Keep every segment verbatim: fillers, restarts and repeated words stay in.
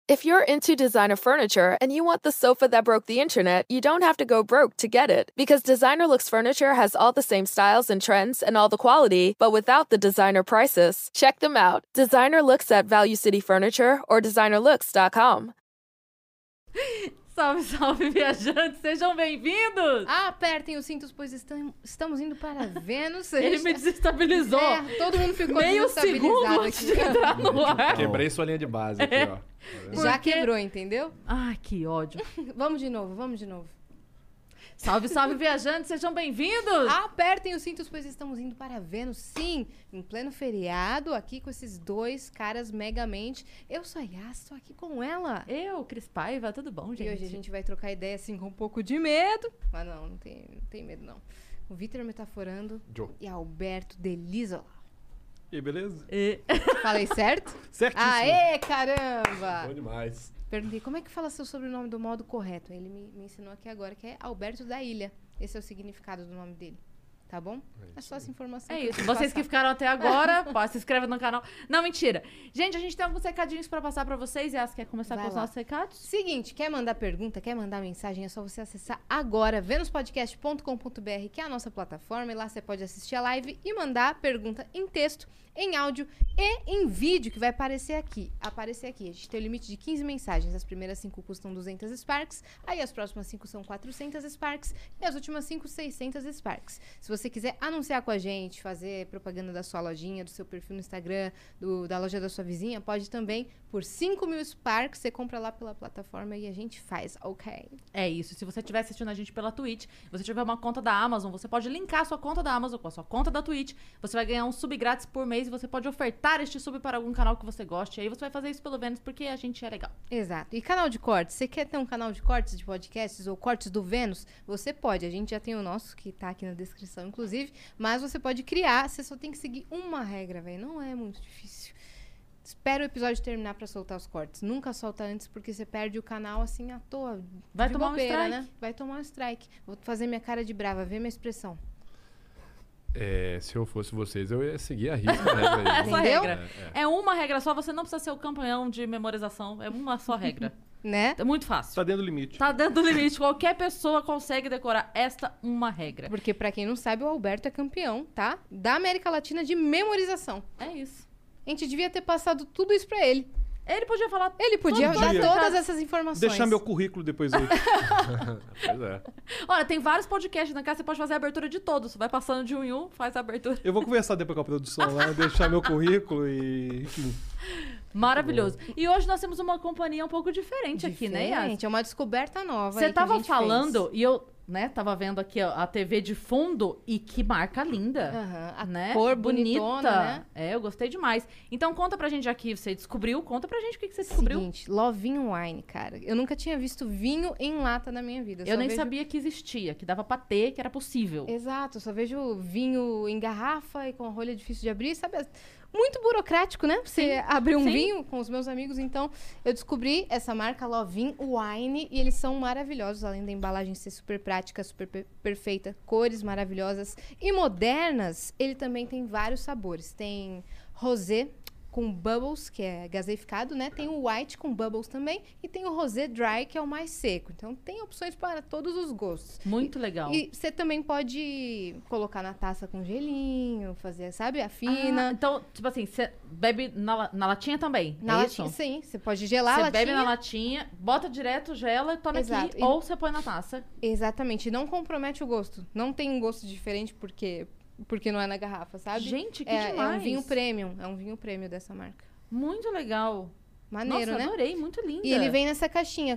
If you're into designer furniture and you want the sofa that broke the internet, you don't have to go broke to get it. Because Designer Looks Furniture has all the same styles and trends and all the quality, but without the designer prices. Check them out. Designer Looks at Value City Furniture or designer looks dot com. Salve, salve, viajantes! Sejam bem-vindos! Apertem os cintos, pois estam, estamos indo para Vênus. Ele me desestabilizou. É, todo mundo ficou meio segundo antes de entrar no ar. Quebrei sua linha de base aqui, É. ó. Já Porque- quebrou, entendeu? Ai, que ódio. Vamos de novo, vamos de novo. Salve, salve, viajantes! Sejam bem-vindos! Apertem os cintos, pois estamos indo para Vênus. Sim, em pleno feriado, aqui com esses dois caras megamente. Eu sou a Yas, estou aqui com ela. Eu, Cris Paiva, tudo bom, gente? E hoje a gente vai trocar ideia assim com um pouco de medo. Mas não, não tem, não tem medo não. O Vitor Metaforando Joe. e Alberto Delisola. E aí, beleza? E- Falei certo? Certíssimo. Aê, caramba! Bom demais. Perguntei como é que fala seu sobrenome do modo correto. Ele me, me ensinou aqui agora que é Alberto da Ilha. Esse é o significado do nome dele. Tá bom? É só essa informação. É que eu isso. quis Vocês que passar. ficaram até agora, pô, se inscreve no canal. Não, mentira. Gente, a gente tem alguns recadinhos pra passar pra vocês. Yas, quer começar Vai com os lá. nossos recados? Seguinte, quer mandar pergunta, quer mandar mensagem, é só você acessar agora venuspodcast ponto com ponto br, que é a nossa plataforma, e lá você pode assistir a live e mandar a pergunta em texto, em áudio e em vídeo, que vai aparecer aqui. Aparecer aqui. A gente tem o limite de quinze mensagens. As primeiras cinco custam duzentas Sparks, aí as próximas cinco são quatrocentas Sparks e as últimas cinco, seiscentas Sparks. Se você quiser anunciar com a gente, fazer propaganda da sua lojinha, do seu perfil no Instagram, do- da loja da sua vizinha, pode também. Por cinco mil Sparks, você compra lá pela plataforma e a gente faz, ok? É isso. Se você estiver assistindo a gente pela Twitch, você tiver uma conta da Amazon, você pode linkar a sua conta da Amazon com a sua conta da Twitch. Você vai ganhar um sub grátis por mês e você pode ofertar este sub para algum canal que você goste. E aí você vai fazer isso pelo Vênus porque a gente é legal. Exato. E canal de cortes? Você quer ter um canal de cortes de podcasts ou cortes do Vênus? Você pode. A gente já tem o nosso, que tá aqui na descrição, inclusive. Mas você pode criar. Você só tem que seguir uma regra, velho. Não é muito difícil. Espera o episódio terminar pra soltar os cortes. Nunca solta antes, porque você perde o canal assim à toa. Vai de tomar um bobeira, strike. né? Vai tomar um strike. Vou fazer minha cara de brava. Vê minha expressão. É, se eu fosse vocês, eu ia seguir a risca, né? velho? Essa Entendeu? regra. É, É uma regra só, você não precisa ser o campeão de memorização. É uma só regra. Né? É muito fácil. Tá dentro do limite. Tá dentro do limite. Qualquer pessoa consegue decorar esta uma regra. Porque, pra quem não sabe, o Alberto é campeão, tá? Da América Latina de memorização. É isso. A gente devia ter passado tudo isso pra ele. Ele podia falar. Ele podia Todo dar dia. todas essas informações. Deixar meu currículo depois aí. Pois é. Olha, tem vários podcasts na casa, você pode fazer a abertura de todos. Você vai passando de um em um, faz a abertura. Eu vou conversar depois com a produção lá, deixar meu currículo e. Enfim. Maravilhoso. E hoje nós temos uma companhia um pouco diferente, aqui, né, Yas? Diferente, é uma descoberta nova. Você aí que a tava gente falando, fez. e eu, né, tava vendo aqui ó, a T V de fundo, e que marca linda. Aham, a né? cor bonita. bonitona, né? É, eu gostei demais. Então conta pra gente aqui, você descobriu, conta pra gente o que, que você descobriu. Seguinte, Lovinho Wine, cara. Eu nunca tinha visto vinho em lata na minha vida. Eu só nem vejo- sabia que existia, que dava pra ter, que era possível. Exato, eu só vejo vinho em garrafa e com a rolha difícil de abrir, sabe? Muito burocrático, né? Você abrir um sim. vinho com os meus amigos. Então, eu descobri essa marca Lovin Wine e eles são maravilhosos, além da embalagem ser super prática, super per- perfeita, cores maravilhosas e modernas. Ele também tem vários sabores. Tem rosé com bubbles, que é gaseificado, né? Tem o white com bubbles também e tem o rosé dry, que é o mais seco. Então, tem opções para todos os gostos. Muito legal. E você também pode colocar na taça com gelinho, fazer, sabe, a Ah, fina. então, tipo assim, você bebe na, la- na latinha também, na é latinha, isso? sim. Você pode gelar a Você latinha. bebe na latinha, bota direto, gela, toma Exato. aqui, E- ou você põe na taça. Exatamente. Não compromete o gosto. Não tem um gosto diferente porque, porque não é na garrafa, sabe? Gente, que é, demais. é um vinho premium. É um vinho premium dessa marca. Muito legal. Maneiro, Nossa, né? adorei, muito linda. E ele vem nessa caixinha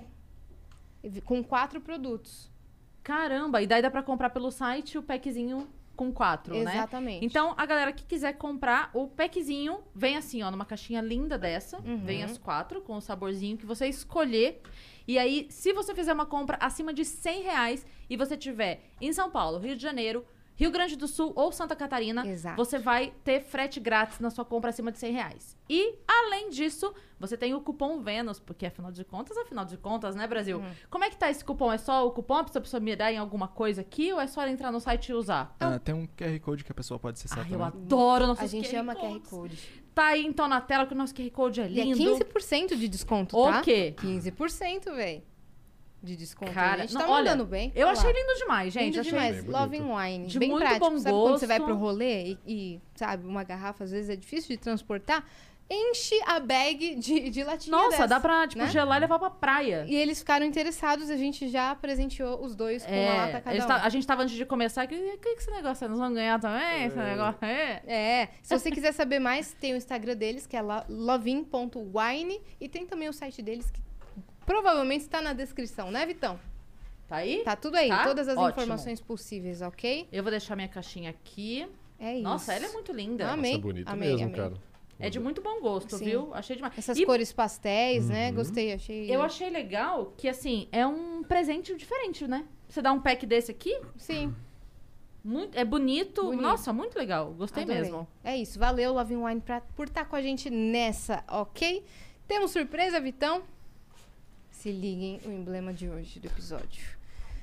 com quatro produtos. Caramba, e daí dá pra comprar pelo site o packzinho com quatro, né? Exatamente. Então, a galera que quiser comprar, o packzinho vem assim, ó, numa caixinha linda dessa. Uhum. Vem as quatro, com o saborzinho que você escolher. E aí, se você fizer uma compra acima de cem reais e você tiver em São Paulo, Rio de Janeiro, Rio Grande do Sul ou Santa Catarina, Exato. você vai ter frete grátis na sua compra acima de cem reais. E, além disso, você tem o cupom Vênus, porque afinal de contas, afinal de contas, né, Brasil? Uhum. Como é que tá esse cupom? É só o cupom pra pessoa mirar em alguma coisa aqui ou é só entrar no site e usar? Ah, tem um Q R Code que a pessoa pode acessar Ai, eu também. adoro nossos A gente Q R ama Q R Codes. Code. Tá aí então na tela que o nosso Q R Code é E é lindo. quinze por cento de desconto, O tá? quê? quinze por cento, velho. De desconto. Cara, a gente não, tá olha, mandando bem. Eu Olha achei lá. lindo demais, gente. Lindo Achei demais. bem Love bonito. and Wine. De bem muito prático. bom Sabe quando você vai gosto. pro rolê e, e, sabe, uma garrafa às vezes é difícil de transportar? Enche a bag de, de latinha Nossa, dessa, dá pra, tipo, né? gelar e levar pra praia. E eles ficaram interessados, a gente já presenteou os dois com uma lata É, cada eles um. tá- a gente tava antes de começar, que o que, que esse negócio é? Nós vamos ganhar também esse negócio aí? É, se você quiser saber mais, tem o Instagram deles, que é lo- lovin ponto wine, e tem também o site deles, que provavelmente está na descrição, né, Vitão? Tá aí? Tá tudo aí, Tá? todas as Ótimo. informações possíveis, ok? Eu vou deixar minha caixinha aqui. É isso. Nossa, ela é muito linda. Amei. Nossa, bonito amei, mesmo, amei. cara. É de muito bom gosto, Sim. viu? Achei demais. Essas E cores pastéis, né? Uhum. Gostei, achei... eu achei legal que, assim, é um presente diferente, né? Você dá um pack desse aqui, Sim, muito, é bonito. Bonito. Nossa, muito legal. Gostei adorei. mesmo. É isso, valeu, Love and Wine, pra, por estar com a gente nessa, ok? Temos surpresa, Vitão? Se liguem o emblema de hoje do episódio.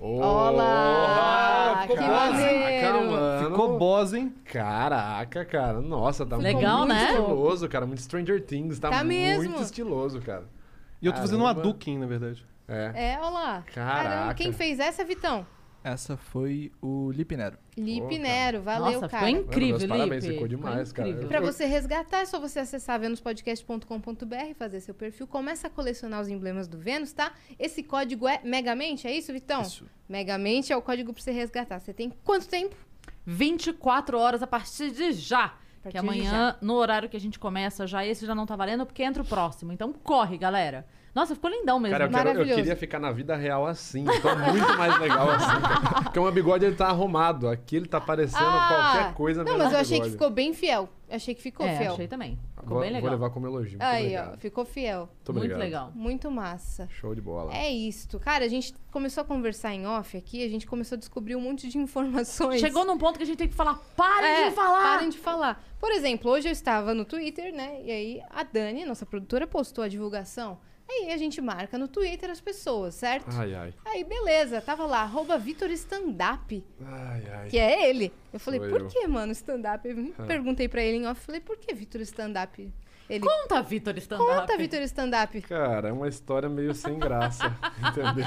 Olá! ficou Que boss. maneiro! Caraca, mano. Ficou boss, hein? Caraca, cara. Nossa, tá Legal, muito né? estiloso, cara. Muito Stranger Things. Tá, Tá muito mesmo. estiloso, cara. E eu tô fazendo uma Caramba. Dukin, na verdade. É. É, olha lá. Caraca. Caramba, quem fez essa, Vitão? Essa foi o Lipinero. Lipe cara. Nero, valeu, Nossa, cara. ficou incrível, Meus parabéns, Lipe. ficou demais, cara. incrível. Pra você resgatar, é só você acessar venuspodcast ponto com ponto b r, fazer seu perfil, começa a colecionar os emblemas do Vênus, tá? Esse código é Megamente, é isso, Vitão? Isso. Megamente é o código pra você resgatar. Você tem quanto tempo? vinte e quatro horas a partir de já. partir Que de amanhã, no horário que a gente começa, já esse já não tá valendo, porque entra o próximo. Então corre, galera. Nossa, ficou lindão mesmo. Cara, eu, quero, eu Maravilhoso. queria ficar na vida real assim. Tô muito mais legal assim, cara. Porque o meu bigode, ele tá arrumado. Aqui ele tá parecendo qualquer coisa Não, menos mas eu achei que bigode. ficou bem fiel. Eu achei que ficou é, fiel. achei também. Ficou Vou, bem vou legal. levar como elogio. Muito Aí, obrigado. ó, ficou fiel. Muito Muito obrigado. legal. Muito massa. Show de bola. É isto. Cara, a gente começou a conversar em off aqui, a gente começou a descobrir um monte de informações. Chegou num ponto que a gente tem que falar, parem É, de falar! Parem de falar. Por exemplo, hoje eu estava no Twitter, né? E aí a Dani, nossa produtora, postou a divulgação. Aí a gente marca no Twitter as pessoas, certo? Ai, ai. Aí, beleza, tava lá, arroba Vitor Standup, Ai, ai. que é ele. Eu falei, Sou por eu. que, mano, stand-up? Eu perguntei pra ele em off, falei, por que Vitor Stand-up? Ele, Conta, Vitor Stand-up. conta, Vitor Stand-up. Cara, é uma história meio sem graça, entendeu?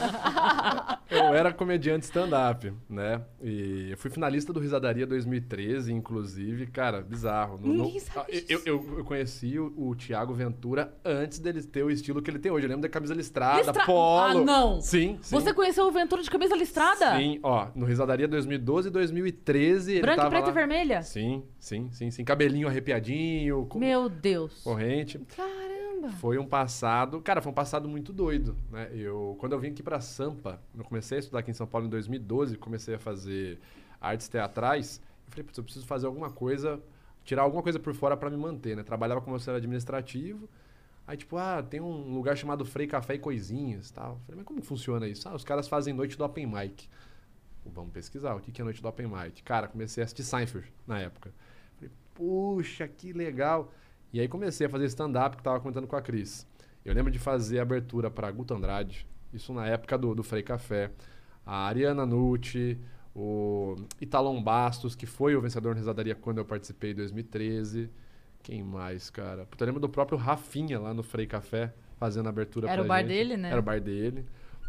Eu era comediante stand-up, né? E eu fui finalista do Risadaria dois mil e treze, inclusive. Cara, bizarro. No- Ninguém no- sabe eu, disso. eu, eu conheci o, o Thiago Ventura antes dele ter o estilo que ele tem hoje. Eu lembro da camisa listrada, Listra- polo. Ah, não! Sim, sim. Você conheceu o Ventura de camisa listrada? Sim, ó, no Risadaria dois mil e doze e dois mil e treze. Ele Branca, tava preta lá. e vermelha? Sim, sim, sim, sim. Cabelinho arrepiadinho, com Meu Deus. corrente. Caramba. Foi um passado, cara, foi um passado muito doido, né? Eu, quando eu vim aqui pra Sampa, eu comecei a estudar aqui em São Paulo em dois mil e doze, comecei a fazer artes teatrais. Eu falei, putz, eu preciso fazer alguma coisa, tirar alguma coisa por fora pra me manter, né? Trabalhava como auxiliar administrativo. Aí, tipo, ah, tem um lugar chamado Frei Café e Coisinhas, tal. Eu falei, mas como que funciona isso? Ah, os caras fazem noite do open mic. Pô, vamos pesquisar, o que que é noite do open mic? Cara, comecei a assistir Seinfeld na época. Falei, puxa, que legal. E aí comecei a fazer stand-up, que tava comentando com a Cris. Eu lembro de fazer a abertura para Guto Andrade, isso na época do, do Frei Café. A Ariana Nucci, o Italon Bastos, que foi o vencedor na Risadaria quando eu participei em dois mil e treze. Quem mais, cara? Puta, eu lembro do próprio Rafinha lá no Frei Café, fazendo a abertura Era pra o bar gente. dele, né? Era o bar dele.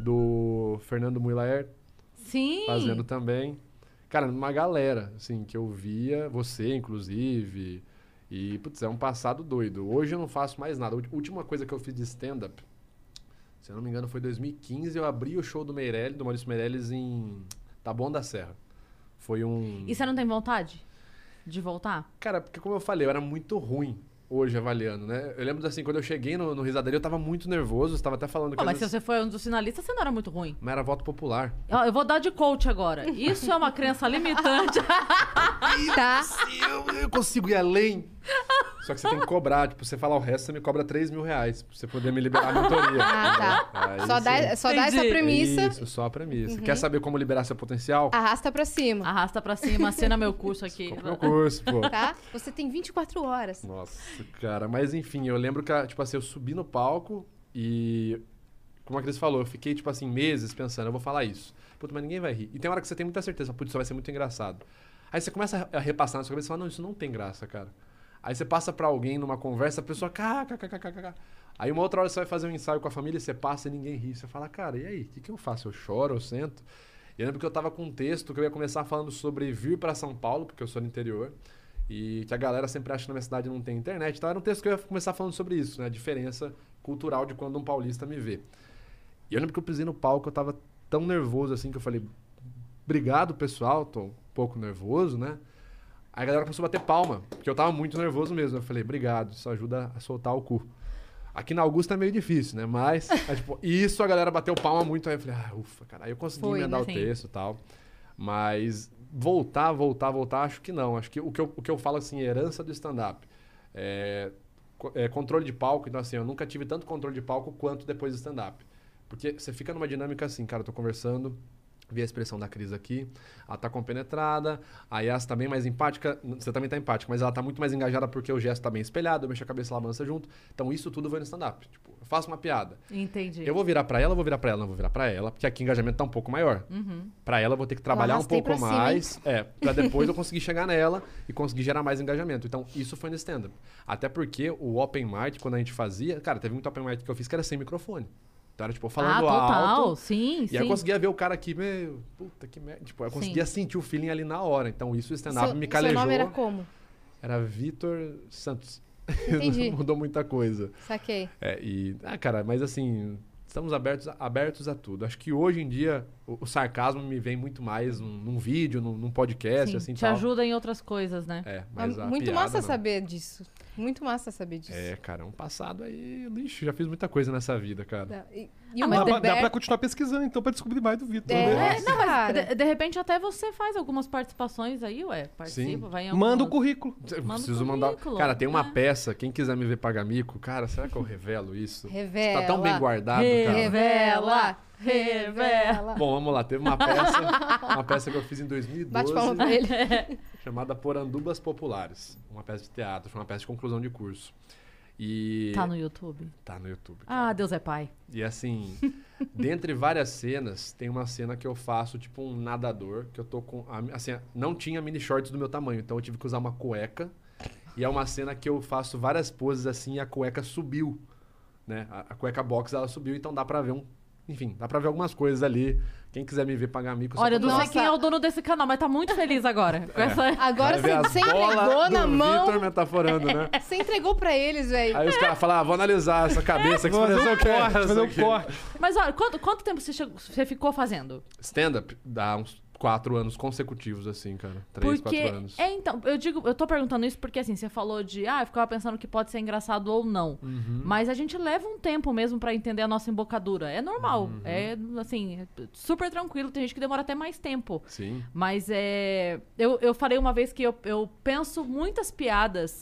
Do Fernando Muilaer, Sim. fazendo também. Cara, uma galera, assim, que eu via, você, inclusive. E, putz, é um passado doido. Hoje eu não faço mais nada. A última coisa que eu fiz de stand-up, se eu não me engano, foi em dois mil e quinze. Eu abri o show do Meirelles, do Maurício Meirelles, em Taboão da Serra. Foi um... E você não tem vontade de voltar? Cara, porque como eu falei, eu era muito ruim hoje avaliando, né? Eu lembro, assim, quando eu cheguei no, no Risadaria, eu tava muito nervoso. Estava até falando que... Pô, às mas se vezes- você foi um dos finalistas, você não era muito ruim. Mas era voto popular. Ó, eu vou dar de coach agora. Isso é uma crença limitante. Tá. Eu, eu consigo ir além. Só que você tem que cobrar. Tipo, você falar o resto, você me cobra três mil reais. Pra você poder me liberar a mentoria. Ah, tá. Aí Só sim. dá, só dá essa Entendi. premissa, Isso, só a premissa. Quer saber como liberar seu potencial? arrasta pra cima, Arrasta pra cima, assina meu curso aqui. Compre meu curso, pô. tá? Você tem vinte e quatro horas. Nossa, cara. Mas enfim, eu lembro que, tipo assim, eu subi no palco e... Como a Cris falou, eu fiquei, tipo assim, meses pensando, eu vou falar isso. Puta, mas ninguém vai rir. E tem hora que você tem muita certeza, putz, isso vai ser muito engraçado. Aí você começa a repassar na sua cabeça e fala, não, isso não tem graça, cara. Aí você passa pra alguém numa conversa, a pessoa... kkkkkk. Aí uma outra hora você vai fazer um ensaio com a família, você passa e ninguém ri. Você fala, cara, e aí? O que, que eu faço? Eu choro, eu sento? E eu lembro que eu tava com um texto que eu ia começar falando sobre vir pra São Paulo, porque eu sou do interior. E que a galera sempre acha que na minha cidade não tem internet. Então era um texto que eu ia começar falando sobre isso, né? A diferença cultural de quando um paulista me vê. E eu lembro que eu pisei no palco, eu tava tão nervoso assim, que eu falei, obrigado, pessoal, tô um pouco nervoso, né? Aí a galera começou a bater palma, porque eu tava muito nervoso mesmo. Eu falei, obrigado, isso ajuda a soltar o cu. Aqui na Augusta é meio difícil, né? Mas, é, tipo, isso a galera bateu palma muito. Aí eu falei, ah, ufa, cara. Aí eu consegui Foi, emendar né? o Sim. texto e tal. Mas voltar, voltar, voltar, acho que não. Acho que o que eu, o que eu falo, assim, herança do stand-up. É, co- é controle de palco. Então, assim, eu nunca tive tanto controle de palco quanto depois do stand-up. Porque você fica numa dinâmica assim, cara, eu tô conversando... Vi a expressão da Cris aqui. Ela tá compenetrada. A Yas tá bem mais empática. Você também tá empática, mas ela tá muito mais engajada porque o gesto tá bem espelhado. Eu mexo a cabeça e ela balança junto. Então isso tudo vai no stand-up. Tipo, eu faço uma piada. Entendi. Eu vou virar pra ela, eu vou virar pra ela, não vou virar pra ela. Porque aqui o engajamento tá um pouco maior. Uhum. Pra ela eu vou ter que trabalhar um arrastei pouco pra cima, mais. É, pra depois eu conseguir chegar nela e conseguir gerar mais engajamento. Então isso foi no stand-up. Até porque o open mic, quando a gente fazia... Cara, teve muito open mic que eu fiz que era sem microfone. Então era tipo, Ah, falando total. alto... Sim, E sim. aí eu conseguia ver o cara aqui, meu, puta que merda. Tipo, eu conseguia sentir o feeling ali na hora. Então isso o stand-up Seu, me seu calejou. nome era como? Era Vitor Santos. Entendi. Não mudou muita coisa. Saquei. É, e, ah, cara, mas assim, estamos abertos, abertos a tudo. Acho que hoje em dia o, o sarcasmo me vem muito mais num, num vídeo, num, num podcast, Sim, assim, te tal. ajuda em outras coisas, né? É, Mas mas a muito piada, massa não. saber disso. Muito massa saber disso. É, cara, um passado aí, lixo, já fiz muita coisa nessa vida, cara. Dá- E, e Ah, o mas Dá, pra, dá Alberto- pra continuar pesquisando, então, pra descobrir mais do Vitor. É, né? não, mas De, de repente até você faz algumas participações aí, ué. Participa, Sim. vai em Manda o algumas- currículo. Eu Manda o preciso mandar. currículo, Cara, tem uma né? peça, quem quiser me ver pagar mico, cara, será que eu revelo isso? Revela. Tá tão bem guardado, cara. Revela. Revela. Bom, vamos lá. Teve uma peça, uma peça que eu fiz em dois mil e Bate doze, palma pra ele. chamada Porandubas Populares. Uma peça de teatro, foi uma peça de conclusão de curso. E Tá no YouTube. tá no YouTube. cara. Ah, Deus é pai. E assim, dentre várias cenas, tem uma cena que eu faço tipo um nadador, que eu tô com a- assim, não tinha mini shorts do meu tamanho, então eu tive que usar uma cueca. E é uma cena que eu faço várias poses assim e a cueca subiu, né? A, a cueca box ela subiu, então dá pra ver um, enfim, dá pra ver algumas coisas ali. Quem quiser me ver pagar mico, só Olha, eu não procurar. sei quem é o dono desse canal, mas tá muito feliz agora. Com essa... Agora Vai ver você, as você bolas entregou na do mão. Vitor metaforando, né? Você entregou pra eles, velho. Aí os caras falam, ah, vou analisar essa cabeça, que Vou fazer expressão um que é corte, essa fazer um aqui? corte. Mas olha, quanto, quanto tempo você, chegou- você ficou fazendo? Stand-up dá uns quatro anos consecutivos, assim, cara. Três, Porque, quatro anos. é, então, eu digo, eu tô perguntando isso porque assim, você falou de, ah, eu ficava pensando que pode ser engraçado ou não. Uhum. Mas a gente leva um tempo mesmo pra entender a nossa embocadura. É normal, Uhum. é assim, é super tranquilo, tem gente que demora até mais tempo. Sim. Mas é. Eu, eu falei uma vez que eu, eu penso muitas piadas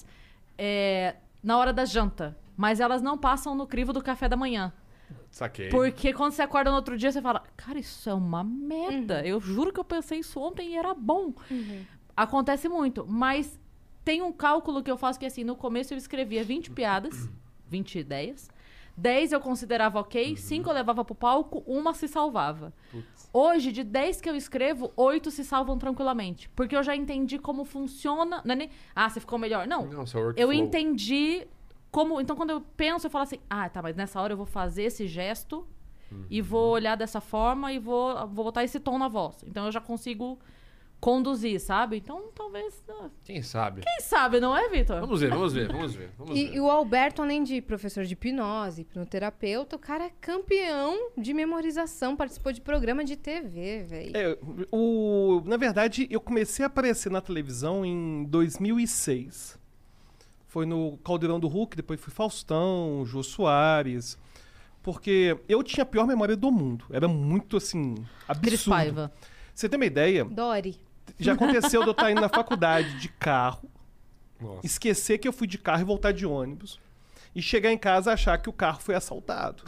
é, na hora da janta, mas elas não passam no crivo do café da manhã. Saquei. Porque quando você acorda no outro dia, você fala, cara, isso é uma merda. Eu juro que eu pensei isso ontem e era bom. Acontece muito, mas tem um cálculo que eu faço que assim, no começo eu escrevia vinte piadas, vinte ideias. dez eu considerava ok, cinco eu levava pro palco, uma se salvava. Putz. Hoje, de dez que eu escrevo, oito se salvam tranquilamente. Porque eu já entendi como funciona. Não é nem, ah, você ficou melhor. Não, Não, seu eu workflow. entendi como. Então, quando eu penso, eu falo assim: ah, tá, mas nessa hora eu vou fazer esse gesto e vou olhar dessa forma e vou, vou botar esse tom na voz. Então, eu já consigo conduzir, sabe? Então, talvez. ah, Quem sabe? Quem sabe, não é, Vitor? Vamos ver, vamos ver, vamos ver. Vamos E, ver. e o Alberto, além de professor de hipnose, hipnoterapeuta, o cara é campeão de memorização, participou de programa de T V, velho. É, o, na verdade, eu comecei a aparecer na televisão em dois mil e seis. Foi no Caldeirão do Hulk, depois fui Faustão, Jô Soares. Porque eu tinha a pior memória do mundo. Era muito, assim, Cris absurdo. Paiva. Você tem uma ideia? Dory. Já aconteceu de eu estar indo na faculdade de carro, Nossa. esquecer que eu fui de carro e voltar de ônibus. E chegar em casa e achar que o carro foi assaltado.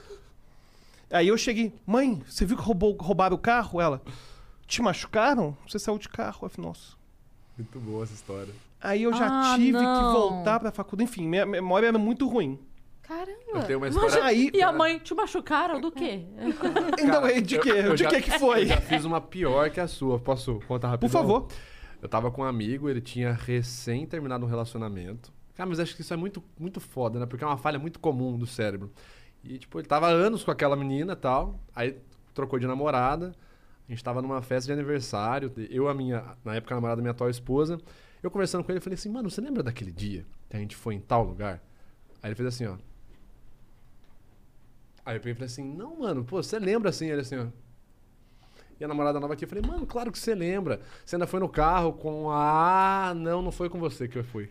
Aí eu cheguei, mãe, você viu que roubou, roubaram o carro? Ela, te machucaram? Você saiu de carro? Eu falei, nossa. Muito boa essa história. Aí eu já Ah, tive que não. voltar pra faculdade. Enfim, minha memória era muito ruim. Caramba. Eu tenho uma história... Aí, E a mãe, te machucaram do quê? então, aí, de quê? eu de já- que que foi? Eu já fiz uma pior que a sua. Posso contar rapidão? Por favor. Eu tava com um amigo, ele tinha recém terminado um relacionamento. Cara, mas acho que isso é muito, muito foda, né? Porque é uma falha muito comum do cérebro. E, tipo, ele tava há anos com aquela menina e tal. Aí trocou de namorada. A gente tava numa festa de aniversário. Eu, a minha, na época, a namorada da minha atual esposa. Eu conversando com ele, eu falei assim, mano, você lembra daquele dia que a gente foi em tal lugar? Aí ele fez assim, ó. Aí eu peguei e falei assim, não, mano, pô, você lembra assim? Ele assim, ó. E a namorada nova aqui, eu falei, mano, claro que você lembra. Você ainda foi no carro com a... Ah, não, não foi com você que eu fui.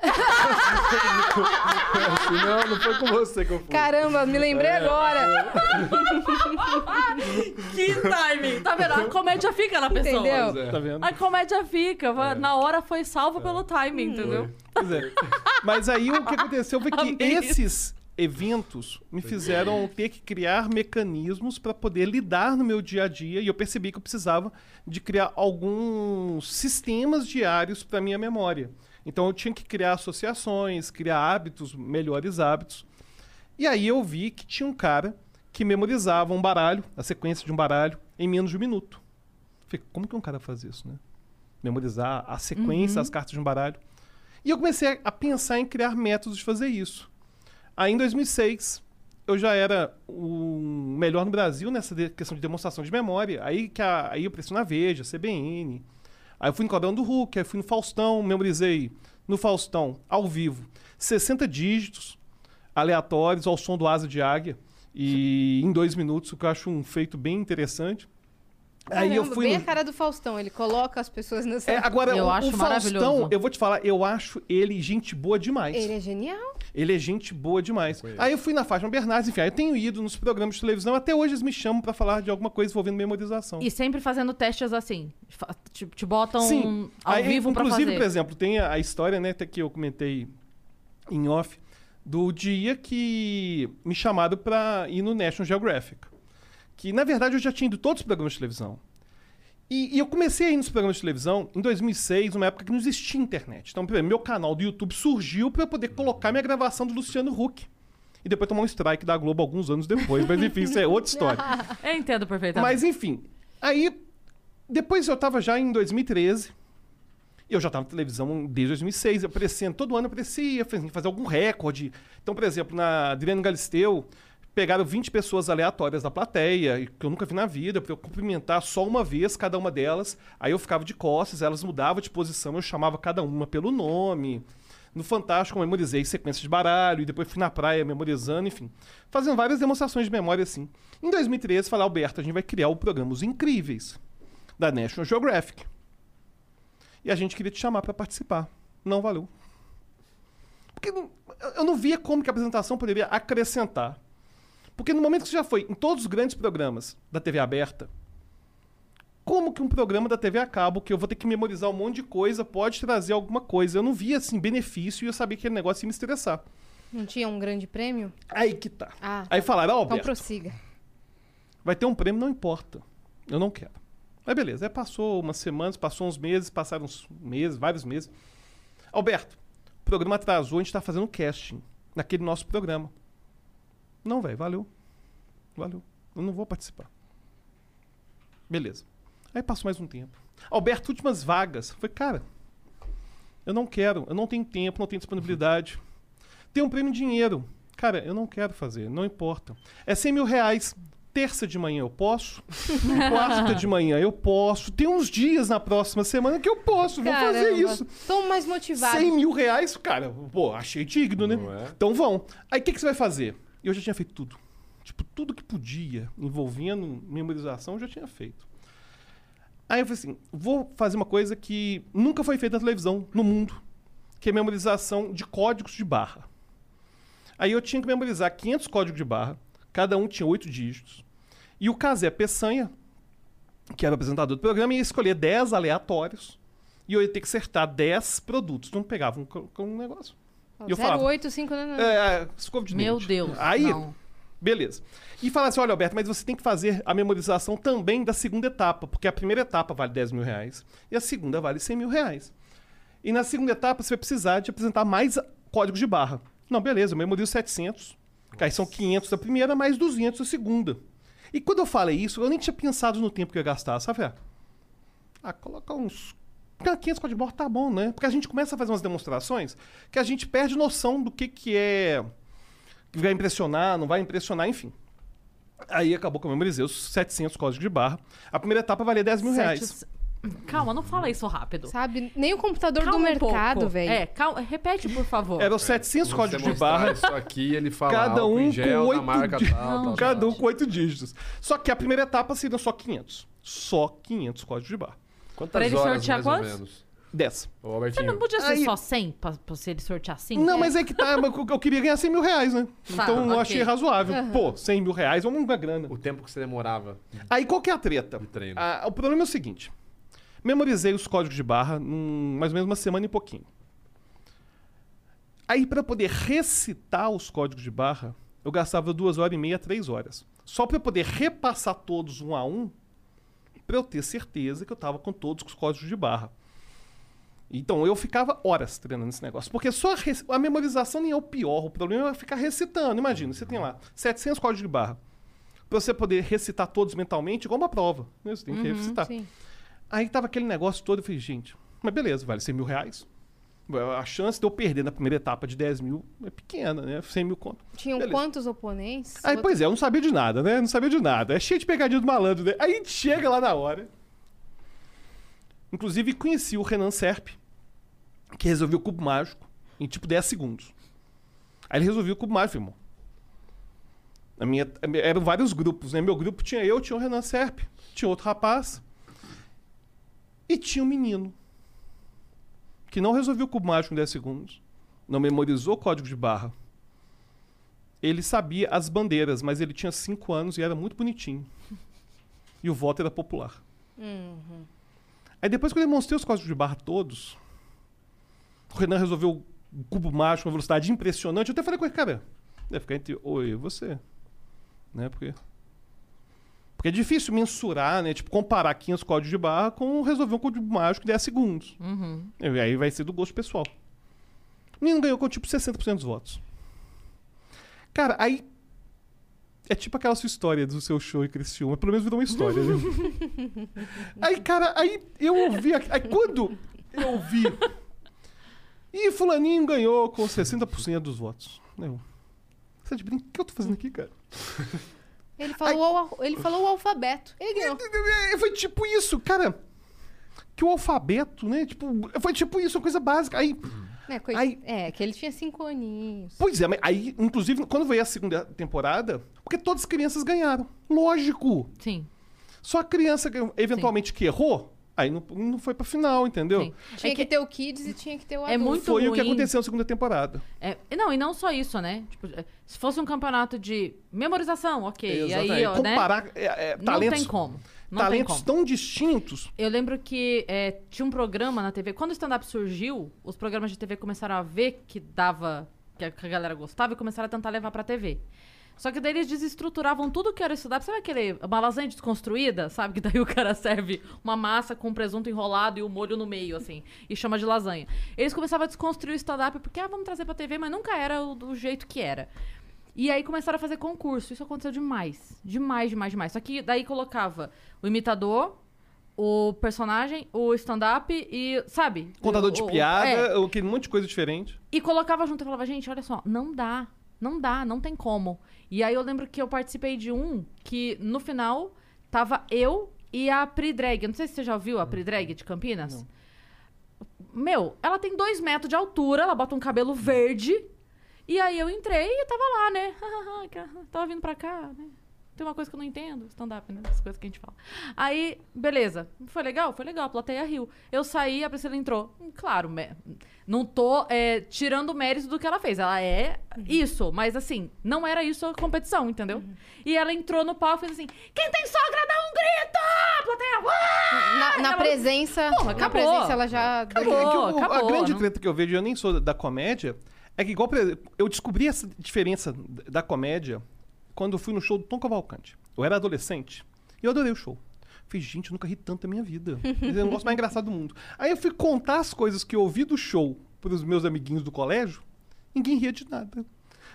assim, não, não foi com você que eu fui. Caramba, me lembrei é, agora. Que timing. Tá vendo? A comédia fica na pessoa. Entendeu? É. Tá vendo? A comédia fica. É. Na hora foi salvo é. pelo timing, entendeu? Pois é. Mas aí o que aconteceu foi que Amei esses eventos me fizeram ter que criar mecanismos para poder lidar no meu dia a dia e eu percebi que eu precisava de criar alguns sistemas diários para minha memória. Então eu tinha que criar associações, criar hábitos, melhores hábitos. E aí eu vi que tinha um cara que memorizava um baralho, a sequência de um baralho, em menos de um minuto. Falei, como que um cara faz isso, né? Memorizar a sequência, Uhum. as cartas de um baralho. E eu comecei a pensar em criar métodos de fazer isso. Aí, em dois mil e seis, eu já era o melhor no Brasil nessa de- questão de demonstração de memória. Aí, que a, aí eu apareci na Veja, C B N. Aí eu fui no Cordão do Hulk, aí fui no Faustão, memorizei no Faustão, ao vivo, sessenta dígitos aleatórios ao som do Asa de Águia. E em dois minutos, o que eu acho um feito bem interessante. Aí eu Caramba, fui bem no... a cara do Faustão, ele coloca as pessoas nessa... É, agora, Eu o, acho o Faustão, maravilhoso. eu vou te falar, eu acho ele gente boa demais. Ele é genial. Ele é gente boa demais. conheço. Aí eu fui na Fátima Bernardes, enfim, aí eu tenho ido nos programas de televisão, até hoje eles me chamam pra falar de alguma coisa envolvendo memorização. E sempre fazendo testes assim. Fa- Te, te botam Sim. ao Aí, vivo pra inclusive, fazer. por exemplo, tem a, a história, né, até que eu comentei em off, do dia que me chamaram pra ir no National Geographic. Que, na verdade, eu já tinha ido todos os programas de televisão. E, e eu comecei a ir nos programas de televisão em dois mil e seis, numa época que não existia internet. Então, primeiro, meu canal do YouTube surgiu para eu poder colocar minha gravação do Luciano Huck. E depois tomar um strike da Globo alguns anos depois. Mas enfim, isso é outra história. Eu entendo perfeitamente. Mas enfim, aí depois eu tava já em dois mil e treze. E eu já tava na televisão desde dois mil e seis, aparecendo. Todo ano eu aparecia, fazia fazer algum recorde. Então, por exemplo, na Adriano Galisteu, pegaram vinte pessoas aleatórias da plateia, que eu nunca vi na vida, pra eu cumprimentar só uma vez cada uma delas. Aí eu ficava de costas, elas mudavam de posição, eu chamava cada uma pelo nome. No Fantástico eu memorizei sequências de baralho, e depois fui na praia memorizando, enfim. Fazendo várias demonstrações de memória assim. Em dois mil e treze, falei, Alberto, a gente vai criar o programa Os Incríveis, da National Geographic. E a gente queria te chamar pra participar. Não valeu. Porque não- eu não via como que a apresentação poderia acrescentar. Porque no momento que você já foi em todos os grandes programas da T V aberta, como que um programa da T V a cabo, que eu vou ter que memorizar um monte de coisa, pode trazer alguma coisa? Eu não via, assim, benefício e eu sabia que aquele negócio ia me estressar. Não tinha um grande prêmio? Aí que tá. Ah, Aí falaram, ó, então Alberto, prossiga. vai ter um prêmio, não importa. Eu não quero. Mas beleza, aí passou umas semanas, passou uns meses, passaram uns meses, vários meses. Alberto, o programa atrasou, a gente tá fazendo casting naquele nosso programa. Não, velho, valeu. Valeu. Eu não vou participar. Beleza. Aí passou mais um tempo. Alberto, últimas vagas. Eu falei, cara, eu não quero, eu não tenho tempo, não tenho disponibilidade. Tem um prêmio em dinheiro. Cara, eu não quero fazer, não importa. É cem mil reais. Terça de manhã eu posso. Quarta de manhã eu posso. Tem uns dias na próxima semana que eu posso. Vou fazer Caramba, isso. Tô mais motivado. cem mil reais, cara, pô, achei digno, né? Não é? Então vão. Aí o que, que você vai fazer? Eu já tinha feito tudo. Tipo, tudo que podia, envolvendo memorização, eu já tinha feito. Aí eu falei assim, vou fazer uma coisa que nunca foi feita na televisão, no mundo, que é memorização de códigos de barra. Aí eu tinha que memorizar quinhentos códigos de barra, cada um tinha oito dígitos. E o Casé Peçanha, que era o apresentador do programa, ia escolher dez aleatórios e eu ia ter que acertar dez produtos. Não pegava um, com um negócio. E eu falava, zero oito cinco... Não, não. é, escova de Meu dente. Deus. Aí, não. beleza. E fala assim, olha, Alberto, mas você tem que fazer a memorização também da segunda etapa, porque a primeira etapa vale dez mil reais e a segunda vale cem mil reais. E na segunda etapa você vai precisar de apresentar mais códigos de barra. Não, beleza, eu memorizo setecentos, que aí são quinhentos da primeira, mais duzentos da segunda. E quando eu falei isso, eu nem tinha pensado no tempo que eu ia gastar, sabe? Ah, coloca uns Cara, quinhentos códigos de barra tá bom, né? Porque a gente começa a fazer umas demonstrações que a gente perde noção do que, que é... que vai impressionar, não vai impressionar, enfim. Aí acabou que eu memorizei os setecentos códigos de barra. A primeira etapa valia dez mil reais. Sete- Calma, não fala isso rápido. Sabe? Nem o computador Calma do um mercado, pouco. velho. É, calma, repete, por favor. Eram setecentos Quando você códigos de mostrar barra, Isso aqui, ele fala cada álcool um em gel, com da oito marca dígitos. tal, tal, Cada tal. um com oito dígitos. Só que a primeira etapa seriam só quinhentos. Só quinhentos códigos de barra. Quantas Pra ele horas, sortear mais ou quantos? menos? dez. Ô, Você Albertinho, não podia ser Aí- só cem pra, pra se ele sortear cinco? Não, mas é que tá. Eu queria ganhar cem mil reais, né? Tá, Então eu ok. achei razoável. Pô, cem mil reais é uma grana. o tempo que você demorava Aí qual que é a treta? de treino. Ah, o problema é o seguinte. Memorizei os códigos de barra em mais ou menos uma semana e pouquinho. Aí, para poder recitar os códigos de barra, eu gastava duas horas e meia, três horas. Só para poder repassar todos um a um, para eu ter certeza que eu estava com todos os códigos de barra. Então, eu ficava horas treinando esse negócio. Porque só a, rec- a memorização nem é o pior. O problema é ficar recitando. Imagina, você tem lá setecentos códigos de barra. Para você poder recitar todos mentalmente, igual uma prova. Né? Você tem que recitar. Sim. Aí tava aquele negócio todo, eu falei, gente, mas beleza, vale cem mil reais. A chance de eu perder na primeira etapa de dez mil é pequena, né? cem mil conto. Tinham Beleza. quantos oponentes? Aí, pois é, eu não sabia de nada, né? Não sabia de nada. É cheio de pegadinha do malandro, né? Aí a gente chega lá na hora. Inclusive, conheci o Renan Serp, que resolveu o cubo mágico em tipo dez segundos. Aí ele resolveu o cubo mágico, irmão. A minha, a minha- eram vários grupos, né? Meu grupo tinha eu, tinha o Renan Serp, tinha outro rapaz. E tinha um menino que não resolveu o cubo mágico em dez segundos, não memorizou o código de barra. Ele sabia as bandeiras, mas ele tinha cinco anos e era muito bonitinho. E o voto era popular. Uhum. Aí depois que eu demonstrei os códigos de barra todos, o Renan resolveu o cubo mágico com uma velocidade impressionante. Eu até falei com ele, cara, deve ficar entre eu e você. Né? Porque... Porque é difícil mensurar, né? Tipo, comparar quinhentos códigos de barra com resolver um código mágico de dez segundos. Uhum. E aí vai ser do gosto pessoal. O menino ganhou com tipo sessenta por cento dos votos. Cara, aí... É tipo aquela sua história do seu show em Criciúma. Pelo menos virou uma história, né? Aí, cara, aí eu ouvi... aqu- Aí quando eu ouvi... Ih, fulaninho ganhou com sessenta por cento dos votos. Eu... Você é de brinco? O que eu tô fazendo aqui, cara? Ele falou, o al- ele falou o alfabeto. Ele ganhou. Foi tipo isso, cara. Que o alfabeto, né? Tipo, foi tipo isso, uma coisa básica. Aí, É, coi- Aí- é, que ele tinha cinco aninhos. pois é, mas aí, inclusive, quando veio a segunda temporada, porque todas as crianças ganharam. Lógico. Sim. Só a criança que, eventualmente que errou, aí não, não foi pra final, entendeu? Sim. Tinha É que que- ter o Kids e tinha que ter o É adulto. muito Foi o que ruim. aconteceu na segunda temporada. É, não, e não só isso, né? Tipo, é, se fosse um campeonato de memorização, ok. E aí, Exatamente. ó, né? Comparar é, é, Não talentos, tem como. Não tem talentos como. tão distintos. Eu lembro que é, tinha um programa na T V. Quando o stand-up surgiu, os programas de T V começaram a ver que dava, que a, que a galera gostava e começaram a tentar levar pra T V. Só que daí eles desestruturavam tudo que era stand-up. Sabe aquele, uma lasanha desconstruída? Sabe? Que daí o cara serve uma massa com presunto enrolado e o molho no meio, assim. E chama de lasanha. Eles começavam a desconstruir o stand-up porque, ah, vamos trazer pra T V, mas nunca era o, do jeito que era. E aí começaram a fazer concurso. Isso aconteceu demais. Demais, demais, demais. Só que daí colocava o imitador, o personagem, o stand-up e, sabe? Contador O- de o- piada, é. aquele monte de coisa diferente. E colocava junto e falava, gente, olha só, não dá. Não dá, não tem como. E aí eu lembro que eu participei de um que, no final, tava eu e a Pri Drag. Eu não sei se você já ouviu a Pri Drag de Campinas. Meu, ela tem dois metros de altura, ela bota um cabelo verde. E aí eu entrei e tava lá, né? Tava vindo pra cá, né? Tem uma coisa que eu não entendo, stand-up, né? As coisas que a gente fala. Aí, beleza. Foi legal? Foi legal, a plateia riu. Eu saí, a Priscila entrou. Hum, Claro, me- não tô é, tirando o mérito do que ela fez. Ela é isso, mas assim, não era isso a competição, entendeu? E ela entrou no palco e fez assim, quem tem sogra dá um grito! A plateia, "Uau!" Na, na Ela- presença, Porra, na acabou. presença ela já... Acabou. É que o- a acabou, grande não- treta que eu vejo, eu nem sou da, da comédia, é que igual, por exemplo, eu descobri essa diferença da da comédia quando eu fui no show do Tom Cavalcante. Eu era adolescente e eu adorei o show. Falei, gente, eu nunca ri tanto na minha vida. É o negócio mais engraçado do mundo. Aí eu fui contar as coisas que eu ouvi do show pros meus amiguinhos do colégio, ninguém ria de nada.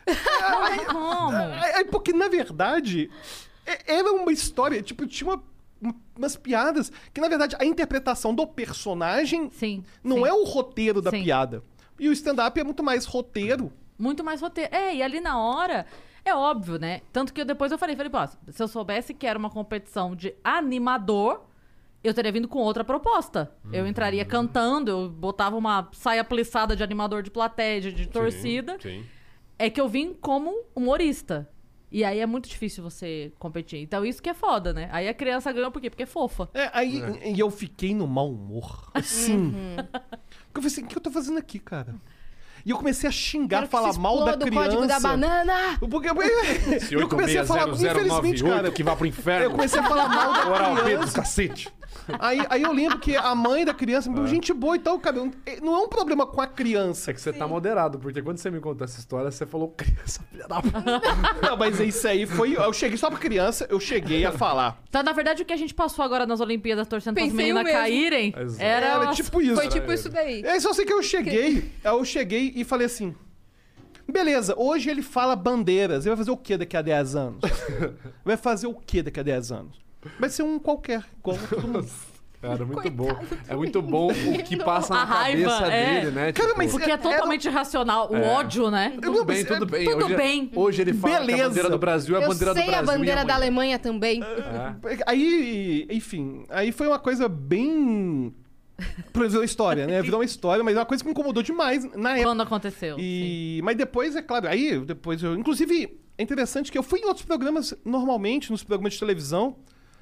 Não tem como. Aí, aí, porque, na verdade, é- era uma história, tipo, tinha uma... umas piadas que, na verdade, a interpretação do personagem Sim. não sim. é o roteiro da Sim. piada. E o stand-up é muito mais roteiro. Muito mais roteiro. É, e ali na hora, é óbvio, né? Tanto que eu, depois eu falei, falei, pô, se eu soubesse que era uma competição de animador, eu teria vindo com outra proposta. Uhum. Eu entraria cantando, eu botava uma saia plissada de animador de plateia, de, de torcida. Sim. É que eu vim como humorista. E aí é muito difícil você competir. Então isso que é foda, né? Aí a criança ganhou por quê? Porque é fofa. É, aí é. E eu fiquei no mau humor. Assim. Porque eu falei assim, o que eu tô fazendo aqui, cara? E eu comecei a xingar, Quero que falar se mal da exploda o criança. código da banana! Porque eu, eu comecei a falar, infelizmente, cara, que vá pro inferno. eu comecei a falar mal da Oral Pedro, criança. cacete. Aí, aí eu lembro que a mãe da criança me falou, gente boa, então, cara, não é um problema com a criança. É que você tá moderado, porque quando você me contou essa história, você falou criança, filha da puta. Não, mas isso aí foi... Eu cheguei só pra criança, eu cheguei a falar. Então, na verdade, o que a gente passou agora nas Olimpíadas torcendo para as Pensei o meninas mesmo. caírem Exato. era... Era tipo isso. Foi tipo isso daí. É só sei que eu cheguei, eu cheguei e falei assim... Beleza, hoje ele fala bandeiras. Ele vai fazer o que daqui a dez anos? Vai fazer o que daqui a dez anos? Vai ser um qualquer, igual todo mundo. Cara, muito Coitado bom. do É muito bom o que passa A na raiva, cabeça é. dele, né? Cara, mas Porque é totalmente irracional. O ódio, né? Tudo bem, tudo bem. Tudo hoje, bem. Hoje ele fala que a Beleza. bandeira do Brasil é a Eu bandeira do sei Brasil. a bandeira e da amanhã- Alemanha também. É. Aí, enfim, aí foi uma coisa bem... Virou história, né? Virou uma história, mas é uma coisa que me incomodou demais na época. Quando aconteceu. sim. E... Mas depois, é claro, aí depois eu... Inclusive, é interessante que eu fui em outros programas, normalmente, nos programas de televisão,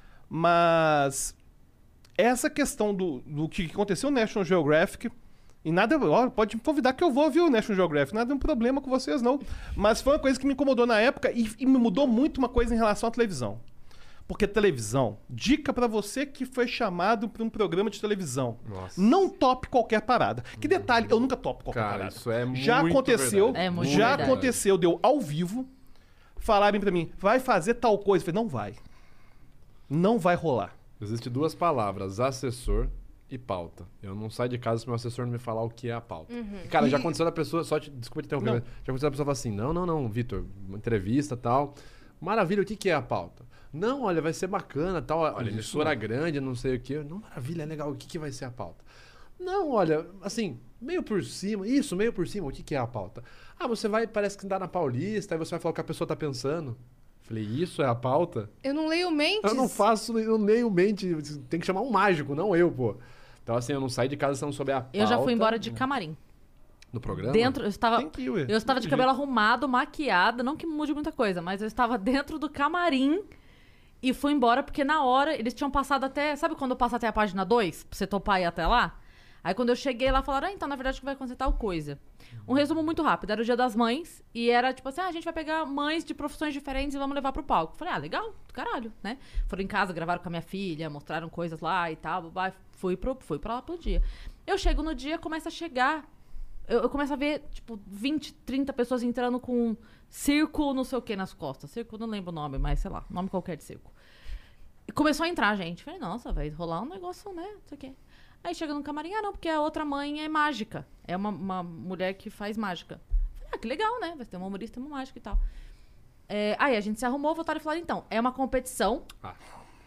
mas essa questão do, do que aconteceu no National Geographic, e nada... Ó, pode me convidar que eu vou ver o National Geographic, nada é um problema com vocês, não. Mas foi uma coisa que me incomodou na época e, e me mudou muito uma coisa em relação à televisão. Porque televisão, dica pra você que foi chamado pra um programa de televisão. Nossa. Não tope qualquer parada. Que detalhe, eu nunca topo qualquer Cara, parada. isso é Já muito aconteceu, verdade. É muito já verdade. aconteceu, deu ao vivo, falarem pra mim, vai fazer tal coisa. Eu falei, não vai. Não vai rolar. Existem duas palavras, assessor e pauta. Eu não saio de casa se meu assessor não me falar o que é a pauta. E, cara, já E- aconteceu da pessoa, só te, desculpa te interromper, Não. mas já aconteceu da pessoa falar assim, não, não, não, Vitor, uma entrevista e tal. Maravilha, o que, que é a pauta? Não, olha, vai ser bacana, tal, olha, emissora grande, não sei o quê. Não, maravilha, é legal, o que, que vai ser a pauta? Não, olha, assim, meio por cima, isso, meio por cima, o que, que é a pauta? Ah, você vai, parece que andar na Paulista, aí você vai falar o que a pessoa tá pensando. Falei, isso é a pauta? Eu não leio mentes. Eu não faço, eu nem mente, tem que chamar um mágico, não eu, pô. Então, assim, eu não saio de casa se eu não souber a pauta. Eu já fui embora de camarim. No programa? Dentro, eu estava... Tem que ir, ué. Eu estava de cabelo arrumado, maquiada, não que mude muita coisa, mas eu estava dentro do camarim e fui embora porque na hora eles tinham passado até... Sabe quando eu passo até a página dois, pra você topar e ir até lá? Aí quando eu cheguei lá, falaram, ah, então na verdade que vai acontecer tal coisa. Um resumo muito rápido, era o Dia das Mães e era tipo assim, ah, a gente vai pegar mães de profissões diferentes e vamos levar pro palco. Falei, ah, legal, do caralho, né? Foram em casa, gravaram com a minha filha, mostraram coisas lá e tal, babá, fui, pro, fui pra lá pro dia. Eu chego no dia, começa a chegar... Eu, eu começo a ver, tipo, vinte, trinta pessoas entrando com um circo não sei o que nas costas. Circo, não lembro o nome, mas sei lá, nome qualquer de circo. E começou a entrar gente. Falei, nossa, vai rolar um negócio, né? Não sei o quê. Aí chega no camarim, ah, não, porque a outra mãe é mágica. É uma, uma mulher que faz mágica. Falei, ah, que legal, né? Vai ter uma humorista e uma mágica e tal. É, aí a gente se arrumou, voltaram e falaram, então, é uma competição. Ah.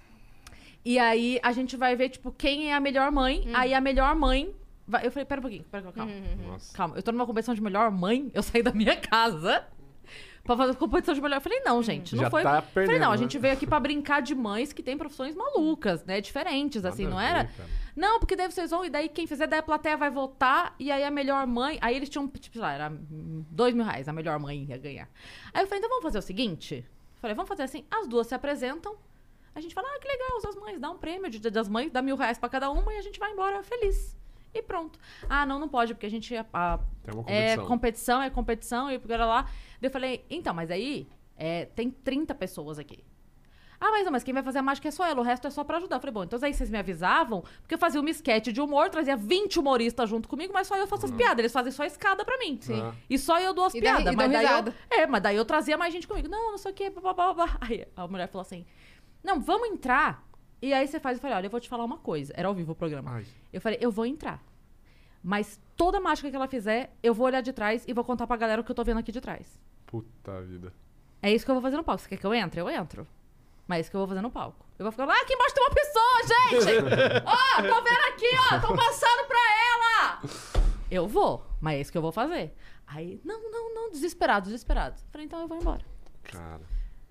E aí a gente vai ver, tipo, quem é a melhor mãe. Aí a melhor mãe... Vai... Eu falei, pera um pouquinho, pera, calma. Nossa. Calma, eu tô numa competição de melhor mãe, eu saí da minha casa pra fazer competição de melhor. Eu falei, não, gente, não Já foi. tá Falei, perdendo, não, a né? gente veio aqui pra brincar de mães que têm profissões malucas, né? Diferentes, assim, Nada não a ver, era? cara. Não, porque daí vocês vão, e daí quem fizer, daí a plateia vai votar, e aí a melhor mãe. Aí eles tinham, tipo, sei lá, era hum, dois mil reais, a melhor mãe ia ganhar. Aí eu falei, então vamos fazer o seguinte? Falei, vamos fazer assim, as duas se apresentam, a gente fala, ah, que legal, as mães, dá um prêmio de Dia das Mães, dá mil reais pra cada uma, e a gente vai embora feliz. E pronto. Ah, não, não pode, porque a gente... A, a, Tem uma é competição. competição, é competição, e porque era lá. Daí eu falei, então, mas aí é, tem trinta pessoas aqui. Ah, mas não, mas quem vai fazer a mágica é só ela, o resto é só pra ajudar. Eu falei, bom, então aí vocês me avisavam, porque eu fazia uma esquete de humor, trazia vinte humoristas junto comigo, mas só eu faço as piadas. Eles fazem só escada pra mim. Sim. Ah. E só eu dou as E dá- piadas. e mas dão daí risada. eu, é, mas daí eu trazia mais gente comigo. Não, não sei o quê, blá, blá, blá, blá. Aí a mulher falou assim, não, vamos entrar. E aí você faz, eu falei, olha, eu vou te falar uma coisa. Era ao vivo o programa. Ai. Eu falei, eu vou entrar. Mas toda mágica que ela fizer, eu vou olhar de trás e vou contar pra galera o que eu tô vendo aqui de trás. Puta vida. É isso que eu vou fazer no palco. Você quer que eu entre? Eu entro. Mas é isso que eu vou fazer no palco. Eu vou ficar lá, aqui embaixo tem uma pessoa, gente! Ó, tô vendo aqui, ó, tô passando pra ela! Eu vou, mas é isso que eu vou fazer. Aí, não, não, não, desesperado, desesperado. Falei, então eu vou embora. Cara.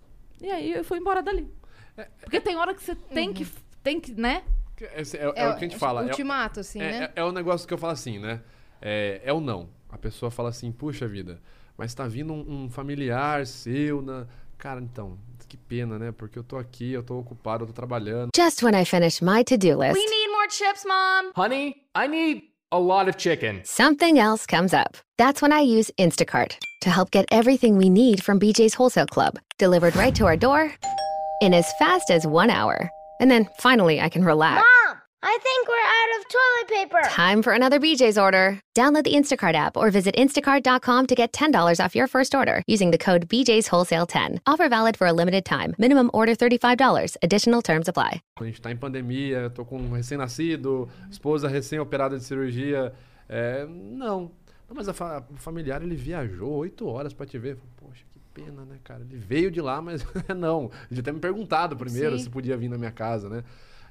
E aí eu fui embora dali. Porque tem hora que você tem, uhum. que, tem que, né? É, é, é, é o que a gente fala. Ultimato, assim, é, né? É, é o negócio que eu falo assim, né? É, é o não. A pessoa fala assim, puxa vida, mas tá vindo um, um familiar seu na... Cara, então, que pena, né? Porque eu tô aqui, eu tô ocupado, eu tô trabalhando. Just when I finish my to-do list. We need more chips, Mom. Honey, I need a lot of chicken. Something else comes up. That's when I use Instacart to help get everything we need from B J's Wholesale Club delivered right to our door in as fast as one hour. And then finally I can relax. Mom, I think we're out of toilet paper. Time for another B J's order. Download the Instacart app or visit instacart dot com to get ten dollars off your first order using the code B J's Wholesale ten. Offer valid for a limited time. Minimum order thirty-five dollars. Additional terms apply. A gente tá em pandemia, eu tô com um recém-nascido, esposa recém-operada de cirurgia. É, não. não. Mas a fa- o familiar, ele viajou oito horas pra te ver. Poxa, que pena, né, cara? Ele veio de lá, mas não. Ele até me perguntado primeiro Sim. se podia vir na minha casa, né?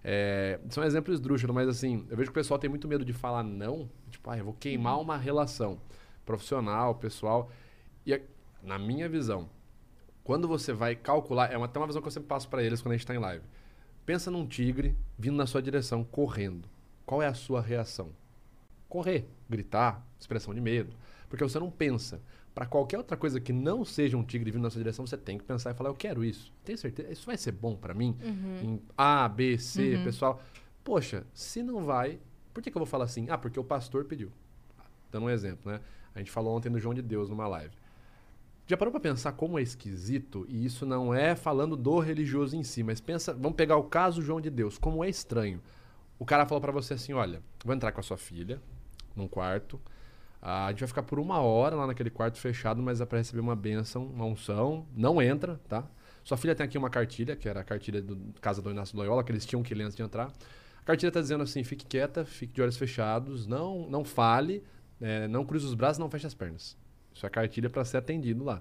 É, são exemplos esdrúxulos, mas assim, eu vejo que o pessoal tem muito medo de falar não. Tipo, ah, eu vou queimar uma relação profissional, pessoal. E na minha visão, quando você vai calcular, é uma, até uma visão que eu sempre passo pra eles quando a gente tá em live. Pensa num tigre vindo na sua direção, correndo. Qual é a sua reação? Correr, gritar, expressão de medo. Porque você não pensa. Para qualquer outra coisa que não seja um tigre vindo na sua direção, você tem que pensar e falar, eu quero isso. Tenho certeza, isso vai ser bom para mim? Uhum. Em A, B, C, Uhum. pessoal. Poxa, se não vai, por que, que eu vou falar assim? Ah, porque o pastor pediu. Dando um exemplo, né? A gente falou ontem no João de Deus, numa live. Já parou para pensar como é esquisito? E isso não é falando do religioso em si, mas pensa, vamos pegar o caso João de Deus, como é estranho. O cara falou para você assim, olha, vou entrar com a sua filha num quarto, a gente vai ficar por uma hora lá naquele quarto fechado, mas é para receber uma bênção, uma unção. Não entra, tá? Sua filha tem aqui uma cartilha, que era a cartilha do Casa do Inácio Loyola, que eles tinham que ler antes de entrar. A cartilha tá dizendo assim, fique quieta, fique de olhos fechados, não, não fale, é, não cruze os braços, não feche as pernas. Isso é cartilha para ser atendido lá.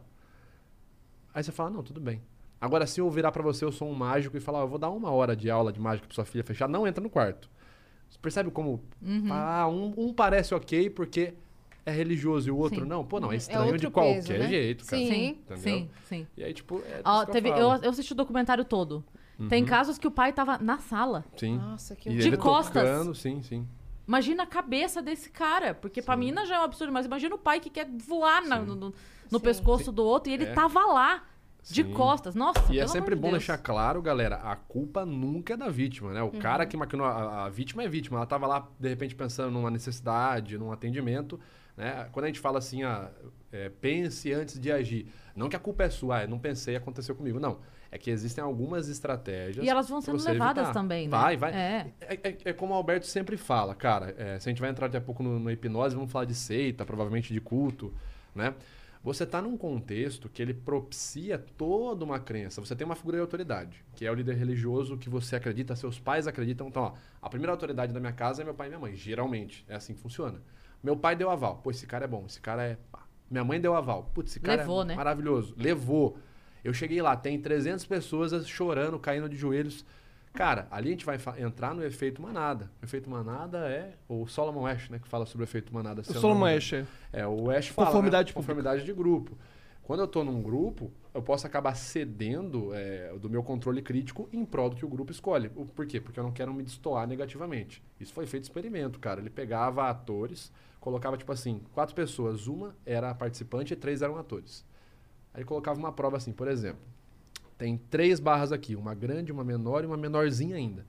Aí você fala, não, tudo bem. Agora, se eu virar para você, eu sou um mágico, e falar, eu vou dar uma hora de aula de mágica para sua filha fechar, não entra no quarto. Você percebe como Uhum. ah, um, um parece ok porque é religioso e o outro Sim. não? Pô, não, é É estranho outro de qualquer peso, né? jeito, cara. Sim. Sim, Entendeu? sim, sim. E aí, tipo, é Ó, disso que teve, eu eu, falo. eu assisti o documentário todo. Uhum. Tem casos que o pai tava na sala. Sim. Nossa, que E De ele costas. tocando, sim, sim. Imagina a cabeça desse cara. Porque pra mim já é um absurdo, mas imagina o pai que quer voar na- no, no, no Sim. pescoço do outro e ele É. tava lá, de Sim. costas. Nossa, E é pelo sempre amor de bom Deus. deixar claro, galera, a culpa nunca é da vítima, né? O cara que maquinou, a, a vítima é vítima. Ela tava lá, de repente, pensando numa necessidade, num atendimento, né? Quando a gente fala assim, ah, é, pense antes de agir. Não que a culpa é sua, ah, eu não pensei, aconteceu comigo. Não. É que existem algumas estratégias. E elas vão pra sendo você levadas evitar. também, né? Vai, vai. É. É, é- é como o Alberto sempre fala, cara. é, se a gente vai entrar daqui a pouco no, no hipnose, vamos falar de seita, provavelmente de culto, né? Você está num contexto que ele propicia toda uma crença. Você tem uma figura de autoridade, que é o líder religioso que você acredita, seus pais acreditam. Então, ó, a primeira autoridade da minha casa é meu pai e minha mãe. Geralmente, é assim que funciona. Meu pai deu aval. Pô, esse cara é bom, esse cara é... pá. Minha mãe deu aval. Putz, esse cara Levou, é né? maravilhoso. Levou. Eu cheguei lá, tem trezentas pessoas chorando, caindo de joelhos. Cara, ali a gente vai fa- entrar no efeito manada. O efeito manada é o Solomon Ash, né, que fala sobre o efeito manada. se O eu Solomon não me Ash, engano. é. É, o Ash fala, Conformidade né? pública. Conformidade de grupo. Quando eu tô num grupo, eu posso acabar cedendo é, do meu controle crítico em prol do que o grupo escolhe. O- Por quê? Porque eu não quero me destoar negativamente. Isso foi feito experimento, cara. Ele pegava atores, colocava tipo assim, quatro pessoas, uma era participante e três eram atores. Aí colocava uma prova assim, por exemplo, tem três barras aqui, uma grande, uma menor e uma menorzinha ainda.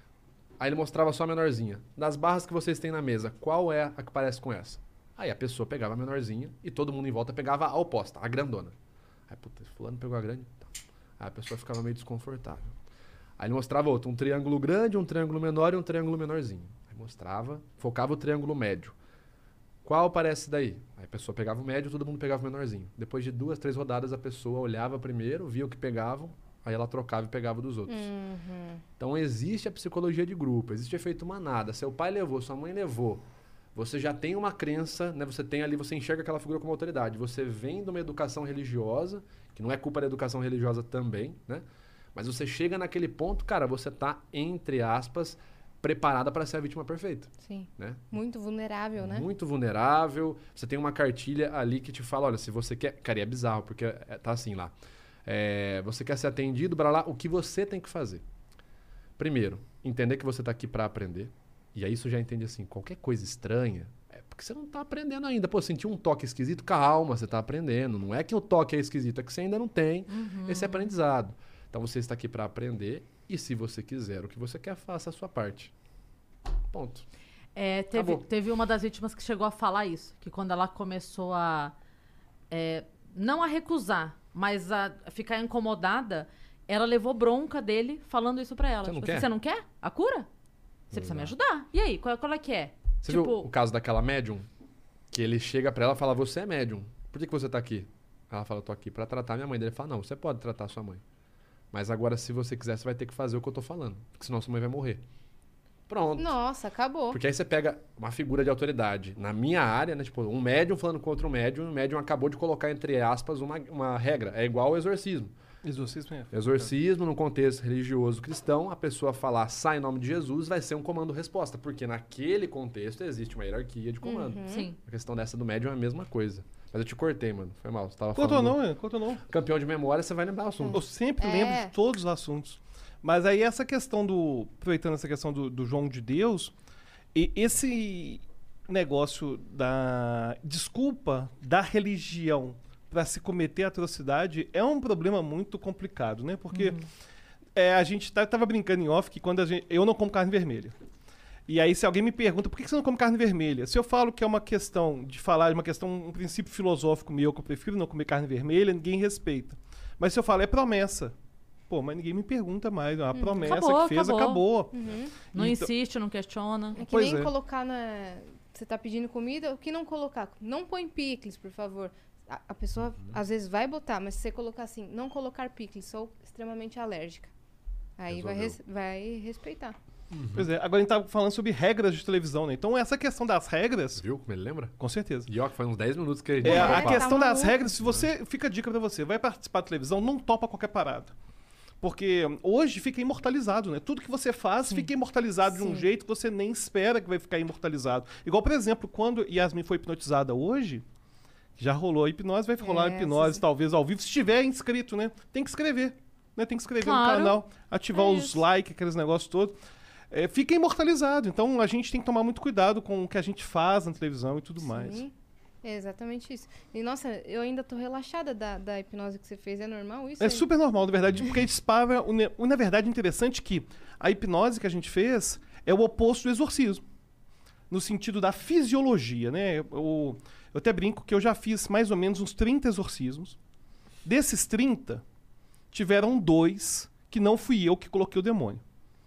Aí ele mostrava só a menorzinha. Das barras que vocês têm na mesa, qual é a que parece com essa? Aí a pessoa pegava a menorzinha e todo mundo em volta pegava a oposta, a grandona. Aí, puta, fulano pegou a grande. Tá. Aí a pessoa ficava meio desconfortável. Aí ele mostrava outro, um triângulo grande, um triângulo menor e um triângulo menorzinho. Aí mostrava, focava o triângulo médio. Qual parece daí? Aí a pessoa pegava o médio, todo mundo pegava o menorzinho. Depois de duas, três rodadas, a pessoa olhava primeiro, via o que pegavam, aí ela trocava e pegava dos outros. Uhum. Então existe a psicologia de grupo, existe o efeito manada. Seu pai levou, sua mãe levou. Você já tem uma crença, né? Você tem ali, você enxerga aquela figura como autoridade. Você vem de uma educação religiosa, que não é culpa da educação religiosa também, né? Mas você chega naquele ponto, cara, você tá, entre aspas, preparada para ser a vítima perfeita. Sim. Né? Muito vulnerável, né? Muito vulnerável. Você tem uma cartilha ali que te fala, olha, se você quer... Cara, e é bizarro, porque é, tá assim lá. É, você quer ser atendido, para lá, o que você tem que fazer? Primeiro, entender que você tá aqui para aprender. E aí isso já entende assim, qualquer coisa estranha, é porque você não tá aprendendo ainda. Pô, sentiu um toque esquisito, calma, você tá aprendendo. Não é que o toque é esquisito, é que você ainda não tem Uhum. esse aprendizado. Então você está aqui para aprender e se você quiser o que você quer, faça a sua parte. Ponto. É, teve, Acabou. teve uma das vítimas que chegou a falar isso, que quando ela começou a... é, não a recusar, mas a ficar incomodada, ela levou bronca dele falando isso pra ela. Você não Tipo, quer? Você não quer a cura? Você precisa me ajudar. E aí, qual, qual é que é? Você tipo, viu o caso daquela médium? Que ele chega pra ela e fala, você é médium. Por que, que você tá aqui? Ela fala, eu tô aqui pra tratar minha mãe. Ele fala, não, você pode tratar sua mãe. Mas agora, se você quiser, você vai ter que fazer o que eu tô falando. Porque senão sua mãe vai morrer. Pronto. Nossa, acabou. Porque aí você pega uma figura de autoridade. Na minha área, né? Tipo, um médium falando contra um médium, e o médium acabou de colocar, entre aspas, uma, uma regra. É igual ao exorcismo. Exorcismo é. Exorcismo, no contexto religioso cristão, a pessoa falar sai em nome de Jesus vai ser um comando-resposta. Porque naquele contexto existe uma hierarquia de comando. Uhum. sim. A questão dessa do médium é a mesma coisa. Mas eu te cortei, mano. Foi mal. Você tava Contou falando não, é? Contou não. campeão de memória, você vai lembrar o assunto. Eu sempre É. lembro de todos os assuntos. Mas aí essa questão do... Aproveitando essa questão do, do João de Deus, e esse negócio da desculpa da religião para se cometer atrocidade é um problema muito complicado, né? Porque é, a gente tá, tava brincando em off que quando a gente... Eu não como carne vermelha. E aí se alguém me pergunta, por que você não come carne vermelha? Se eu falo que é uma questão de falar, uma questão, um princípio filosófico meu, que eu prefiro não comer carne vermelha, ninguém respeita. Mas se eu falo, é promessa. Pô, mas ninguém me pergunta mais. A promessa Acabou, que fez, acabou. acabou. Uhum. Não Então- insiste, não questiona. É que Pois nem é. colocar na... Você tá pedindo comida, o que não colocar? Não põe picles, por favor. A, a pessoa, às vezes, vai botar, mas se você colocar assim, não colocar picles, sou extremamente alérgica. Aí vai, res- vai respeitar. Pois é, agora a gente tá falando sobre regras de televisão, né? Então essa questão das regras, Viu como ele lembra? com certeza. E ó, que faz uns dez minutos que ele... É, É, a tá questão das maluco. regras, se você... Fica a dica pra você, vai participar da televisão, não topa qualquer parada. Porque hoje fica imortalizado, né? Tudo que você faz fica imortalizado de um Sim. jeito que você nem espera que vai ficar imortalizado. Igual, por exemplo, quando Yasmin foi hipnotizada hoje, já rolou a hipnose, vai rolar a É, hipnose sim. talvez ao vivo. Se estiver inscrito, né? Tem que escrever. Né? Tem que escrever Claro. no canal, ativar É os isso. likes, aqueles negócios todos. É, fica imortalizado. Então a gente tem que tomar muito cuidado com o que a gente faz na televisão e tudo mais. Sim, é exatamente isso. E, nossa, eu ainda tô relaxada da, da hipnose que você fez. É normal isso? É aí? super normal, na verdade, porque dispara. o ne- o- Na verdade, é interessante que a hipnose que a gente fez é o oposto do exorcismo. No sentido da fisiologia, né? Eu, eu até brinco que eu já fiz mais ou menos uns trinta exorcismos. Desses trinta, tiveram dois que não fui eu que coloquei o demônio.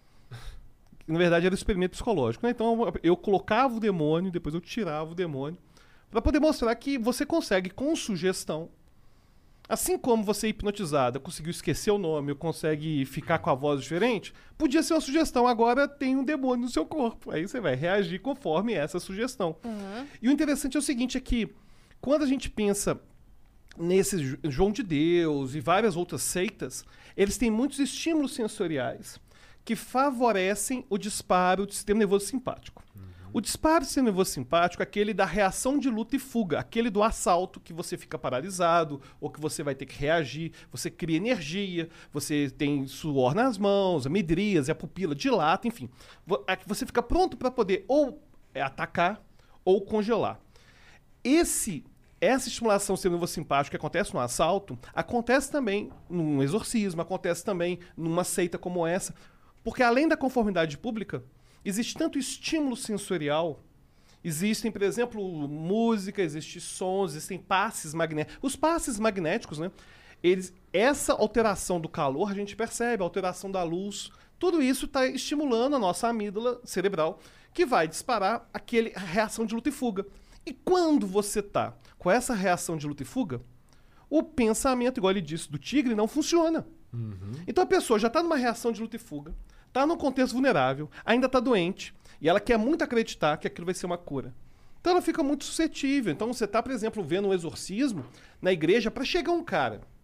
Na verdade, era um experimento psicológico, né? Então, eu colocava o demônio, depois eu tirava o demônio, para poder mostrar que você consegue, com sugestão, assim como você hipnotizada conseguiu esquecer o nome ou consegue ficar com a voz diferente, podia ser uma sugestão, agora tem um demônio no seu corpo. Aí você vai reagir conforme essa sugestão. Aham. E o interessante é o seguinte, é que quando a gente pensa nesse Ju- João de Deus e várias outras seitas, eles têm muitos estímulos sensoriais que favorecem o disparo do sistema nervoso simpático. O disparo do sistema nervoso simpático é aquele da reação de luta e fuga, aquele do assalto que você fica paralisado ou que você vai ter que reagir, você cria energia, você tem suor nas mãos, a midríase, a pupila dilata, enfim. Vo- é que Você fica pronto para poder ou é, atacar ou congelar. Esse, essa estimulação do sistema nervoso simpático que acontece no assalto, acontece também num exorcismo, acontece também numa seita como essa, porque além da conformidade pública, existe tanto estímulo sensorial, existem, por exemplo, música, existem sons, existem passes magnéticos. Os passes magnéticos, né? Eles, essa alteração do calor a gente percebe, a alteração da luz, tudo isso está estimulando a nossa amígdala cerebral, que vai disparar aquele, a reação de luta e fuga. E quando você está com essa reação de luta e fuga, o pensamento, igual ele disse, do tigre não funciona. Então a pessoa já está numa reação de luta e fuga, está num contexto vulnerável, ainda está doente, e ela quer muito acreditar que aquilo vai ser uma cura. Então ela fica muito suscetível. Então você está, por exemplo, vendo um exorcismo na igreja para chegar um cara.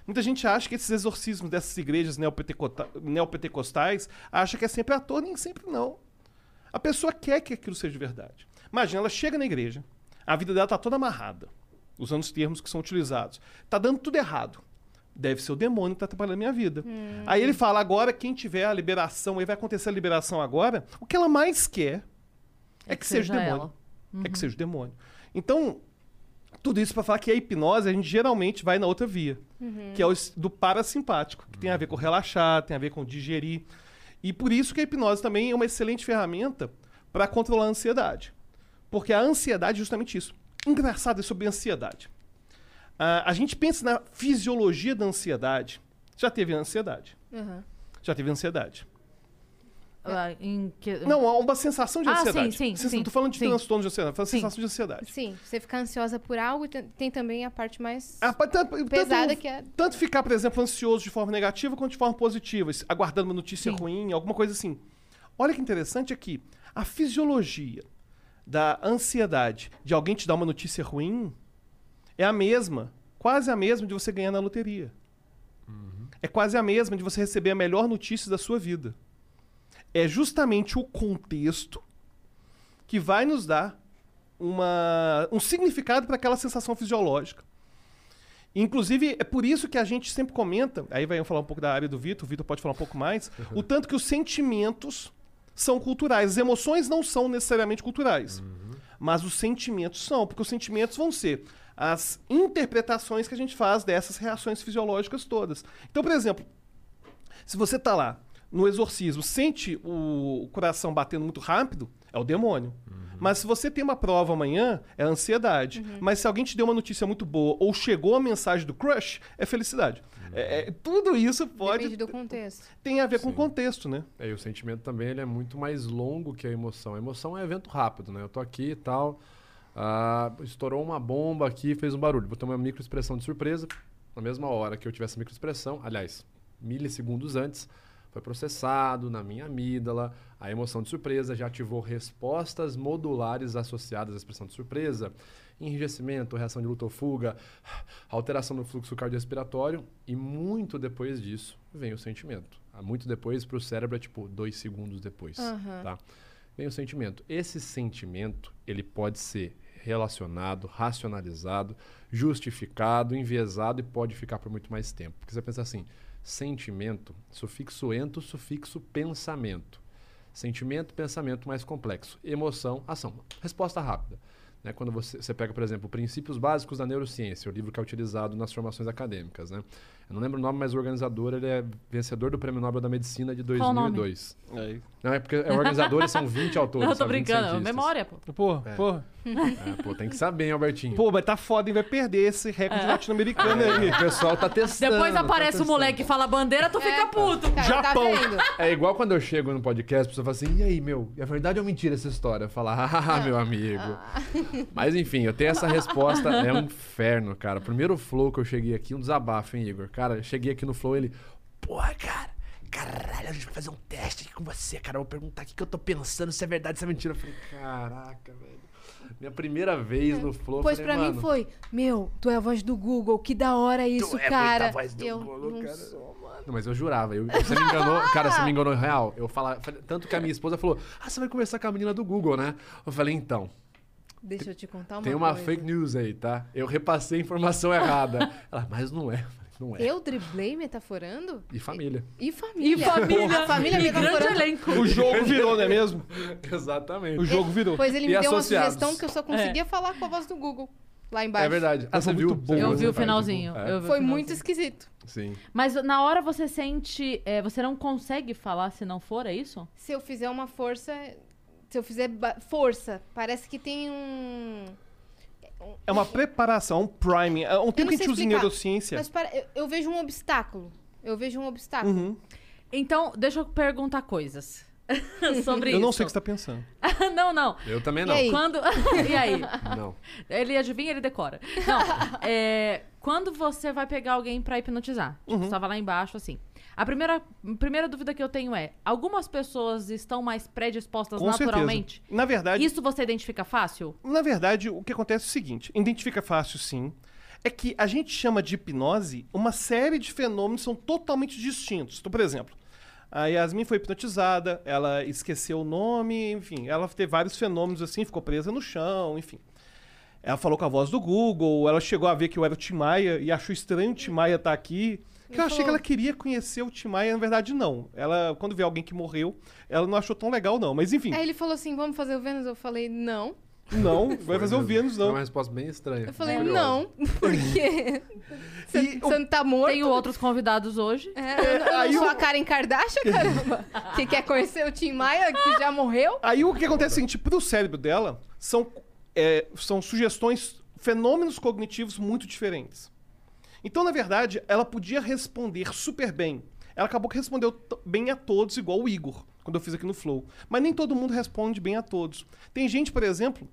Muita gente acha que esses exorcismos dessas igrejas neopentecota- neopentecostais acha que é sempre ator, nem sempre não. A pessoa quer que aquilo seja verdade. Imagina, ela chega na igreja, a vida dela tá toda amarrada, usando os termos que são utilizados. Tá dando tudo errado. Deve ser o demônio que tá trabalhando a minha vida. Hum. Aí ele fala, agora quem tiver a liberação, aí vai acontecer a liberação agora, o que ela mais quer é, é que, que seja o demônio. Uhum. É que seja o demônio. Então, tudo isso para falar que a hipnose, a gente geralmente vai na outra via, uhum. que é o do parasimpático, que tem a ver com relaxar, tem a ver com digerir. E por isso que a hipnose também é uma excelente ferramenta para controlar a ansiedade. Porque a ansiedade é justamente isso. Engraçado é sobre a ansiedade. Uh, a gente pensa na fisiologia da ansiedade. Já teve ansiedade. Uhum. Já teve ansiedade. Uh, em que... Não, há uma sensação de ah, ansiedade. Sim, sim, sim. Não tô falando de sim. transtorno de ansiedade, tô falando de sensação de ansiedade. Sim, você ficar ansiosa por algo e tem também a parte mais a, tanto, pesada tanto, que é... Tanto ficar, por exemplo, ansioso de forma negativa quanto de forma positiva, aguardando uma notícia sim. ruim, alguma coisa assim. Olha que interessante aqui. A fisiologia da ansiedade de alguém te dar uma notícia ruim é a mesma, quase a mesma de você ganhar na loteria. Uhum. É quase a mesma de você receber a melhor notícia da sua vida. É justamente o contexto que vai nos dar uma, um significado para aquela sensação fisiológica. Inclusive, é por isso que a gente sempre comenta, aí vai falar um pouco da área do Vitor, o Vitor pode falar um pouco mais, o tanto que os sentimentos são culturais. As emoções não são necessariamente culturais, uhum. mas os sentimentos são, porque os sentimentos vão ser as interpretações que a gente faz dessas reações fisiológicas todas. Então, por exemplo, se você está lá no exorcismo, sente o coração batendo muito rápido, é o demônio. Uhum. Mas se você tem uma prova amanhã, é a ansiedade. Uhum. Mas se alguém te deu uma notícia muito boa ou chegou a mensagem do crush, é felicidade. Uhum. É, é, tudo isso pode... Depende do contexto. Tem a ver Sim. com o contexto, né? É, e o sentimento também ele é muito mais longo que a emoção. A emoção é evento rápido, né? Eu tô aqui e tal, ah, estourou uma bomba aqui, fez um barulho. Botou uma microexpressão de surpresa. Na mesma hora que eu tivesse a microexpressão, aliás, milissegundos antes... Foi processado na minha amígdala, a emoção de surpresa já ativou respostas modulares associadas à expressão de surpresa, enrijecimento, reação de luta ou fuga, alteração do fluxo cardiorrespiratório e muito depois disso vem o sentimento. Muito depois para o cérebro é tipo dois segundos depois, uhum. tá? Vem o sentimento. Esse sentimento ele pode ser relacionado, racionalizado, justificado, enviesado e pode ficar por muito mais tempo. Porque você pensa assim... Sentimento, sufixo ento, sufixo pensamento. Sentimento, pensamento mais complexo. Emoção, ação. Resposta rápida. Né? Quando você, você pega, por exemplo, Princípios Básicos da Neurociência, o livro que é utilizado nas formações acadêmicas. Né? Eu não lembro o nome, mas o organizador ele é vencedor do Prêmio Nobel da Medicina de dois mil e dois. É. Não, é porque é organizadores são vinte autores. Não, eu tô brincando. Memória, pô. Pô, é. pô. É, pô, tem que saber, hein, Albertinho? Pô, mas tá foda, hein? Vai perder esse recorde é. latino-americano é, aí. O pessoal tá testando. Depois aparece tá o moleque e fala bandeira, tu é, fica puto. Cara, Japão. Tá é igual quando eu chego no podcast, a pessoa fala assim, e aí, meu, é verdade ou mentira essa história? Eu falo, ah, meu amigo. Mas enfim, eu tenho essa resposta, é um inferno, cara. Primeiro flow que eu cheguei aqui, um desabafo, hein, Igor? Cara, eu cheguei aqui no flow, ele, porra, cara, caralho, a gente vai fazer um teste aqui com você, cara. Eu vou perguntar o que, que eu tô pensando, se é verdade, se é mentira. Eu falei, caraca, velho. Minha primeira vez no Flow, pois falei, pra mano, mim foi, meu, tu é a voz do Google, que da hora isso, tu é cara. muita voz do eu Google, não cara. sou, mano. Não, mas eu jurava. Eu, você me enganou, cara, você me enganou real. Eu falava, tanto que a minha esposa falou, ah, você vai conversar com a menina do Google, né? Eu falei, então... Deixa eu te contar uma Tem uma coisa. fake news aí, tá? Eu repassei a informação errada. Ela, mas não é. Não é. Eu driblei metaforando? E família. E família. E família. A família e grande metaforando. elenco. O jogo virou, não é mesmo? Exatamente. O jogo virou. Pois ele me E deu associados. uma sugestão que eu só conseguia falar com a voz do Google. Lá embaixo. É verdade. Ah, Foi você muito viu? bom. Eu Você vi o faz, finalzinho. tipo, Eu é. vi o Foi finalzinho. muito esquisito. Sim. Mas na hora você sente... é, você não consegue falar se não for, é isso? Se eu fizer uma força... Se eu fizer ba- força, parece que tem um... É uma preparação, um priming. É um tempo que a gente usa em neurociência. Mas para, eu, eu vejo um obstáculo. Eu vejo um obstáculo. Uhum. Então, deixa eu perguntar coisas sobre Eu isso. não sei o que você tá pensando. não, não. Eu também E não. aí? Quando... e aí? Não. Ele adivinha, ele decora. Não, é... Quando você vai pegar alguém pra hipnotizar? Tipo, Uhum. você tava lá embaixo, assim. A primeira, primeira dúvida que eu tenho é, algumas pessoas estão mais predispostas Com naturalmente? certeza. Na verdade, Isso você identifica fácil? na verdade, o que acontece é o seguinte. Identifica fácil, sim. é que a gente chama de hipnose uma série de fenômenos que são totalmente distintos. Então, por exemplo, a Yasmin foi hipnotizada, ela esqueceu o nome, enfim, ela teve vários fenômenos assim, ficou presa no chão, enfim. Ela falou com a voz do Google, ela chegou a ver que eu era o Tim Maia e achou estranho o Tim Maia estar aqui. Que eu achei que ela queria conhecer o Tim Maia, na verdade não. Ela, quando vê alguém que morreu, ela não achou tão legal não, mas enfim. Aí ele falou assim, vamos fazer o Vênus? Eu falei, não. Não, vai fazer o Vênus, não. Foi uma resposta bem estranha. Eu falei, curiosa. não, porque você E o- não tá morto. Tenho outros convidados hoje. É, eu, não- eu aí não sou o- a Karen Kardashian, caramba. Que quer conhecer o Tim Maia, que já morreu? Aí o que acontece é o seguinte, pro cérebro dela, são, é, são sugestões, fenômenos cognitivos muito diferentes. Então, na verdade, ela podia responder super bem. Ela acabou que respondeu t- bem a todos, igual o Igor, quando eu fiz aqui no Flow. Mas nem todo mundo responde bem a todos. Tem gente, por exemplo,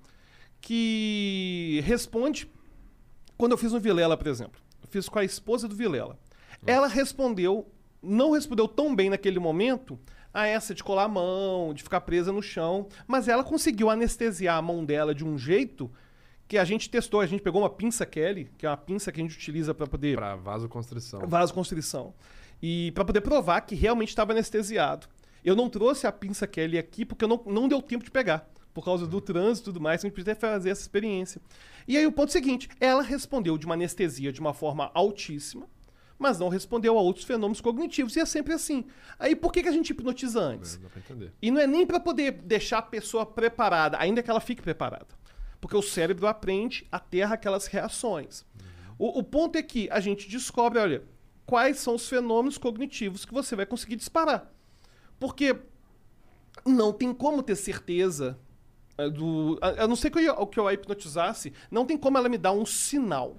que responde... Quando eu fiz no Vilela, por exemplo, eu fiz com a esposa do Vilela. Ela respondeu, não respondeu tão bem naquele momento a essa de colar a mão, de ficar presa no chão, mas ela conseguiu anestesiar a mão dela de um jeito que a gente testou. A gente pegou uma pinça Kelly, que é uma pinça que a gente utiliza para poder... Pra vasoconstrição. vasoconstrição. E para poder provar que realmente estava anestesiado. Eu não trouxe a pinça Kelly aqui porque eu não, não deu tempo de pegar. Por causa do trânsito e tudo mais, a gente precisa fazer essa experiência. E aí o ponto seguinte, ela respondeu de uma anestesia de uma forma altíssima, mas não respondeu a outros fenômenos cognitivos. E é sempre assim. Aí por que, que a gente hipnotiza antes? É, dá pra entender. E não é nem para poder deixar a pessoa preparada, ainda que ela fique preparada. Porque o cérebro aprende a ter aquelas reações. O, o ponto é que a gente descobre, olha, quais são os fenômenos cognitivos que você vai conseguir disparar. Porque não tem como ter certeza é, do... A, a não ser que eu, que eu a hipnotizasse, não tem como ela me dar um sinal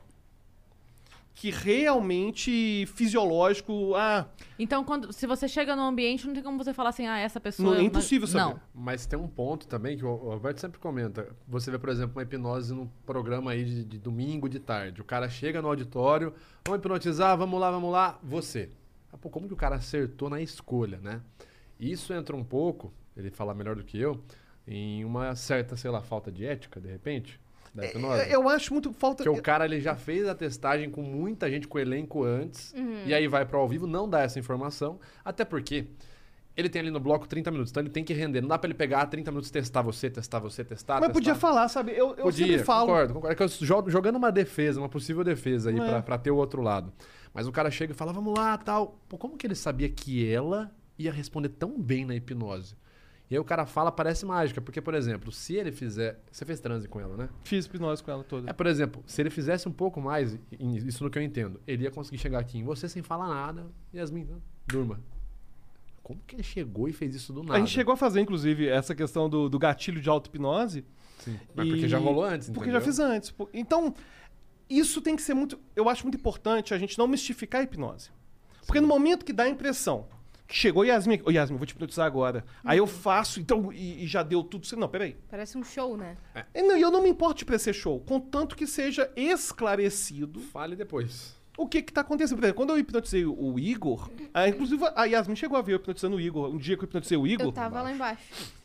que realmente fisiológico... Ah, Então, quando, se você chega no ambiente, não tem como você falar assim, ah, essa pessoa... não, é impossível saber. Não. Mas tem um ponto também que o o Alberto sempre comenta. Você vê, por exemplo, uma hipnose num programa aí de, de domingo de tarde. O cara chega no auditório, vamos hipnotizar, vamos lá, vamos lá, você. Ah, pô, como que o cara acertou na escolha, né? Isso entra um pouco, ele fala melhor do que eu, em uma certa, sei lá, falta de ética, de repente, da hipnose. Eu, eu acho muito falta... Porque o cara ele já fez a testagem com muita gente, com o elenco antes, e aí vai pro ao vivo, não dá essa informação, até porque ele tem ali no bloco trinta minutos, então ele tem que render. Não dá pra ele pegar trinta minutos, testar você, testar você, testar, Mas testar. podia falar, sabe? Eu, eu Podia, sempre falo... concordo, concordo. É que eu jogo, jogando uma defesa, uma possível defesa aí É. pra, pra ter o outro lado. Mas o cara chega e fala, vamos lá, tal. Pô, como que ele sabia que ela ia responder tão bem na hipnose? E aí o cara fala, parece mágica, porque, por exemplo, se ele fizer... Você fez transe com ela, né? Fiz hipnose com ela toda. É, por exemplo, se ele fizesse um pouco mais, isso no que eu entendo, ele ia conseguir chegar aqui em você sem falar nada, Yasmin, durma. Como que ele chegou e fez isso do nada? A gente chegou a fazer, inclusive, essa questão do, do gatilho de auto-hipnose. Sim, mas porque já rolou antes, Porque entendeu? já fiz antes. Por- Então, isso tem que ser muito... Eu acho muito importante a gente não mistificar a hipnose. Porque no momento que dá a impressão que chegou Yasmin, ô Yasmin, vou te hipnotizar agora. Aí eu faço, então, e, e já deu tudo. Não, peraí. Parece um show, né? E não, eu não me importo de ser show, contanto que seja esclarecido Fale depois. o que que tá acontecendo. Por exemplo, quando eu hipnotizei o Igor, a, inclusive a Yasmin chegou a ver eu hipnotizando o Igor. Um dia que eu hipnotizei o Igor. Eu tava lá embaixo.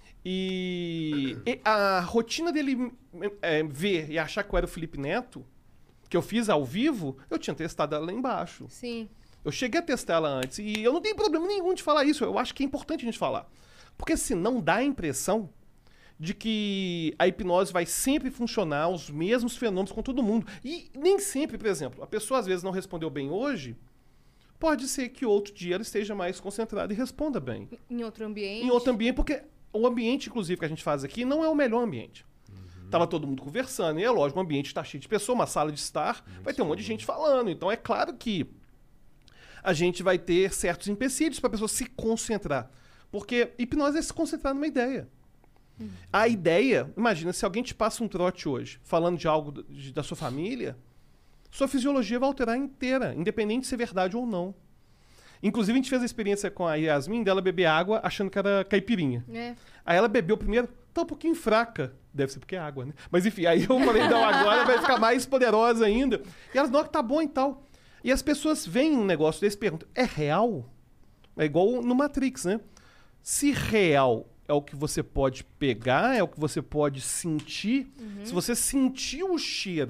E, e a rotina dele é, ver e achar que eu era o Felipe Neto, que eu fiz ao vivo, eu tinha testado ela lá embaixo. Sim. Eu cheguei a testar ela antes. E eu não tenho problema nenhum de falar isso. Eu acho que é importante a gente falar. Porque senão dá a impressão de que a hipnose vai sempre funcionar, os mesmos fenômenos com todo mundo. E nem sempre, por exemplo, a pessoa às vezes não respondeu bem hoje, pode ser que outro dia ela esteja mais concentrada e responda bem. Em outro ambiente. Em outro ambiente, porque o ambiente, inclusive, que a gente faz aqui não é o melhor ambiente. Tava todo mundo conversando, e é lógico, o ambiente está cheio de pessoas, uma sala de estar, vai ter um monte de gente falando. Então é claro que a gente vai ter certos empecilhos para a pessoa se concentrar. Porque hipnose é se concentrar numa ideia. A ideia, imagina, se alguém te passa um trote hoje, falando de algo de- da sua família, sua fisiologia vai alterar inteira, independente de ser verdade ou não. Inclusive, a gente fez a experiência com a Yasmin dela beber água achando que era caipirinha. É. Aí ela bebeu primeiro, tá um pouquinho fraca. Deve ser porque é água, né? Mas enfim, aí eu falei, não, agora vai ficar mais poderosa ainda. E elas, não, que tá bom e tal. E as pessoas veem um negócio desse e perguntam, é real? É igual no Matrix, né? Se real é o que você pode pegar, é o que você pode sentir, se você sentir o cheiro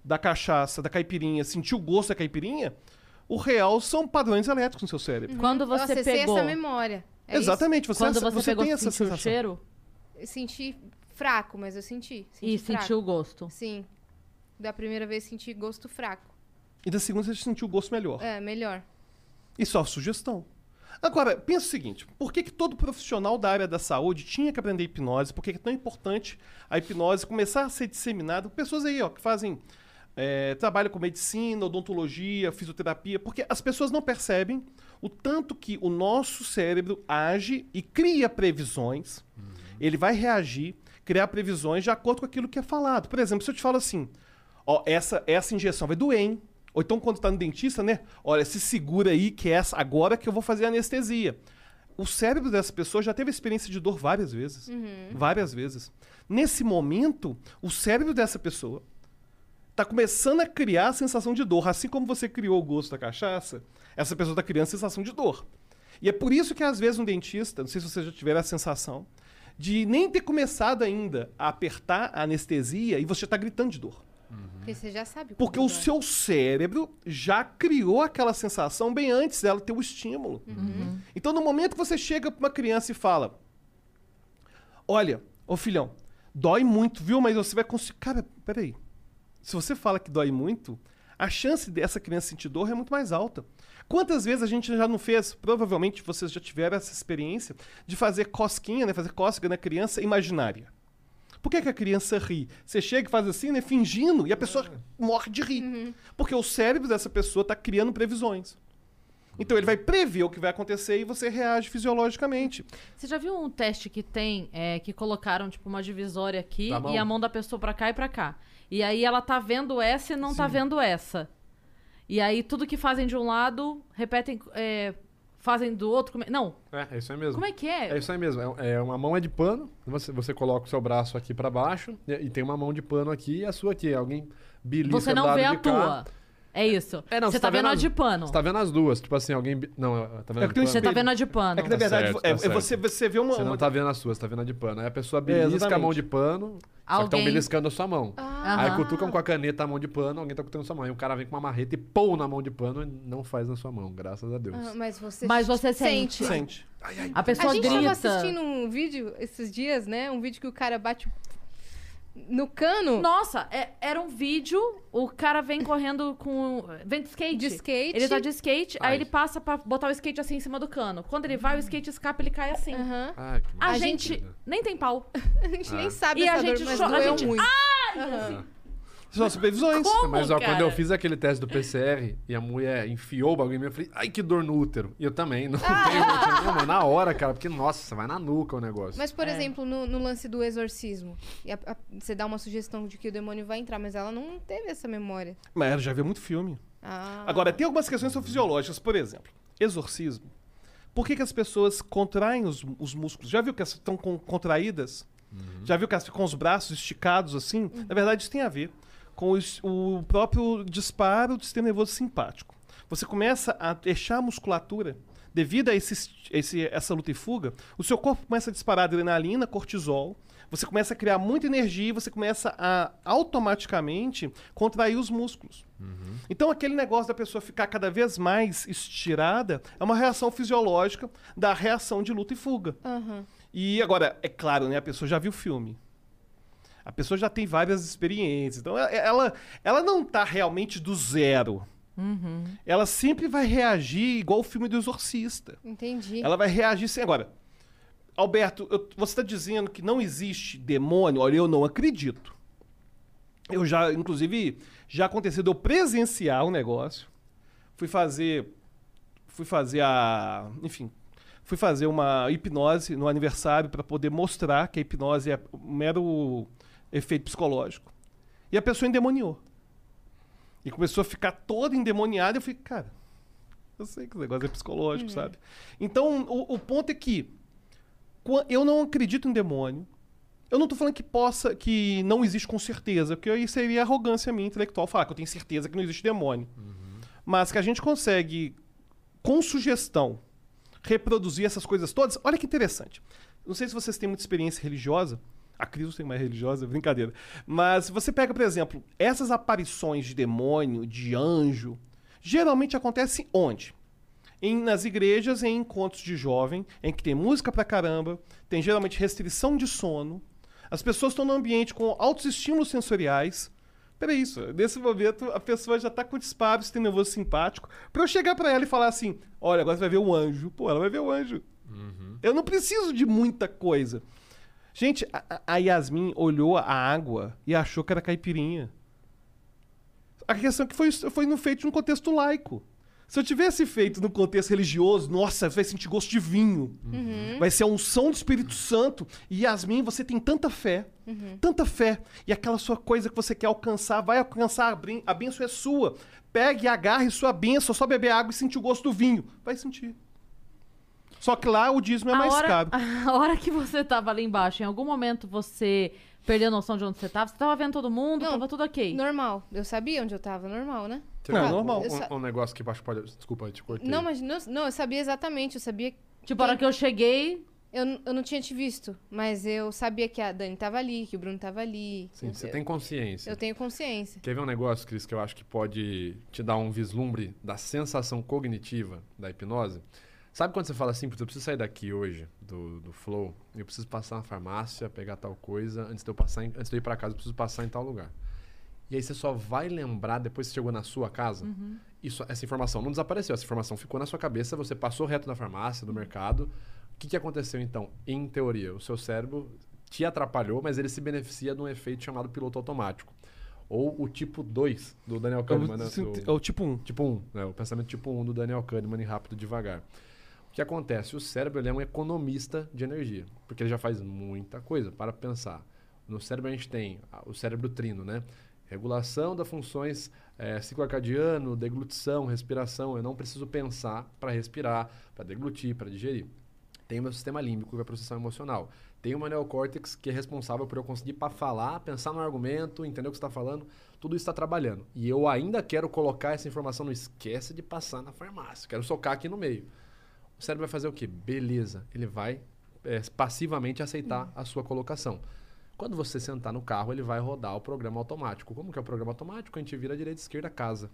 da cachaça, da caipirinha, sentir o gosto da caipirinha, o real são padrões elétricos no seu cérebro. Quando Eu você acessei pegou... essa memória. É Exatamente. Você, Quando você, você pegou, tem essa sentiu o sensação. cheiro isso? Eu senti fraco, mas eu senti. senti e fraco. sentiu o gosto. Sim. Da primeira vez senti gosto fraco. E da segunda você sentiu o gosto melhor. É, melhor. E só sugestão. Agora, pensa o seguinte, por que, que todo profissional da área da saúde tinha que aprender hipnose? Por que, que é tão importante a hipnose começar a ser disseminada? Pessoas aí, ó, que fazem é, trabalho com medicina, odontologia, fisioterapia, porque as pessoas não percebem o tanto que o nosso cérebro age e cria previsões. Uhum. Ele vai reagir, criar previsões de acordo com aquilo que é falado. Por exemplo, se eu te falo assim, ó, essa, essa injeção vai doer, hein? Ou então quando tá no dentista, né? Olha, se segura aí que é essa, agora que eu vou fazer anestesia. O cérebro dessa pessoa já teve experiência de dor várias vezes. Uhum. Várias vezes. Nesse momento, o cérebro dessa pessoa tá começando a criar a sensação de dor. Assim como você criou o gosto da cachaça, essa pessoa tá criando a sensação de dor. E é por isso que às vezes um dentista, não sei se você já tiver a sensação, de nem ter começado ainda a apertar a anestesia e você já tá gritando de dor. Porque você já sabe. Porque o seu cérebro já criou aquela sensação bem antes dela ter o estímulo. Uhum. Então, no momento que você chega pra uma criança e fala, olha, ô filhão, dói muito, viu? Mas você vai conseguir... Cara, peraí. Se você fala que dói muito, a chance dessa criança sentir dor é muito mais alta. Quantas vezes a gente já não fez, provavelmente vocês já tiveram essa experiência, de fazer cosquinha, né? Fazer cócega na criança imaginária. Por que, que a criança ri? Você chega e faz assim, né? Fingindo, e a pessoa morre de rir. Uhum. Porque o cérebro dessa pessoa está criando previsões. Então ele vai prever o que vai acontecer e você reage fisiologicamente. Você já viu um teste que tem, é, que colocaram tipo uma divisória aqui e a mão da pessoa pra cá e pra cá. E aí ela tá vendo essa e não Sim. tá vendo essa. E aí tudo que fazem de um lado, repetem, é, fazem do outro. Como é? Não. É, é isso aí mesmo. Como é que é? É isso aí mesmo. É, é uma mão é de pano, você, você coloca o seu braço aqui pra baixo e, e tem uma mão de pano aqui e a sua aqui. Alguém belisca Você não vê a tua. É isso. É, não, você tá, tá vendo a de pano. Você tá vendo as duas. Tipo assim, alguém... Não, tá vendo é a de pano? Você tá vendo a de pano. É que, na verdade, certo, tá é, certo. Você, você vê uma... Você não uma... tá vendo as suas, você tá vendo a de pano. Aí a pessoa belisca é, a mão de pano, alguém... só que tão beliscando a sua mão. Ah. Aí cutucam com a caneta a mão de pano, alguém tá cutucando a sua mão. Aí o cara vem com uma marreta e pô na mão de pano e não faz na sua mão, graças a Deus. Ah, mas você, mas você sente. Sente. Ai, ai. A pessoa a gente grita. tava assistindo um vídeo esses dias, né? Um vídeo que o cara bate no cano. Nossa, é, era um vídeo, o cara vem correndo com... Vem de skate. De skate. Ele tá de skate, Ai. aí ele passa pra botar o skate assim em cima do cano. Quando ele vai, o skate escapa, ele cai assim. Uhum. Ai, que a, A gente, gente- nem tem pau. A gente nem Ah. sabe E essa a dor, gente mas cho- a doeu gente- muito. Ai, Ah. assim. São as previsões. Como, Mas ó, cara? quando eu fiz aquele teste do P C R e a mulher enfiou o bagulho em mim, eu falei, ai, que dor no útero. E eu também, não tenho útero. Não, mas na hora, cara, porque, nossa, você vai na nuca o negócio. Mas, por É. exemplo, no, no lance do exorcismo, e a- a- você dá uma sugestão de que o demônio vai entrar, mas ela não teve essa memória. Mas ela já viu muito filme. Ah. Agora, tem algumas questões que são fisiológicas. Por exemplo, exorcismo. Por que, que as pessoas contraem os, os músculos? Já viu que elas estão com- contraídas? Uhum. Já viu que elas ficam com os braços esticados assim? Uhum. Na verdade, isso tem a ver com os, o próprio disparo do sistema nervoso simpático. Você começa a deixar a musculatura, devido a esse, esse, essa luta e fuga, o seu corpo começa a disparar adrenalina, cortisol, você começa a criar muita energia e você começa a automaticamente contrair os músculos. Uhum. Então, aquele negócio da pessoa ficar cada vez mais estirada é uma reação fisiológica da reação de luta e fuga. Uhum. E agora, é claro, né, a pessoa já viu o filme. A pessoa já tem várias experiências. Então, ela, ela, ela não tá realmente do zero. Uhum. Ela sempre vai reagir igual o filme do Exorcista. Entendi. Ela vai reagir sem... Agora, Alberto, eu, você está dizendo que não existe demônio? Olha, eu não acredito. Eu já, inclusive, já aconteceu de eu presenciar o negócio. Fui fazer... Fui fazer a... Enfim... Fui fazer uma hipnose no aniversário para poder mostrar que a hipnose é um mero efeito psicológico. E a pessoa endemoniou. E começou a ficar toda endemoniada. Eu falei, cara, eu sei que o negócio é psicológico, uhum. sabe? Então, o, o ponto é que eu não acredito em demônio. Eu não tô falando que possa, que não existe com certeza, porque aí seria arrogância minha intelectual falar que eu tenho certeza que não existe demônio. Uhum. Mas que a gente consegue, com sugestão, reproduzir essas coisas todas. Olha que interessante. Não sei se vocês têm muita experiência religiosa, A Cris tem mais religiosa, brincadeira. Mas se você pega, por exemplo, essas aparições de demônio, de anjo, geralmente acontecem onde? Em, nas igrejas, em encontros de jovem, em que tem música pra caramba, tem geralmente restrição de sono, as pessoas estão num ambiente com altos estímulos sensoriais. Peraí, isso, nesse momento a pessoa já tá com disparo, sistema nervoso simpático, pra eu chegar pra ela e falar assim, olha, agora você vai ver o anjo. Pô, ela vai ver o anjo. Uhum. Eu não preciso de muita coisa. Gente, a, a Yasmin olhou a água e achou que era caipirinha. A questão é que foi, foi no feito num contexto laico. Se eu tivesse feito no contexto religioso, nossa, vai sentir gosto de vinho. Uhum. Vai ser a unção do Espírito Santo. E Yasmin, você tem tanta fé, uhum. tanta fé. E aquela sua coisa que você quer alcançar, vai alcançar, a, brin- a bênção é sua. Pegue e agarre sua bênção, só beber água e sentir o gosto do vinho. Vai sentir. Só que lá o dízimo é a mais hora, caro. A hora que você tava ali embaixo, em algum momento você perdeu a noção de onde você tava? Você tava vendo todo mundo? Não, tava tudo ok? Normal. Eu sabia onde eu tava, normal, né? Não, Ah, normal. eu sa- Um, um negócio que acho que pode... Desculpa, eu te cortei. Não, mas não, não, eu sabia exatamente, eu sabia... Tipo, a hora que eu cheguei... Eu, n- eu não tinha te visto, mas eu sabia que a Dani tava ali, que o Bruno tava ali. Sim, eu, você eu- tem consciência. Eu tenho consciência. Quer ver um negócio, Cris, que eu acho que pode te dar um vislumbre da sensação cognitiva da hipnose? Sabe quando você fala assim, putz, eu preciso sair daqui hoje, do, do flow, eu preciso passar na farmácia, pegar tal coisa, antes de eu, passar em- antes de eu ir pra casa, eu preciso passar em tal lugar. E aí você só vai lembrar depois que você chegou na sua casa. Uhum. Isso, essa informação não desapareceu, essa informação ficou na sua cabeça, você passou reto na farmácia, no mercado. O que, que aconteceu então? Em teoria, o seu cérebro te atrapalhou, mas ele se beneficia de um efeito chamado piloto automático. Ou o tipo dois do Daniel Kahneman. Né? É o tipo um. Tipo um, né? O pensamento tipo um do Daniel Kahneman em Rápido e Devagar. O que acontece? O cérebro ele é um economista de energia, porque ele já faz muita coisa. Para pensar. No cérebro a gente tem o cérebro trino, né? Regulação das funções é, ciclo arcadiano, deglutição, respiração. Eu não preciso pensar para respirar, para deglutir, para digerir. Tem o meu sistema límbico, que vai processar o emocional. Tem o meu neocórtex, que é responsável por eu conseguir para falar, pensar no argumento, entender o que você está falando. Tudo isso está trabalhando. E eu ainda quero colocar essa informação. Não esquece de passar na farmácia. Quero socar aqui no meio. O cérebro vai fazer o quê? Beleza. Ele vai é, passivamente aceitar uhum. a sua colocação. Quando você sentar no carro, ele vai rodar o programa automático. Como que é o programa automático? A gente vira direita e esquerda, casa.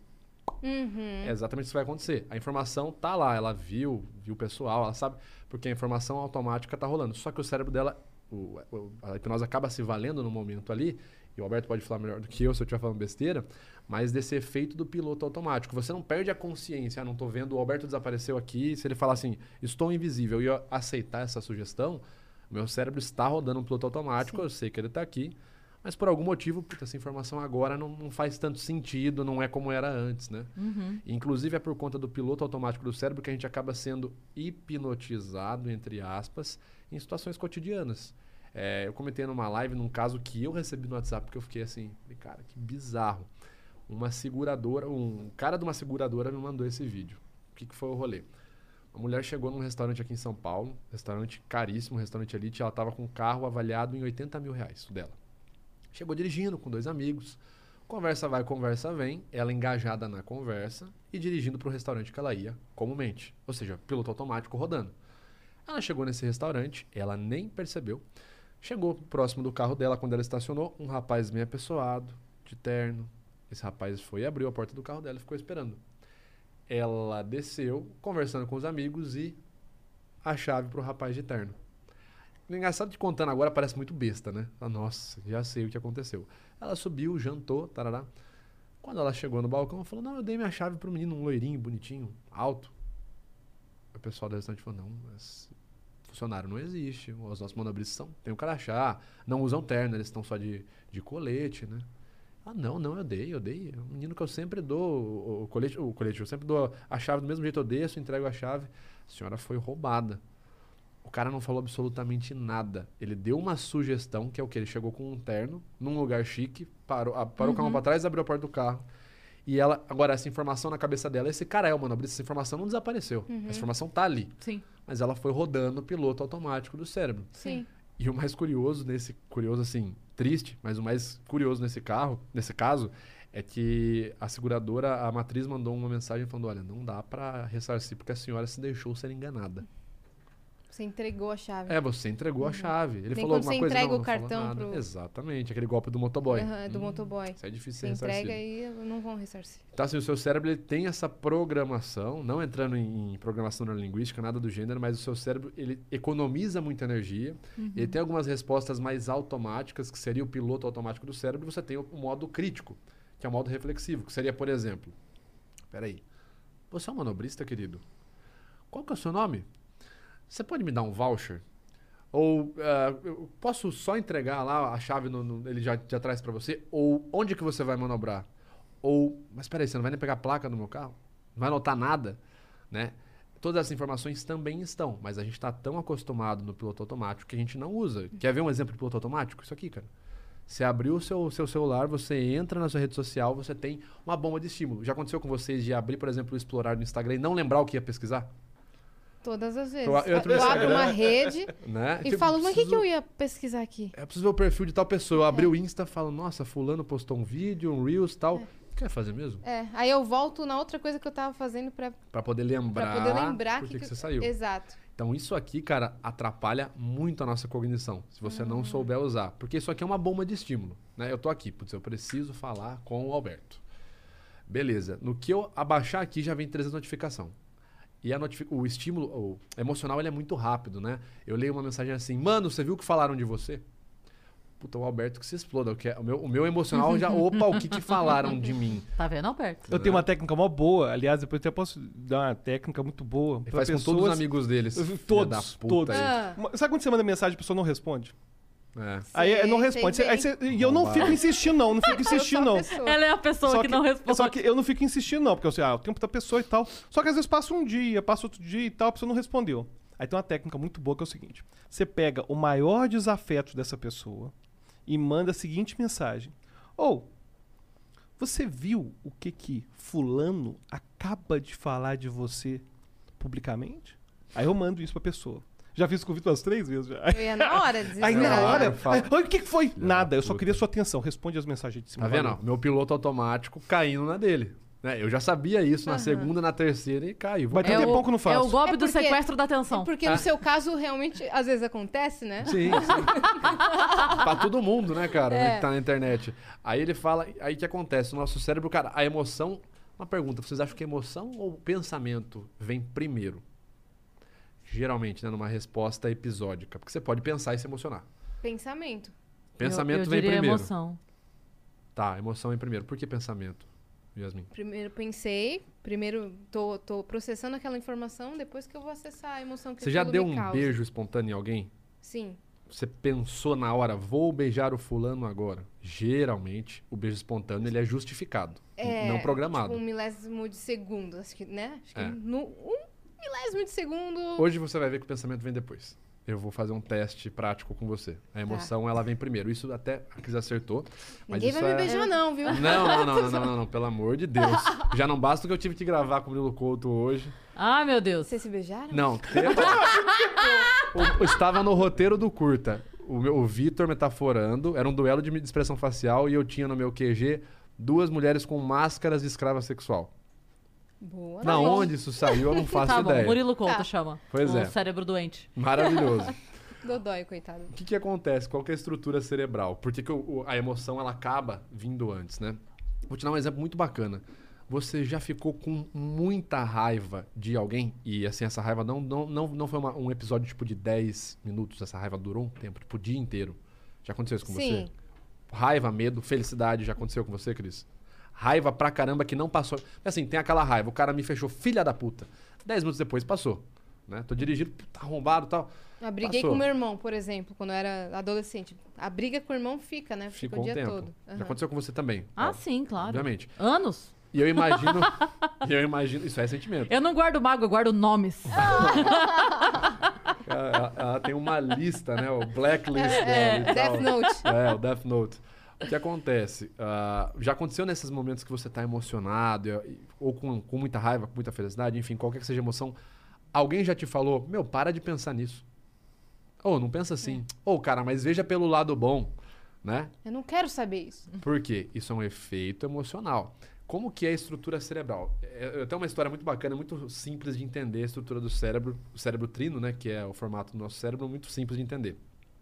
Uhum. É exatamente isso que vai acontecer. A informação tá lá, ela viu, viu o pessoal, ela sabe, porque a informação automática tá rolando. Só que o cérebro dela, o, o, a hipnose acaba se valendo no momento ali, e o Alberto pode falar melhor do que eu se eu estiver falando besteira, mas desse efeito do piloto automático. Você não perde a consciência, ah, não tô vendo, o Alberto desapareceu aqui, se ele falar assim, estou invisível, e eu aceitar essa sugestão, meu cérebro está rodando um piloto automático, Sim. eu sei que ele está aqui, mas por algum motivo, puta, essa informação agora não, não faz tanto sentido, não é como era antes, né? Uhum. Inclusive é por conta do piloto automático do cérebro que a gente acaba sendo hipnotizado, entre aspas, em situações cotidianas. É, eu comentei numa live, num caso que eu recebi no WhatsApp, porque eu fiquei assim, cara, que bizarro. Uma seguradora, um cara de uma seguradora me mandou esse vídeo. O que, que foi o rolê? Uma mulher chegou num restaurante aqui em São Paulo, restaurante caríssimo, restaurante elite, ela estava com um carro avaliado em oitenta mil reais, o dela. Chegou dirigindo com dois amigos, conversa vai, conversa vem, ela engajada na conversa e dirigindo para o restaurante que ela ia comumente, ou seja, piloto automático rodando. Ela chegou nesse restaurante, ela nem percebeu, chegou próximo do carro dela, quando ela estacionou, um rapaz bem apessoado, de terno, esse rapaz foi e abriu a porta do carro dela e ficou esperando. Ela desceu, conversando com os amigos e a chave para o rapaz de terno. O engraçado de contando agora parece muito besta, né? Nossa, já sei o que aconteceu. Ela subiu, jantou, tarará. Quando ela chegou no balcão, ela falou, não, eu dei minha chave pro menino, um loirinho, bonitinho, alto. O pessoal do restaurante falou, não, mas funcionário não existe. Os nossos manobristas são, tem um crachá, não usam terno, eles estão só de, de colete, né? Ah, não, não, eu dei, eu dei. É um menino que eu sempre dou o, o, colete, o colete, eu sempre dou a chave do mesmo jeito, eu desço, entrego a chave. A senhora foi roubada. O cara não falou absolutamente nada. Ele deu uma sugestão, que é o que? Ele chegou com um terno, num lugar chique, parou, a, parou uhum. o carro pra trás, abriu a porta do carro. E ela, agora, essa informação na cabeça dela, esse cara é o manobrista, essa informação não desapareceu. Uhum. Essa informação tá ali. Sim. Mas ela foi rodando o piloto automático do cérebro. Sim. E o mais curioso nesse, curioso assim, triste, mas o mais curioso nesse carro, nesse caso, é que a seguradora, a matriz mandou uma mensagem falando, olha, não dá pra ressarcir porque a senhora se deixou ser enganada. Você entregou a chave. É, você entregou Uhum. a chave. Ele Nem falou quando alguma você coisa, entrega não, o não falou cartão nada. pro- Exatamente, aquele golpe do motoboy. Aham, do Hum, motoboy. Isso é difícil Você de ressarcir. entrega e não vão ressarcir. Então, assim, o seu cérebro ele tem essa programação, não entrando em, em programação neurolinguística, nada do gênero, mas o seu cérebro ele economiza muita energia. Uhum. Ele tem algumas respostas mais automáticas, que seria o piloto automático do cérebro, e você tem o, o modo crítico, que é o modo reflexivo, que seria, por exemplo... Peraí. Você é um manobrista, querido? Qual que é o seu nome? Você pode me dar um voucher? Ou ah, eu posso só entregar lá a chave, no, no- ele já, já traz pra você? Ou onde que você vai manobrar? Ou, mas peraí, você não vai nem pegar a placa do meu carro? Não vai anotar nada? Né? Todas essas informações também estão, mas a gente está tão acostumado no piloto automático que a gente não usa. Quer ver um exemplo de piloto automático? Isso aqui, cara. Você abriu o seu, seu celular, você entra na sua rede social, você tem uma bomba de estímulo. Já aconteceu com vocês de abrir, por exemplo, o Explorar no Instagram e não lembrar o que ia pesquisar? Todas as vezes. Eu- eu entro no Eu abro Instagram. uma rede Né? e Tipo, falo, mas o que, que preciso- eu ia pesquisar aqui? Eu preciso ver o perfil de tal pessoa. Eu abri o Insta e falo, nossa, fulano postou um vídeo, um Reels e tal. Quer fazer mesmo? É, aí eu volto na outra coisa que eu tava fazendo pra, Pra poder lembrar, pra poder lembrar por que, que, que você saiu. Exato. Então isso aqui, cara, atrapalha muito a nossa cognição, se você não souber usar. Porque isso aqui é uma bomba de estímulo, né? Eu tô aqui, putz, eu preciso falar com o Alberto. Beleza. No que eu abaixar aqui, já vem três notificação. E a notifi- o estímulo o emocional, ele é muito rápido, né? Eu leio uma mensagem assim, mano, você viu o que falaram de você? Puta, o Alberto que se exploda. O, que é- o, meu, o meu emocional já, opa, o que que falaram de mim? Tá vendo, Alberto? Eu tenho uma técnica mó boa, aliás, depois eu até posso dar uma técnica muito boa. Ele pra faz com pessoas... todos os amigos deles. filha Todos, da puta todos. aí. Ah, Uma- Sabe quando você manda mensagem e a pessoa não responde? É. Aí é, não sei, responde. sei Você- aí bem. você- e eu não Bombado. fico insistindo, não. Não fico eu sou insistindo, a não. pessoa. Ela é a pessoa Só que, não responde. Só que eu não fico insistindo, não, porque eu sei, ah, o tempo da pessoa e tal. Só que às vezes passa um dia, passa outro dia e tal, a pessoa não respondeu. Aí tem uma técnica muito boa que é o seguinte: você pega o maior desafeto dessa pessoa e manda a seguinte mensagem: Ou, você viu o que que fulano acaba de falar de você publicamente? Aí eu mando isso pra pessoa. Já fiz com o Vitor umas três vezes já. Eu ia na hora Aí desesperada. na hora, eu falo. aí, "Oi, o que que foi? Filha Nada, da eu só puta. queria sua atenção. Responde as mensagens de cima. Tá vendo? valeu." ó? Meu piloto automático caindo na dele. Né? Eu já sabia isso na Aham. segunda, na terceira e caiu. Mas tem É um o, tempão que eu não é faço. o golpe É do porque- sequestro da atenção. Porque no seu caso, realmente, às vezes acontece, né? Sim, sim. Pra todo mundo, né, cara, né, É. que tá na internet. Aí ele fala, aí o que acontece? O nosso cérebro, cara, a emoção... Uma pergunta, vocês acham que emoção ou pensamento vem primeiro? Geralmente, né, numa resposta episódica. Porque você pode pensar e se emocionar. Pensamento. Pensamento eu, eu vem diria primeiro. emoção. Tá, emoção vem primeiro. Por que pensamento, Yasmin? Primeiro pensei, primeiro tô, tô processando aquela informação, depois que eu vou acessar a emoção que Você já aquilo deu me um causa. beijo espontâneo em alguém? Sim. Você pensou na hora, vou beijar o fulano agora. Geralmente, o beijo espontâneo ele é justificado, É, não programado. Tipo um milésimo de segundo, acho que, né? Acho que É. no um milésimo de segundo... Hoje você vai ver que o pensamento vem depois. Eu vou fazer um teste prático com você. A emoção, ela vem primeiro. Isso até a Cris acertou. Mas Ninguém isso vai me é... beijar não, viu? Não, não, não, não, não, não, não, pelo amor de Deus. Já não basta o que eu tive que gravar com o Murilo Couto hoje. Ai, meu Deus. Vocês se beijaram? Não, teve... o, estava no roteiro do curta. O, meu- o Vitor metaforando, era um duelo de expressão facial e eu tinha no meu Q G duas mulheres com máscaras de escrava sexual. Boa. Na noite. onde isso saiu, eu não faço Tá bom, ideia. Murilo Couto Tá. chama. Pois o é. cérebro doente. Maravilhoso. Dodói, coitado. O que, que acontece? Qual que é a estrutura cerebral? Por que, que o- o- a emoção ela acaba vindo antes, né? Vou te dar um exemplo muito bacana. Você já ficou com muita raiva de alguém? E assim, essa raiva não, não, não, não foi uma- um episódio tipo de dez minutos, essa raiva durou um tempo, tipo o dia inteiro. Já aconteceu isso com Sim. você? Raiva, medo, felicidade, já aconteceu com você, Cris? Raiva pra caramba que não passou. Assim, tem aquela raiva, o cara me fechou, filha da puta. Dez minutos depois passou. Né? Tô dirigindo, tá arrombado e tal. Eu briguei Passou. com meu irmão, por exemplo, quando eu era adolescente. A briga com o irmão fica, né? Fica Ficou o um dia tempo. todo. Aham. Já aconteceu com você também. Ah, ó, sim, claro. Obviamente. Anos? E eu imagino. e eu imagino. Isso é sentimento. Eu não guardo mágoa, eu guardo nomes. Ela, ela- ela tem uma lista, né? O blacklist dela. É, e tal. Death Note. É, o Death Note. O que acontece? Ah, já aconteceu nesses momentos que você tá emocionado, e- ou com, com muita raiva, com muita felicidade, enfim, qualquer que seja a emoção, alguém já te falou, meu, para de pensar nisso. Ou não pensa assim. Ou, cara, mas veja pelo lado bom, né? Eu não quero saber isso. Por quê? Isso é um efeito emocional. como que é a estrutura cerebral? É, eu tenho uma história muito bacana, muito simples de entender a estrutura do cérebro, o cérebro trino, né, que é o formato do nosso cérebro, muito simples de entender.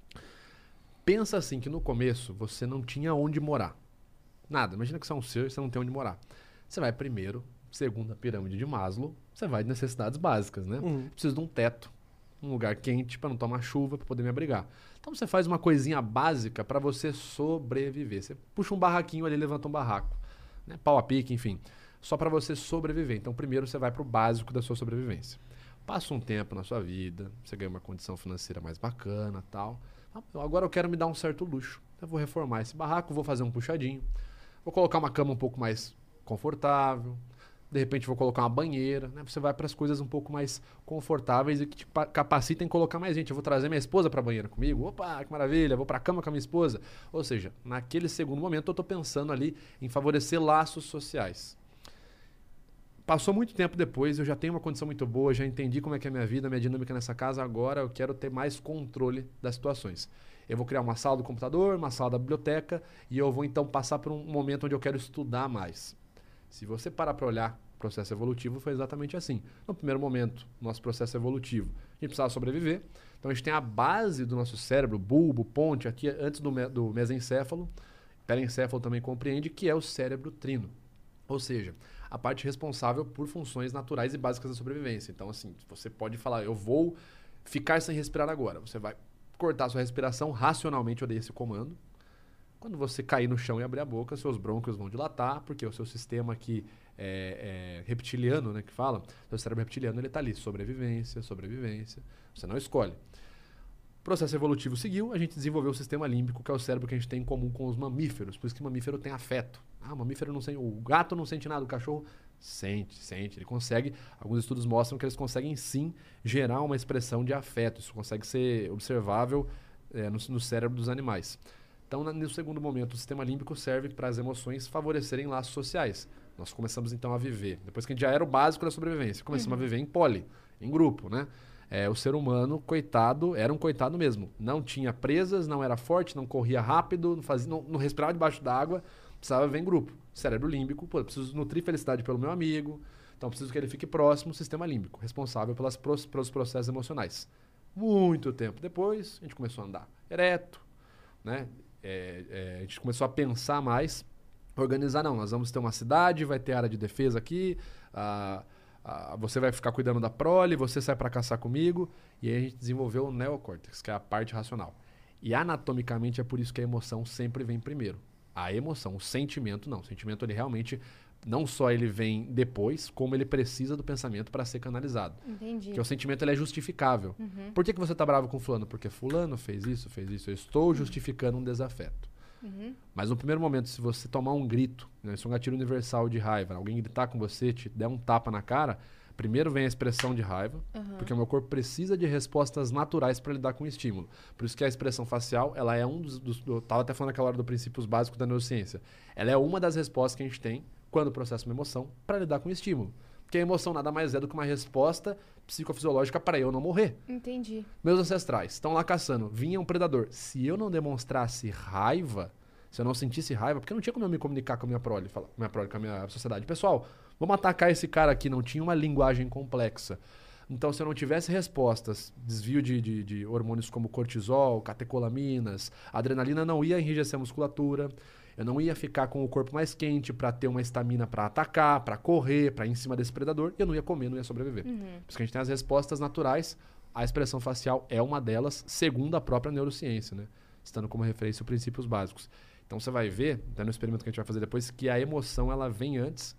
Pensa assim, que no começo você não tinha onde morar. Nada, imagina que você é um ser, você não tem onde morar. Você vai primeiro, segundo a pirâmide de Maslow, você vai de necessidades básicas, né? Uhum. Preciso de um teto, um lugar quente para não tomar chuva, para poder me abrigar. Então você faz uma coisinha básica para você sobreviver. Você puxa um barraquinho ali, levanta um barraco, né? Pau a pique, enfim, só para você sobreviver. Então primeiro você vai para o básico da sua sobrevivência. Passa um tempo na sua vida, você ganha uma condição financeira mais bacana, tal. Agora eu quero me dar um certo luxo. Eu vou reformar esse barraco, vou fazer um puxadinho, vou colocar uma cama um pouco mais confortável, de repente vou colocar uma banheira, né? Você vai para as coisas um pouco mais confortáveis e que te capacitem colocar mais gente. Eu vou trazer minha esposa para a banheira comigo, opa, que maravilha, vou para a cama com a minha esposa. Ou seja, naquele segundo momento eu estou pensando ali em favorecer laços sociais. Passou muito tempo depois, eu já tenho uma condição muito boa, já entendi como é que é a minha vida, a minha dinâmica nessa casa, agora eu quero ter mais controle das situações. Eu vou criar uma sala do computador, uma sala da biblioteca e eu vou então passar por um momento onde eu quero estudar mais. Se você parar para olhar o processo evolutivo, foi exatamente assim. No primeiro momento, nosso processo evolutivo, a gente precisava sobreviver. Então a gente tem a base do nosso cérebro, bulbo, ponte, aqui antes do, me do mesencéfalo, perencéfalo também compreende, que é o cérebro trino. Ou seja, a parte responsável por funções naturais e básicas da sobrevivência. Então assim, você pode falar, eu vou ficar sem respirar agora. Você vai cortar sua respiração, racionalmente eu dei esse comando. Quando você cair no chão e abrir a boca, seus brônquios vão dilatar, porque o seu sistema aqui é, é reptiliano, né, que fala, seu cérebro reptiliano, ele está ali, sobrevivência, sobrevivência, você não escolhe. O processo evolutivo seguiu, a gente desenvolveu o sistema límbico, que é o cérebro que a gente tem em comum com os mamíferos, por isso que o mamífero tem afeto. Ah, o mamífero não sente, o gato não sente nada, o cachorro sente, sente, ele consegue, alguns estudos mostram que eles conseguem sim gerar uma expressão de afeto, isso consegue ser observável é, no, no cérebro dos animais. Então, no segundo momento, o sistema límbico serve para as emoções favorecerem laços sociais. Nós começamos, então, a viver. Depois que a gente já era o básico da sobrevivência, começamos uhum. a viver em poli, em grupo, né? É, o ser humano, coitado, era um coitado mesmo. Não tinha presas, não era forte, não corria rápido, não, fazia, não, não respirava debaixo d'água, precisava viver em grupo. Cérebro límbico, pô, eu preciso nutrir felicidade pelo meu amigo, então preciso que ele fique próximo, sistema límbico, responsável pelas, pelos processos emocionais. Muito tempo depois, a gente começou a andar ereto, né? É, é, a gente começou a pensar mais, organizar, não, nós vamos ter uma cidade, vai ter área de defesa aqui, a, a, você vai ficar cuidando da prole, você sai para caçar comigo, e aí a gente desenvolveu o neocórtex, que é a parte racional. E anatomicamente é por isso que a emoção sempre vem primeiro. A emoção, o sentimento não, o sentimento ele realmente, não só ele vem depois, como ele precisa do pensamento para ser canalizado. Entendi. Porque o sentimento ele é justificável. Uhum. Por que, que você está bravo com fulano? Porque fulano fez isso, fez isso. Eu estou justificando um desafeto. Uhum. Mas no primeiro momento, se você tomar um grito, né, isso é um gatilho universal de raiva, alguém gritar com você, te der um tapa na cara, primeiro vem a expressão de raiva, uhum. porque o meu corpo precisa de respostas naturais para lidar com o estímulo. Por isso que a expressão facial, ela é um dos... dos eu estava até falando naquela hora dos princípios básicos da neurociência. Ela é uma das respostas que a gente tem quando processa uma emoção para lidar com o estímulo. Porque a emoção nada mais é do que uma resposta psicofisiológica para eu não morrer. Entendi. Meus ancestrais estão lá caçando, vinha um predador. Se eu não demonstrasse raiva, se eu não sentisse raiva, porque não tinha como eu me comunicar com a minha prole, falar, minha prole, com a minha sociedade. Pessoal, vamos atacar esse cara aqui, não tinha uma linguagem complexa. Então, se eu não tivesse respostas, desvio de, de, de hormônios como cortisol, catecolaminas, adrenalina não ia enrijecer a musculatura. Eu não ia ficar com o corpo mais quente para ter uma estamina para atacar, para correr, para ir em cima desse predador. E eu não ia comer, não ia sobreviver. Uhum. Por isso que a gente tem as respostas naturais. A expressão facial é uma delas, segundo a própria neurociência, né? Estando como referência os princípios básicos. Então você vai ver, até no experimento que a gente vai fazer depois, que a emoção ela vem antes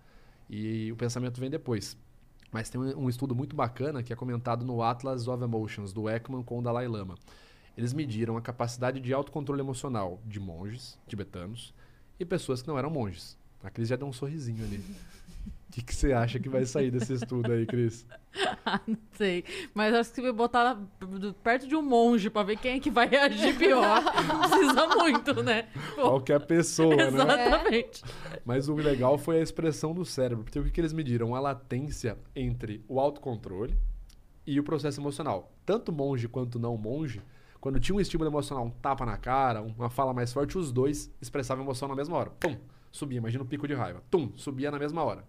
e o pensamento vem depois. Mas tem um, um estudo muito bacana que é comentado no Atlas of Emotions, do Ekman com o Dalai Lama. Eles mediram a capacidade de autocontrole emocional de monges tibetanos e pessoas que não eram monges. A Cris já deu um sorrisinho ali. O que, que você acha que vai sair desse estudo aí, Cris? Ah, não sei. Mas acho que se me botar perto de um monge pra ver quem é que vai reagir pior, não precisa muito, né? Qualquer pessoa, né? Exatamente. Mas o legal foi a expressão do cérebro. Porque o que, que eles mediram? A latência entre o autocontrole e o processo emocional. Tanto monge quanto não monge, quando tinha um estímulo emocional, um tapa na cara, uma fala mais forte, os dois expressavam emoção na mesma hora. Pum! subia, imagina o pico de raiva. Tum, subia na mesma hora.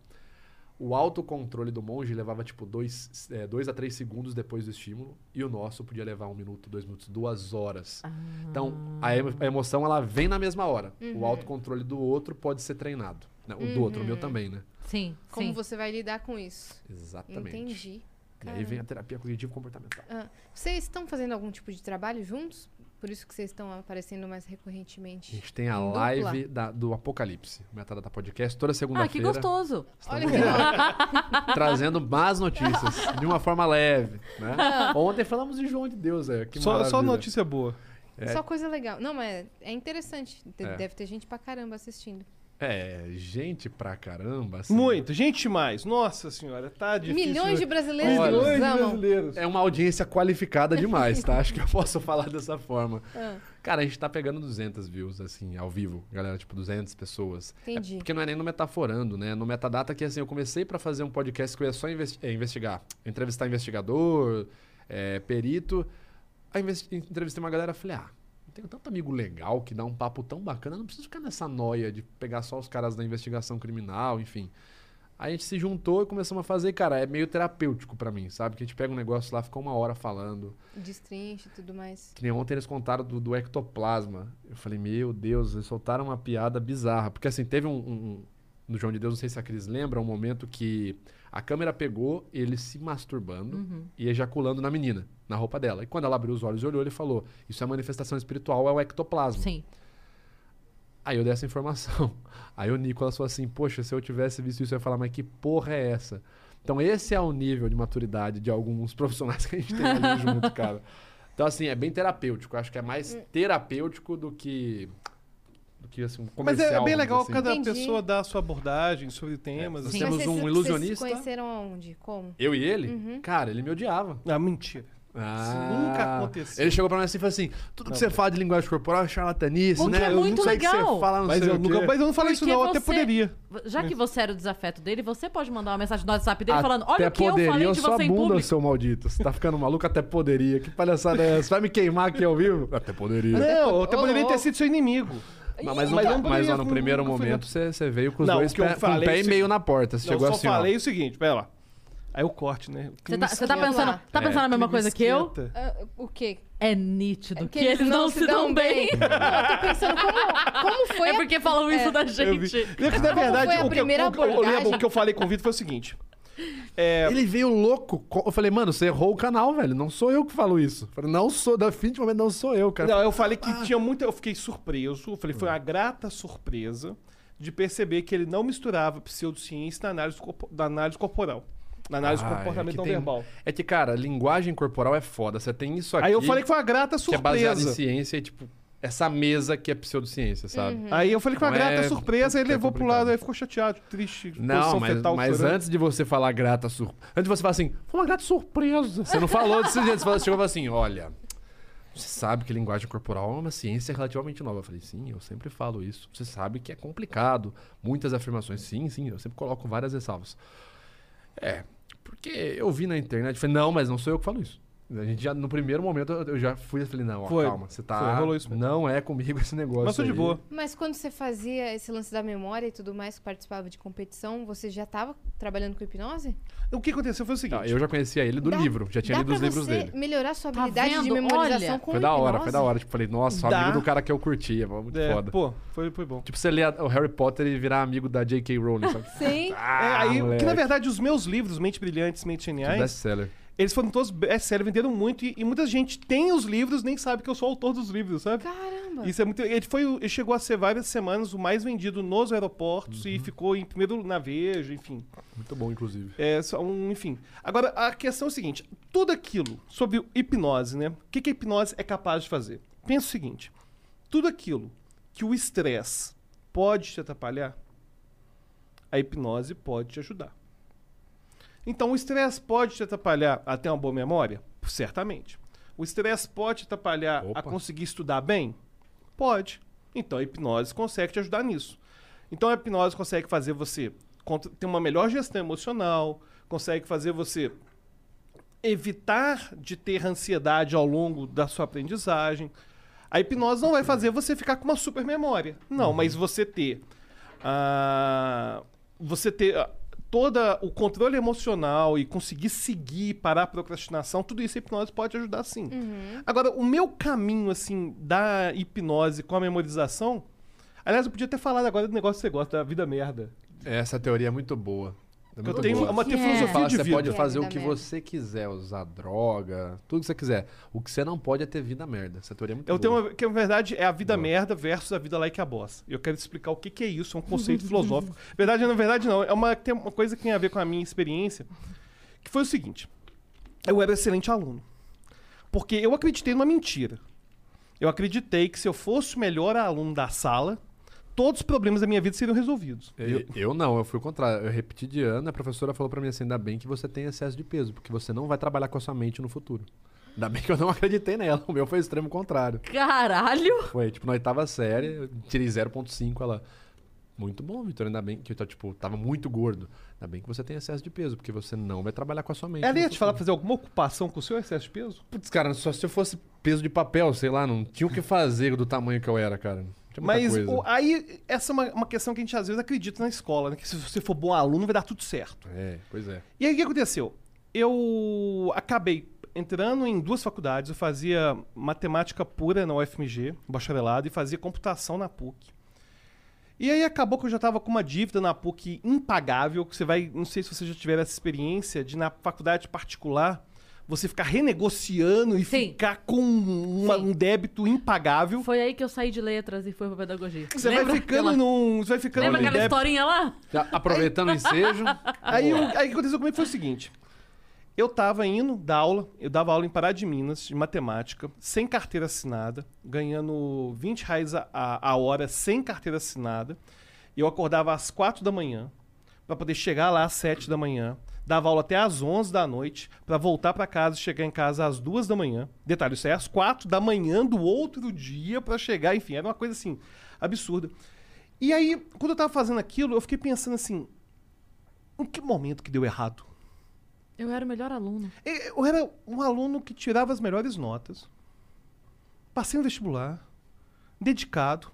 O autocontrole do monge levava, tipo, dois, é, dois a três segundos depois do estímulo. E o nosso podia levar um minuto, dois minutos, duas horas. Ah. Então, a, emo a emoção, ela vem na mesma hora. Uhum. O autocontrole do outro pode ser treinado. Né? O uhum. do outro, o meu também, né? Sim, Como sim. você vai lidar com isso? Exatamente. Entendi. E aí vem a terapia cognitivo-comportamental. Ah, vocês estão fazendo algum tipo de trabalho juntos? Por isso que vocês estão aparecendo mais recorrentemente. A gente tem a live da, do Apocalipse, o Metadata Podcast, toda segunda-feira. Ah, que gostoso. Olha que legal. Trazendo más notícias, de uma forma leve. Né? Ah. Ontem falamos de João de Deus. É, que só, só notícia boa. É. Só coisa legal. Não, mas é interessante. É. Deve ter gente pra caramba assistindo. É, gente pra caramba. Assim. Muito, gente demais. Nossa senhora, tá difícil. Milhões de brasileiros Olha, nos milhões amam. de brasileiros. É uma audiência qualificada demais, tá? Acho que eu posso falar dessa forma. Ah. Cara, a gente tá pegando duzentas views, assim, ao vivo. Galera, tipo, duzentas pessoas. Entendi. É porque não é nem no Metaforando, né? No Metadata que, assim, eu comecei pra fazer um podcast que eu ia só investi é, investigar. Entrevistar investigador, é, perito. Aí entrevistei uma galera e falei, ah... Tenho tanto amigo legal que dá um papo tão bacana, não preciso ficar nessa noia de pegar só os caras da investigação criminal, enfim. Aí a gente se juntou e começamos a fazer, cara, é meio terapêutico pra mim, sabe? Que a gente pega um negócio lá, fica uma hora falando. Destrinche e tudo mais. Que nem ontem eles contaram do, do ectoplasma. Eu falei, meu Deus, eles soltaram uma piada bizarra. Porque assim, teve um, um... No João de Deus, não sei se a Cris lembra, um momento que a câmera pegou ele se masturbando uhum. e ejaculando na menina, na roupa dela. E quando ela abriu os olhos e olhou, ele falou, isso é manifestação espiritual, é o ectoplasma. Sim. Aí eu dei essa informação. Aí o Nicolas falou assim, poxa, se eu tivesse visto isso, eu ia falar, mas que porra é essa? Então esse é o nível de maturidade de alguns profissionais que a gente tem ali junto, cara. Então assim, é bem terapêutico. Eu acho que é mais terapêutico do que... Que, assim, mas é bem legal assim. Cada Entendi. pessoa dar a sua abordagem sobre temas. É, nós assim. temos vocês, um ilusionista. Vocês se conheceram aonde? Como? Eu e ele? Uhum. Cara, ele me odiava. Ah, mentira. Ah, Isso nunca aconteceu. Ele chegou pra mim assim e falou assim: tudo que não, você cara. fala de linguagem corporal é charlatanice, Porque né? é eu muito não sei legal. Que você fala, não mas, sei eu o quê. nunca, mas eu não falei isso, Porque não. Eu até você- poderia. Já que você era o desafeto dele, você pode mandar uma mensagem no WhatsApp dele Até falando: olha o que eu poderia, falei de sua você em bunda, público. seu maldito. Você tá ficando maluco? Até poderia. Que palhaçada é essa? Vai me queimar aqui ao vivo? Até poderia. Não, eu até poderia ter sido seu inimigo. Não, mas, Mas não, eu mas poderia- ó, no primeiro nunca fui, momento você você veio com os Não, dois o que eu pé, com falei um pé e se- meio na porta. Você Não, chegou só assim, falei ó. o seguinte, pera lá. Aí o corte, né? O Você clima tá, você tá esquenta. pensando, tá É, pensando a mesma Clima coisa que eu? esquenta. Ah, o quê? É nítido É que, eles não se dão bem. Não, eu tô pensando como, como foi É a- porque falam isso É. da Eu vi. gente. Na verdade, foi a o que, eu- primeira o que eu- eu lembro, abordagem? o que eu falei com o Vitor foi o seguinte. É, Ele veio louco. Eu falei, mano, você errou o canal, velho. Não sou eu que falo isso. Eu falei, não sou, definitivamente não sou eu, cara. não, eu falei que tinha muita. Eu fiquei surpreso. Eu falei, foi uma grata surpresa de perceber que ele não misturava pseudociência na análise, corpo- da análise corporal. Na análise Ah, do comportamento é que não tem- verbal. É que, cara, linguagem corporal é foda. Você tem isso aqui. Aí eu falei que foi uma grata que é baseado em surpresa. ciência e, tipo, essa mesa que é pseudociência, sabe? Uhum. Aí eu falei que foi uma Não grata é- surpresa, aí que é levou pro complicado. lado, aí ficou chateado, triste. Não, posição mas, fetal, mas chorando. antes de você falar grata surpresa. Antes de você falar assim, foi uma grata surpresa. Você não falou desse jeito. Você falou- chegou e falou assim: olha, você sabe que linguagem corporal é uma ciência relativamente nova. Eu falei, sim, eu sempre falo isso. Você sabe que é complicado. Muitas afirmações. Sim, sim, eu sempre coloco várias ressalvas. É, porque eu vi na internet, falei, não, mas não sou eu que falo isso. A gente já, no primeiro momento, eu eu já fui e falei, não, ó, Foi. calma, você tá. Foi, rolou isso mesmo. Não é comigo esse negócio. Mas tô de aí. boa. Mas quando você fazia esse lance da memória e tudo mais, que participava de competição, você já tava trabalhando com hipnose? O que aconteceu foi o seguinte. Não, eu já conhecia ele do Dá- livro, já tinha dá lido os pra livros você dele. melhorar sua Tá habilidade de vendo? memorização Olha. com Foi da hora, hipnose? foi da hora. Tipo, falei, nossa, Dá. amigo do cara que eu curtia, muito É, foda. pô, foi, foi bom. Tipo, você lê a- o Harry Potter e virar amigo da J K Rowling, sabe? Sim. É, Ah, aí, moleque. que na verdade os meus livros, Mentes Brilhantes, Mentes Tipo, Geniais, best-seller. eles foram todos best-seller, venderam muito e, e muita gente tem os livros, nem sabe que eu sou o autor dos livros, sabe? Caramba. Isso é muito. Ele, foi, o- ele chegou a ser várias semanas o mais vendido nos aeroportos e ficou em primeiro na Veja, enfim. Muito bom, inclusive. É, só um, enfim. Agora, a questão é o seguinte: tudo aquilo sobre hipnose, né? O que, que a hipnose é capaz de fazer? Pensa o seguinte: tudo aquilo que o estresse pode te atrapalhar, a hipnose pode te ajudar. Então, o estresse pode te atrapalhar a ter uma boa memória? Certamente. O estresse pode te atrapalhar Opa. a conseguir estudar bem? Pode. Então, a hipnose consegue te ajudar nisso. Então, a hipnose consegue fazer você contra- ter uma melhor gestão emocional, consegue fazer você evitar de ter ansiedade ao longo da sua aprendizagem. A hipnose não vai fazer você ficar com uma super memória. Não, mas você ter ah, você ter ah, todo o controle emocional e conseguir seguir, parar a procrastinação, tudo isso a hipnose pode ajudar sim. Uhum. Agora, o meu caminho, assim, da hipnose com a memorização... Aliás, eu podia ter falado agora do negócio que você gosta, da vida merda. Essa teoria é muito boa. É Eu muito tenho boa. uma Que é? filosofia Fala, de você vida. pode Que é fazer o vida que merda. você quiser, usar droga, tudo que você quiser. O que você não pode é ter vida merda. Essa teoria é muito Eu tenho boa. uma, que na verdade é a vida Boa. merda versus a vida like a boss. Eu quero explicar o que, que é isso, é um conceito filosófico. Verdade, na verdade não, é uma, tem uma coisa que tem a ver com a minha experiência, que foi o seguinte, eu era excelente aluno, porque eu acreditei numa mentira. Eu acreditei que se eu fosse o melhor aluno da sala, todos os problemas da minha vida seriam resolvidos. Eu, eu não, eu fui o contrário. Eu repeti de ano, a professora falou pra mim assim, ainda bem que você tem excesso de peso, porque você não vai trabalhar com a sua mente no futuro. Ainda bem que eu não acreditei nela, o meu foi o extremo contrário. Caralho! Foi, tipo, na oitava série, eu tirei zero ponto cinco, ela... Muito bom, Vitor, ainda bem que eu, tipo, tava muito gordo. Ainda bem que você tem excesso de peso, porque você não vai trabalhar com a sua mente. Ela no ia te falar pra futuro. fazer alguma ocupação com o seu excesso de peso? Putz, cara, só se eu fosse peso de papel, sei lá, não tinha o que fazer do tamanho que eu era, cara. Não tinha muita Mas coisa. o- aí, essa é uma, uma questão que a gente às vezes acredita na escola, né? Que se você for bom aluno, vai dar tudo certo. É, pois é. E aí o que aconteceu? Eu acabei entrando em duas faculdades. Eu fazia matemática pura na U F M G, bacharelado, e fazia computação na P U C. E aí acabou que eu já estava com uma dívida na P U C impagável, que você vai, não sei se você já tiver essa experiência de na faculdade particular você ficar renegociando e Sim. ficar com uma- Sim. um débito impagável. Foi aí que eu saí de letras e fui pra pedagogia. Você Lembra vai ficando aquela- num, você vai ficando Lembra num aquela débito. historinha lá? Já aproveitando o ensejo. Aí, o, aí o que aconteceu comigo foi o seguinte. Eu tava indo dar aula, eu dava aula em Pará de Minas, de matemática, sem carteira assinada, ganhando vinte reais a, a, a hora sem carteira assinada. Eu acordava às quatro da manhã, para poder chegar lá às sete da manhã, dava aula até às onze da noite, para voltar para casa e chegar em casa às duas da manhã. Detalhe, isso é às quatro da manhã do outro dia para chegar, enfim, era uma coisa assim, absurda. E aí, quando eu tava fazendo aquilo, eu fiquei pensando assim, em que momento que deu errado? Eu era o melhor aluno. Eu era um aluno que tirava as melhores notas, passei no vestibular, dedicado.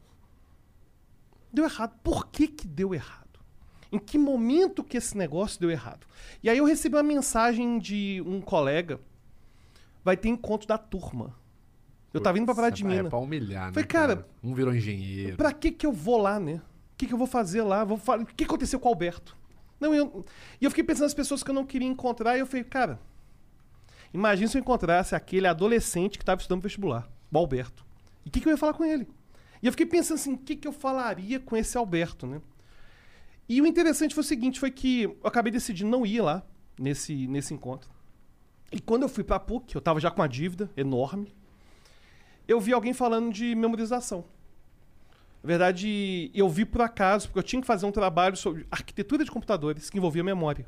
Deu errado. Por que que deu errado? Em que momento que esse negócio deu errado? E aí eu recebi uma mensagem de um colega, vai ter encontro da turma. Eu tava indo pra Pará de É Minas. pra humilhar, né, Falei, cara, Um virou engenheiro. Pra que que eu vou lá, né? O que que eu vou fazer lá? Vou fa- O que aconteceu com o Alberto? Não, eu... E eu fiquei pensando nas pessoas que eu não queria encontrar e eu falei, cara, imagina se eu encontrasse aquele adolescente que estava estudando vestibular, o Alberto. E o que que eu ia falar com ele? E eu fiquei pensando assim, o que que eu falaria com esse Alberto, né? E o interessante foi o seguinte, foi que eu acabei decidindo não ir lá nesse, nesse encontro. E quando eu fui pra P U C, eu tava já com uma dívida enorme, eu vi alguém falando de memorização. Na verdade, eu vi por acaso, porque eu tinha que fazer um trabalho sobre arquitetura de computadores que envolvia memória.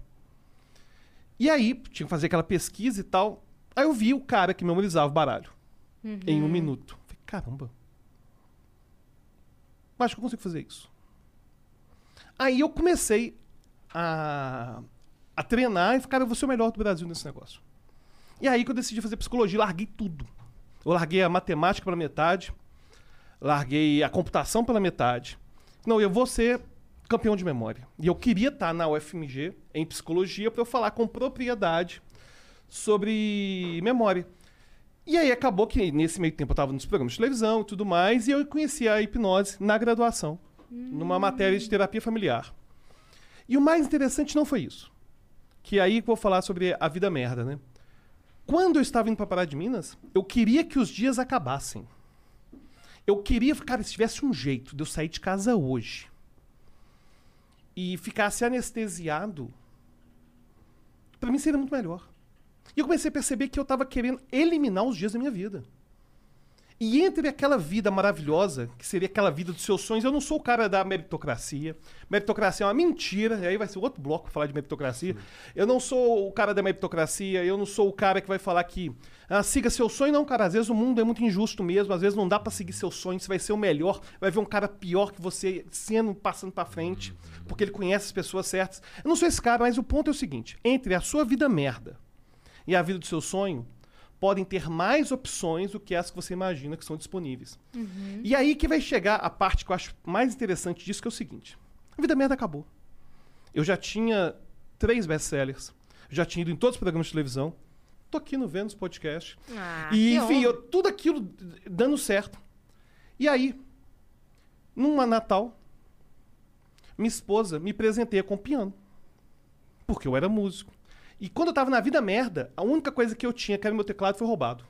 E aí, tinha que fazer aquela pesquisa e tal. Aí eu vi o cara que memorizava o baralho em um minuto. Falei, caramba. Acho que eu consigo fazer isso. Aí eu comecei a, a treinar e falei, cara, eu vou ser o melhor do Brasil nesse negócio. E aí que eu decidi fazer psicologia, larguei tudo. Eu larguei a matemática pela metade, larguei a computação pela metade. Não, eu vou ser campeão de memória. E eu queria estar na U F M G, em psicologia, para eu falar com propriedade sobre memória. E aí acabou que nesse meio tempo eu estava nos programas de televisão e tudo mais, e eu conheci a hipnose na graduação, numa matéria de terapia familiar. E o mais interessante não foi isso. Que aí que eu vou falar sobre a vida merda, né? Quando eu estava indo para Pará de Minas, eu queria que os dias acabassem. Eu queria, cara, se tivesse um jeito de eu sair de casa hoje e ficasse anestesiado, pra mim seria muito melhor. E eu comecei a perceber que eu tava querendo eliminar os dias da minha vida. E entre aquela vida maravilhosa, que seria aquela vida dos seus sonhos, eu não sou o cara da meritocracia. Meritocracia é uma mentira, e aí vai ser outro bloco pra falar de meritocracia. Eu não sou o cara da meritocracia, eu não sou o cara que vai falar que ah, siga seu sonho. Não, cara, às vezes o mundo é muito injusto mesmo, às vezes não dá pra seguir seu sonho, você vai ser o melhor, vai ver um cara pior que você sendo, passando pra frente, porque ele conhece as pessoas certas. Eu não sou esse cara, mas o ponto é o seguinte, entre a sua vida merda e a vida do seu sonho, podem ter mais opções do que as que você imagina que são disponíveis. Uhum. E aí que vai chegar a parte que eu acho mais interessante disso, que é o seguinte. A vida merda acabou. Eu já tinha três best-sellers. Já tinha ido em todos os programas de televisão. Tô aqui no Vênus Podcast. Ah, e, que enfim, honra. eu, tudo aquilo dando certo. E aí, numa Natal, minha esposa me presenteia com piano. Porque eu era músico. E quando eu tava na vida merda, a única coisa que eu tinha, que era meu teclado, foi roubado.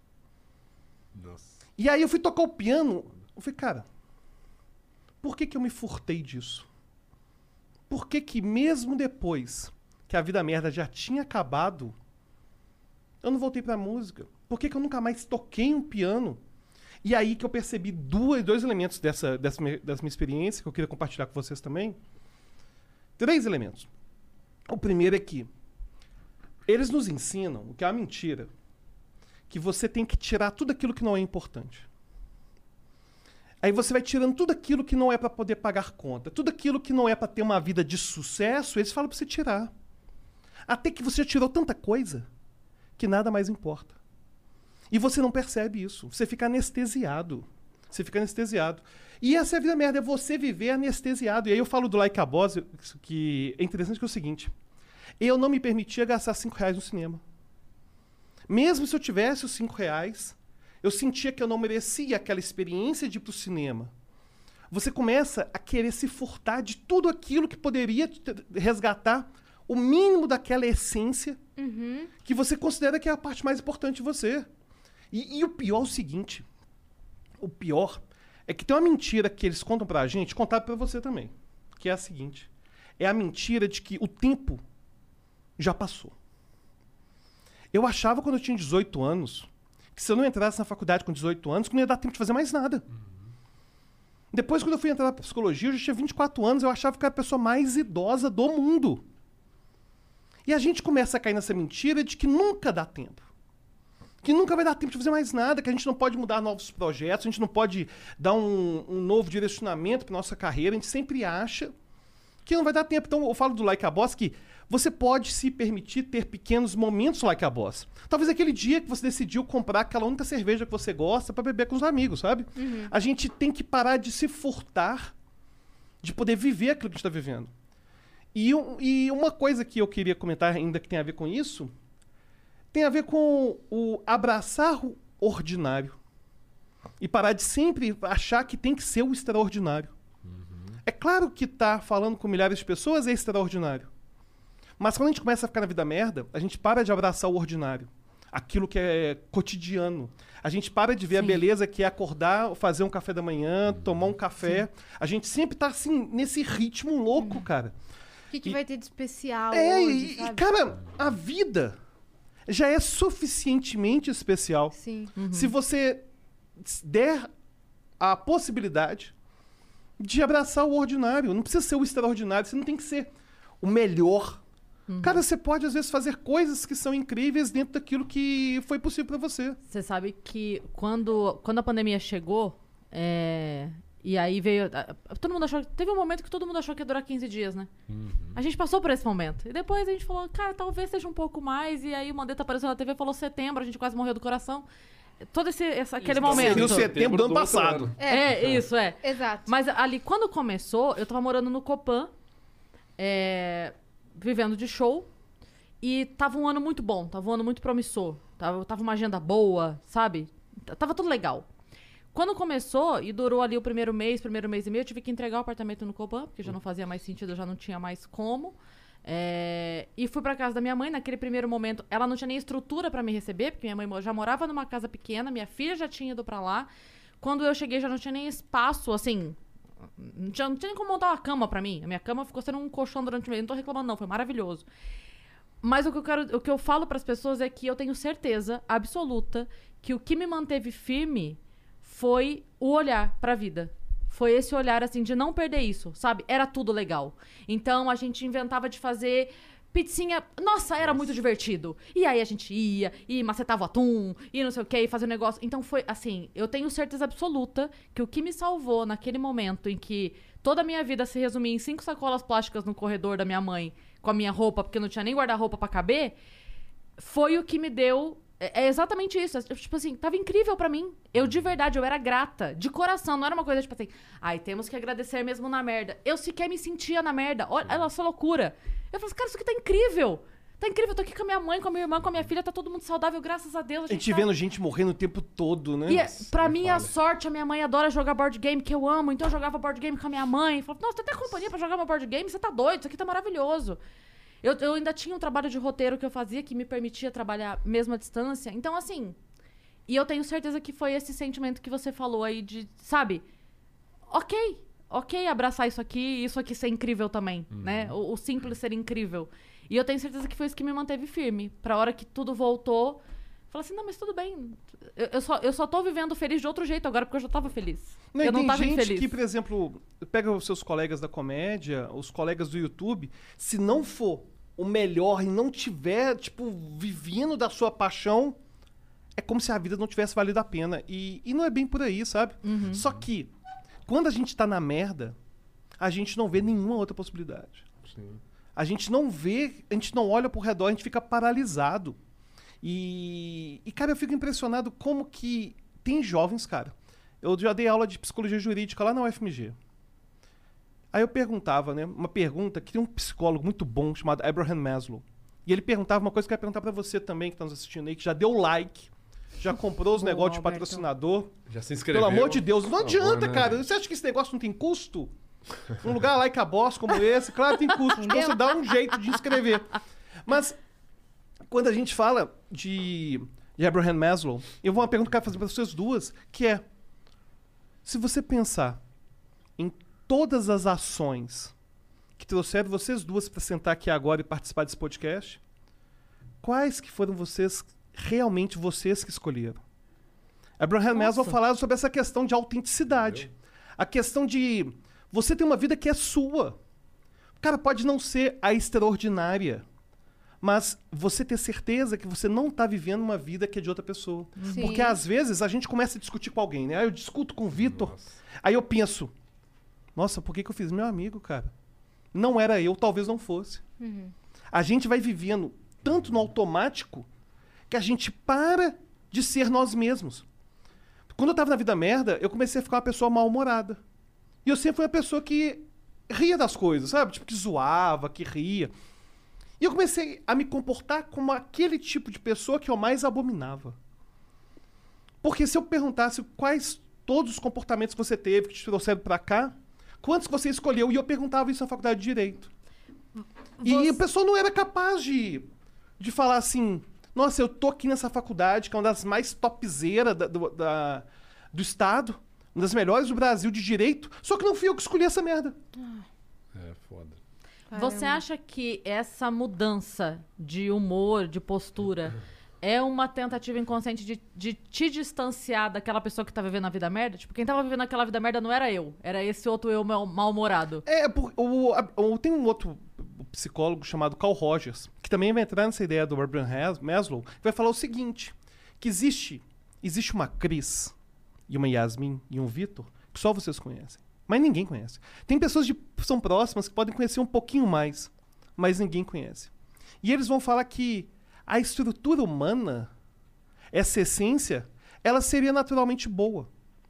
Nossa. E aí eu fui tocar o piano. Eu falei, cara, por que que eu me furtei disso? Por que que mesmo depois que a vida merda já tinha acabado, eu não voltei pra música? Por que que eu nunca mais toquei um piano? E aí que eu percebi duas, dois elementos dessa, dessa, minha, dessa minha experiência, que eu queria compartilhar com vocês também. Três elementos. O primeiro é que eles nos ensinam, o que é uma mentira, que você tem que tirar tudo aquilo que não é importante. Aí você vai tirando tudo aquilo que não é para poder pagar conta, tudo aquilo que não é para ter uma vida de sucesso, eles falam para você tirar. Até que você já tirou tanta coisa que nada mais importa. E você não percebe isso. Você fica anestesiado. Você fica anestesiado. E essa é a vida merda, é você viver anestesiado. E aí eu falo do Like a Boss, que é interessante, que é o seguinte. Eu não me permitia gastar cinco reais no cinema. Mesmo se eu tivesse os cinco reais, eu sentia que eu não merecia aquela experiência de ir pro cinema. Você começa a querer se furtar de tudo aquilo que poderia te resgatar o mínimo daquela essência Uhum. que você considera que é a parte mais importante de você. E, e o pior é o seguinte. O pior é que tem uma mentira que eles contam pra gente, contaram pra você também, que é a seguinte. É a mentira de que o tempo já passou. Eu achava, quando eu tinha dezoito anos, que se eu não entrasse na faculdade com dezoito anos, que não ia dar tempo de fazer mais nada. Uhum. Depois, quando eu fui entrar na psicologia, eu já tinha vinte e quatro anos, eu achava que eu era a pessoa mais idosa do mundo. E a gente começa a cair nessa mentira de que nunca dá tempo. Que nunca vai dar tempo de fazer mais nada, que a gente não pode mudar novos projetos, a gente não pode dar um, um novo direcionamento para nossa carreira, a gente sempre acha que não vai dar tempo. Então eu falo do Like a Boss que você pode se permitir ter pequenos momentos Like a Boss. Talvez aquele dia que você decidiu comprar aquela única cerveja que você gosta para beber com os amigos, sabe? Uhum. A gente tem que parar de se furtar de poder viver aquilo que a gente está vivendo. E, e uma coisa que eu queria comentar ainda que tem a ver com isso, tem a ver com o abraçar o ordinário. E parar de sempre achar que tem que ser o extraordinário. Uhum. É claro que tá falando com milhares de pessoas é extraordinário. Mas quando a gente começa a ficar na vida merda, a gente para de abraçar o ordinário. Aquilo que é cotidiano. A gente para de ver Sim. a beleza que é acordar, fazer um café da manhã, tomar um café. Sim. A gente sempre tá assim, nesse ritmo louco, uhum. cara. O que, que e, vai ter de especial é, hoje, e, sabe? cara, a vida já é suficientemente especial. Sim. Uhum. Se você der a possibilidade de abraçar o ordinário. Não precisa ser o extraordinário, você não tem que ser o melhor. Uhum. Cara, você pode, às vezes, fazer coisas que são incríveis dentro daquilo que foi possível pra você. Você sabe que quando, quando a pandemia chegou, é, e aí veio... Todo mundo achou... Teve um momento que todo mundo achou que ia durar quinze dias, né? Uhum. A gente passou por esse momento. E depois a gente falou, cara, talvez seja um pouco mais. E aí o Mandetta apareceu na T V e falou setembro, a gente quase morreu do coração. Todo esse, esse aquele isso, momento. Seria o setembro do ano passado. É, é, isso, é. Exato. Mas ali, quando começou, eu tava morando no Copan, é, vivendo de show, e tava um ano muito bom, tava um ano muito promissor. Tava, tava uma agenda boa, sabe? Tava tudo legal. Quando começou, e durou ali o primeiro mês, primeiro mês e meio, eu tive que entregar o apartamento no Copan, porque já não fazia mais sentido, eu já não tinha mais como. É, e fui pra casa da minha mãe. Naquele primeiro momento, ela não tinha nem estrutura pra me receber, porque minha mãe já morava numa casa pequena, minha filha já tinha ido pra lá. Quando eu cheguei, já não tinha nem espaço, assim... Não tinha, não tinha nem como montar uma cama pra mim. A minha cama ficou sendo um colchão durante o mês. Não tô reclamando, não. Foi maravilhoso. Mas o que eu quero, o que eu falo pras pessoas é que eu tenho certeza absoluta que o que me manteve firme foi o olhar pra vida. Foi esse olhar, assim, de não perder isso, sabe? Era tudo legal. Então, a gente inventava de fazer pizzinha. Nossa, era muito divertido. E aí, a gente ia, e macetava o atum, e não sei o quê, e fazia um negócio. Então, foi, assim, eu tenho certeza absoluta que o que me salvou naquele momento em que toda a minha vida se resumia em cinco sacolas plásticas no corredor da minha mãe, com a minha roupa, porque não tinha nem guarda-roupa pra caber, foi o que me deu É, é exatamente isso. É, tipo assim, tava incrível pra mim. Eu, de verdade, eu era grata. De coração. Não era uma coisa, tipo assim... Ai, temos que agradecer mesmo na merda. Eu sequer me sentia na merda. Olha essa loucura. Eu falei assim, cara, isso aqui tá incrível. Tá incrível. Eu tô aqui com a minha mãe, com a minha irmã, com a minha filha. Tá todo mundo saudável, graças a Deus. A A gente, gente tá... vendo gente morrendo o tempo todo, né? E, Nossa, pra nem minha fala. sorte, a minha mãe adora jogar board game, que eu amo. Então eu jogava board game com a minha mãe. Falava, nossa, tem até companhia pra jogar meu board game? Você tá doido? Isso aqui tá maravilhoso. Eu, eu ainda tinha um trabalho de roteiro que eu fazia que me permitia trabalhar mesmo à distância. Então, assim... E eu tenho certeza que foi esse sentimento que você falou aí de... Sabe? Ok. Ok abraçar isso aqui e isso aqui ser incrível também, Uhum. né? O, o simples ser incrível. E eu tenho certeza que foi isso que me manteve firme. Pra hora que tudo voltou... Falei assim, não, mas tudo bem. Eu, eu, só, eu só tô vivendo feliz de outro jeito agora, porque eu já tava feliz. Não, eu e não tem tava gente infeliz. que, por exemplo, pega os seus colegas da comédia, os colegas do YouTube, se não for o melhor e não tiver, tipo, vivendo da sua paixão, é como se a vida não tivesse valido a pena. E, e não é bem por aí, sabe? Uhum. Só que, quando a gente tá na merda, a gente não vê nenhuma outra possibilidade. Sim. A gente não vê, a gente não olha pro redor, a gente fica paralisado. E, e, cara, eu fico impressionado como que tem jovens, cara. Eu já dei aula de psicologia jurídica lá na U F M G. Aí eu perguntava, né? Uma pergunta que tem um psicólogo muito bom chamado Abraham Maslow. E ele perguntava uma coisa que eu ia perguntar pra você também, que tá nos assistindo aí, que já deu like, já comprou os Boa, negócios de Alberto. patrocinador. Já se inscreveu. Pelo amor de Deus, não Por adianta, favor, né? cara. Você acha que esse negócio não tem custo? Um lugar like a boss como esse, claro, tem custo. Então você dá um jeito de inscrever. Mas, quando a gente fala de, de Abraham Maslow, eu vou uma pergunta que eu quero fazer para vocês duas, que é, se você pensar em todas as ações que trouxeram vocês duas para sentar aqui agora e participar desse podcast, quais que foram vocês, realmente vocês que escolheram? Abraham Maslow falava sobre essa questão de autenticidade. A questão de você ter uma vida que é sua. Cara, pode não ser a extraordinária, mas você ter certeza que você não está vivendo uma vida que é de outra pessoa. Sim. Porque às vezes a gente começa a discutir com alguém, né? Aí eu discuto com o Vitor, Nossa. aí eu penso, nossa, por que, que eu fiz? Meu amigo, cara. Não era eu, talvez não fosse. A gente vai vivendo tanto no automático que a gente para de ser nós mesmos. Quando eu tava na vida merda, eu comecei a ficar uma pessoa mal-humorada. E eu sempre fui uma pessoa que ria das coisas, sabe? Tipo, que zoava, que ria. E eu comecei a me comportar como aquele tipo de pessoa que eu mais abominava. Porque se eu perguntasse quais todos os comportamentos que você teve, que te trouxeram pra cá, quantos que você escolheu? E eu perguntava isso na faculdade de Direito. E Você- a pessoa não era capaz de, de falar assim, nossa, eu tô aqui nessa faculdade, que é uma das mais topzeiras da, do, da- do estado, uma das melhores do Brasil de Direito, só que não fui eu que escolhi essa merda. É, foda. Você acha que essa mudança de humor, de postura, é uma tentativa inconsciente de, de te distanciar daquela pessoa que tá vivendo a vida merda? Tipo, quem tava vivendo aquela vida merda não era eu. Era esse outro eu mal- mal-humorado. É, por, o, a- o- tem um outro psicólogo chamado Carl Rogers, que também vai entrar nessa ideia do Abraham Has- Maslow, que vai falar o seguinte, que existe, existe uma Cris, e uma Yasmin, e um Vitor, que só vocês conhecem. Mas ninguém conhece. Tem pessoas que são próximas que podem conhecer um pouquinho mais, mas ninguém conhece. E eles vão falar que a estrutura humana, essa essência, ela seria naturalmente boa.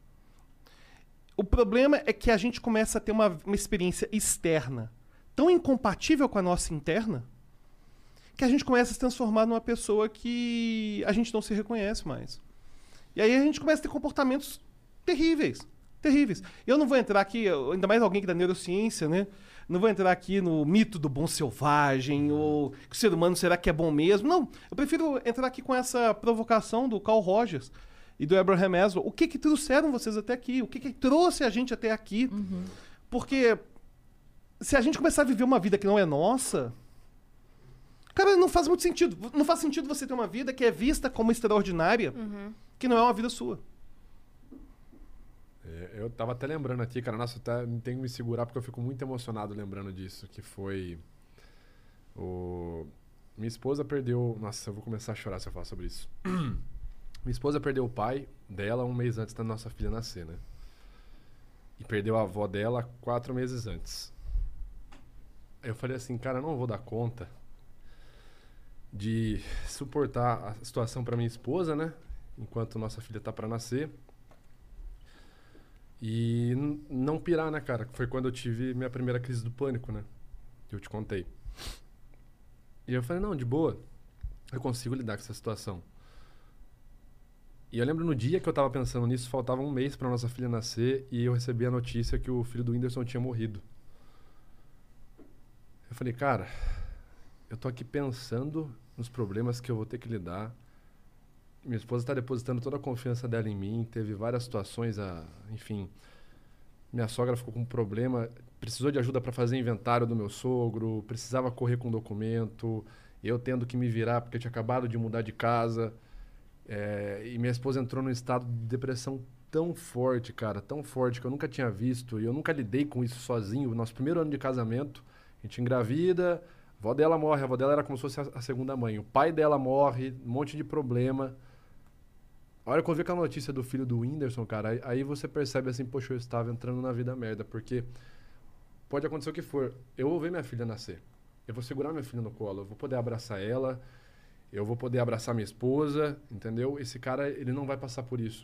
O problema é que a gente começa a ter uma, uma experiência externa tão incompatível com a nossa interna que a gente começa a se transformar numa pessoa que a gente não se reconhece mais. E aí a gente começa a ter comportamentos terríveis. Terríveis. Eu não vou entrar aqui, eu- ainda mais alguém que é da neurociência, né? Não vou entrar aqui no mito do bom selvagem, ou que o ser humano será que é bom mesmo. Não, eu prefiro entrar aqui com essa provocação do Carl Rogers e do Abraham Maslow. O que que trouxeram vocês até aqui? O que que trouxe a gente até aqui? Porque se a gente começar a viver uma vida que não é nossa, cara, não faz muito sentido. Não faz sentido você ter uma vida que é vista como extraordinária, que não é uma vida sua. É, eu tava até lembrando aqui, cara, nossa, eu até tenho que me segurar porque eu fico muito emocionado lembrando disso, que foi o... Minha esposa perdeu... Nossa, eu vou começar a chorar se eu falar sobre isso. Minha esposa perdeu o pai dela um mês antes da nossa filha nascer, né? E perdeu a avó dela quatro meses antes. Aí eu falei assim, cara, eu não vou dar conta de suportar a situação para minha esposa, né? Enquanto nossa filha tá para nascer. E n- não pirar, né, cara? Foi quando eu tive minha primeira crise do pânico, né? Que eu te contei. E eu falei, não, de boa. Eu consigo lidar com essa situação. E eu lembro no dia que eu tava pensando nisso, faltava um mês pra nossa filha nascer e eu recebi a notícia que o filho do Whindersson tinha morrido. Eu falei, cara, eu tô aqui pensando nos problemas que eu vou ter que lidar. Minha esposa tá depositando toda a confiança dela em mim, teve várias situações, a, enfim. Minha sogra ficou com um problema, precisou de ajuda pra fazer inventário do meu sogro, precisava correr com documento, eu tendo que me virar porque eu tinha acabado de mudar de casa. É, e minha esposa entrou num estado de depressão tão forte, cara, tão forte que eu nunca tinha visto. E eu nunca lidei com isso sozinho. Nosso primeiro ano de casamento, a gente engravida, a avó dela morre. A avó dela era como se fosse a, a segunda mãe. O pai dela morre, um monte de problema. A hora que eu vi aquela notícia do filho do Whindersson, cara, aí, aí você percebe assim, poxa, eu estava entrando na vida merda. Porque pode acontecer o que for. Eu vou ver minha filha nascer. Eu vou segurar minha filha no colo. Eu vou poder abraçar ela. Eu vou poder abraçar minha esposa, entendeu? Esse cara, ele não vai passar por isso.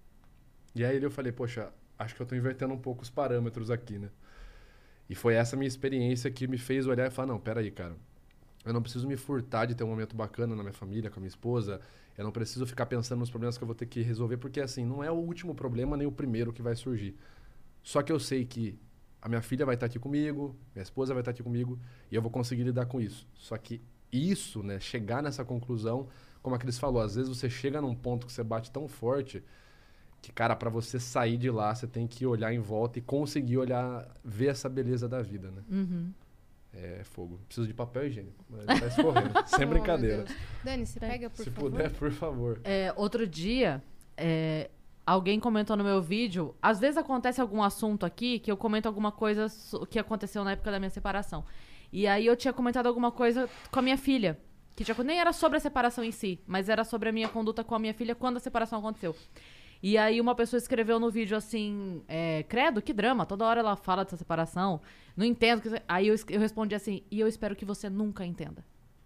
E aí eu falei, poxa, acho que eu tô invertendo um pouco os parâmetros aqui, né? E foi essa minha experiência que me fez olhar e falar, não, peraí, cara. Eu não preciso me furtar de ter um momento bacana na minha família, com a minha esposa. Eu não preciso ficar pensando nos problemas que eu vou ter que resolver, porque assim, não é o último problema nem o primeiro que vai surgir. Só que eu sei que a minha filha vai estar aqui comigo, minha esposa vai estar aqui comigo, e eu vou conseguir lidar com isso. Só que isso, né, chegar nessa conclusão, como a Cris falou, às vezes você chega num ponto que você bate tão forte que, cara, pra você sair de lá, você tem que olhar em volta e conseguir olhar, ver essa beleza da vida, né? Uhum. É fogo. Preciso de papel higiênico, mas tá escorrendo. Sem Oh, brincadeira. meu Deus. Dani, você pega, por Se favor. puder, por favor. É, outro dia, é, alguém comentou no meu vídeo, às vezes acontece algum assunto aqui que eu comento alguma coisa so- que aconteceu na época da minha separação. E aí eu tinha comentado alguma coisa com a minha filha, que tinha, nem era sobre a separação em si, mas era sobre a minha conduta com a minha filha quando a separação aconteceu. E aí uma pessoa escreveu no vídeo assim, é, credo, que drama, toda hora ela fala dessa separação, não entendo. Que... Aí eu, es- eu respondi assim, e eu espero que você nunca entenda.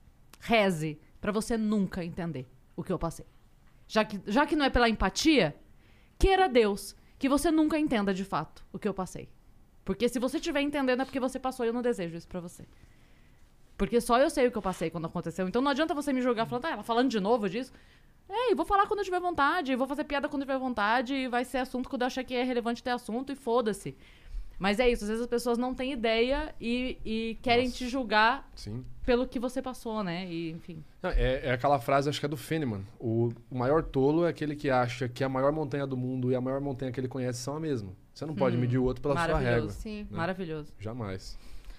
Reze pra você nunca entender o que eu passei. Já que, já que não é pela empatia, queira Deus que você nunca entenda de fato o que eu passei. Porque se você estiver entendendo é porque você passou e eu não desejo isso pra você. Porque só eu sei o que eu passei quando aconteceu. Então não adianta você me julgar falando, ah, ela falando de novo disso. Ei, vou falar quando eu tiver vontade, vou fazer piada quando eu tiver vontade, e vai ser assunto quando eu achar que é relevante ter assunto, e foda-se. Mas é isso, às vezes as pessoas não têm ideia e, e querem Nossa. te julgar Sim. pelo que você passou, né? E, enfim. Não, é, é aquela frase, acho que é do Feynman. O, o maior tolo é aquele que acha que a maior montanha do mundo e a maior montanha que ele conhece são a mesma. Você não pode Hum, medir o outro pela sua maravilhoso. régua. Sim. né? Maravilhoso. Jamais.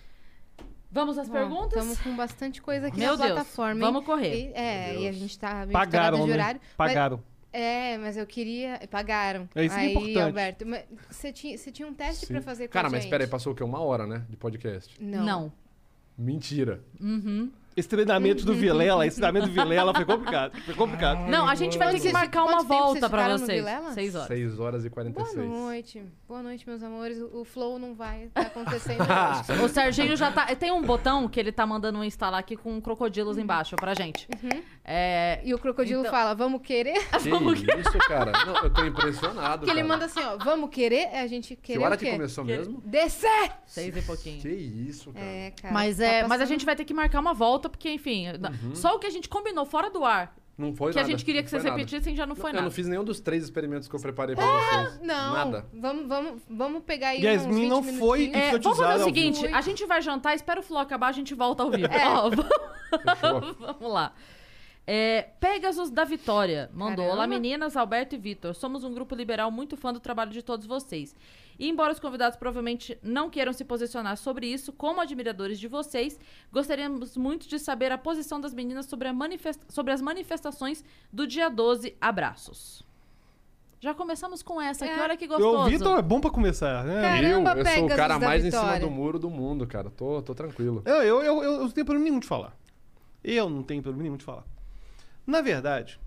Vamos às perguntas? Estamos com bastante coisa aqui Meu na Deus, plataforma. hein? vamos correr. E, é, Meu e a Deus. gente tá meio Pagaram, estourado de né? horário. Pagaram. Mas, é, mas eu queria... Pagaram. É, isso é Aí, importante. Alberto, mas você tinha, você tinha um teste Sim. pra fazer com Cara, a mas gente? peraí, passou o quê? Uma hora, né? De podcast. Não. Não. Mentira. Uhum. Esse treinamento do Vilela, esse treinamento do Vilela foi complicado. Foi complicado. Não, a gente vai ter Quanto que vocês- marcar uma quanto tempo volta vocês pra ficaram no vocês. Vilela? Seis horas. seis horas e quarenta e Boa seis. noite. Boa noite, meus amores. O, o flow não vai estar acontecendo hoje. O Serginho já tá. Tem um botão que ele tá mandando instalar aqui com crocodilos embaixo pra gente. É, E o crocodilo Então- fala, vamos querer? Que isso, cara? Não, eu tô impressionado, Que ele cara. manda assim, ó, vamos querer? É a gente querer Que hora o quê? que começou mesmo? Descer! seis e pouquinho. Que isso, cara. É, cara. Mas, tá é, mas a passando- gente vai ter que marcar uma volta, porque, enfim, só o que a gente combinou fora do ar, Não foi que nada. a gente queria não que foi vocês nada. repetissem, já não foi Eu nada. não fiz nenhum dos três experimentos que eu preparei pra vocês. Não, Nada. Vamos, vamos, vamos pegar aí uns Yasmin vinte não foi minutinhos. É, vamos fazer hipnotizada o ao seguinte, vivo. a gente vai jantar, espera o flow acabar, a gente volta ao vivo. É. Ó, Fechou? vamos lá. É, Pegasus da Vitória mandou: Caramba. Olá meninas, Alberto e Vitor. Somos um grupo liberal muito fã do trabalho de todos vocês. E embora os convidados provavelmente não queiram se posicionar sobre isso, como admiradores de vocês, gostaríamos muito de saber a posição das meninas sobre, a manifest... sobre as manifestações do dia doze. Abraços. Já começamos com essa aqui, É. olha que O gostoso. Vitor é bom pra começar, né? Caramba, eu, eu sou o Pegasus cara da mais em Vitória. cima do muro do mundo, cara. Tô, tô tranquilo. Eu, eu, eu, eu não tenho problema nenhum de falar. Eu não tenho problema nenhum de falar. Na verdade,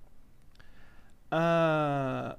ah,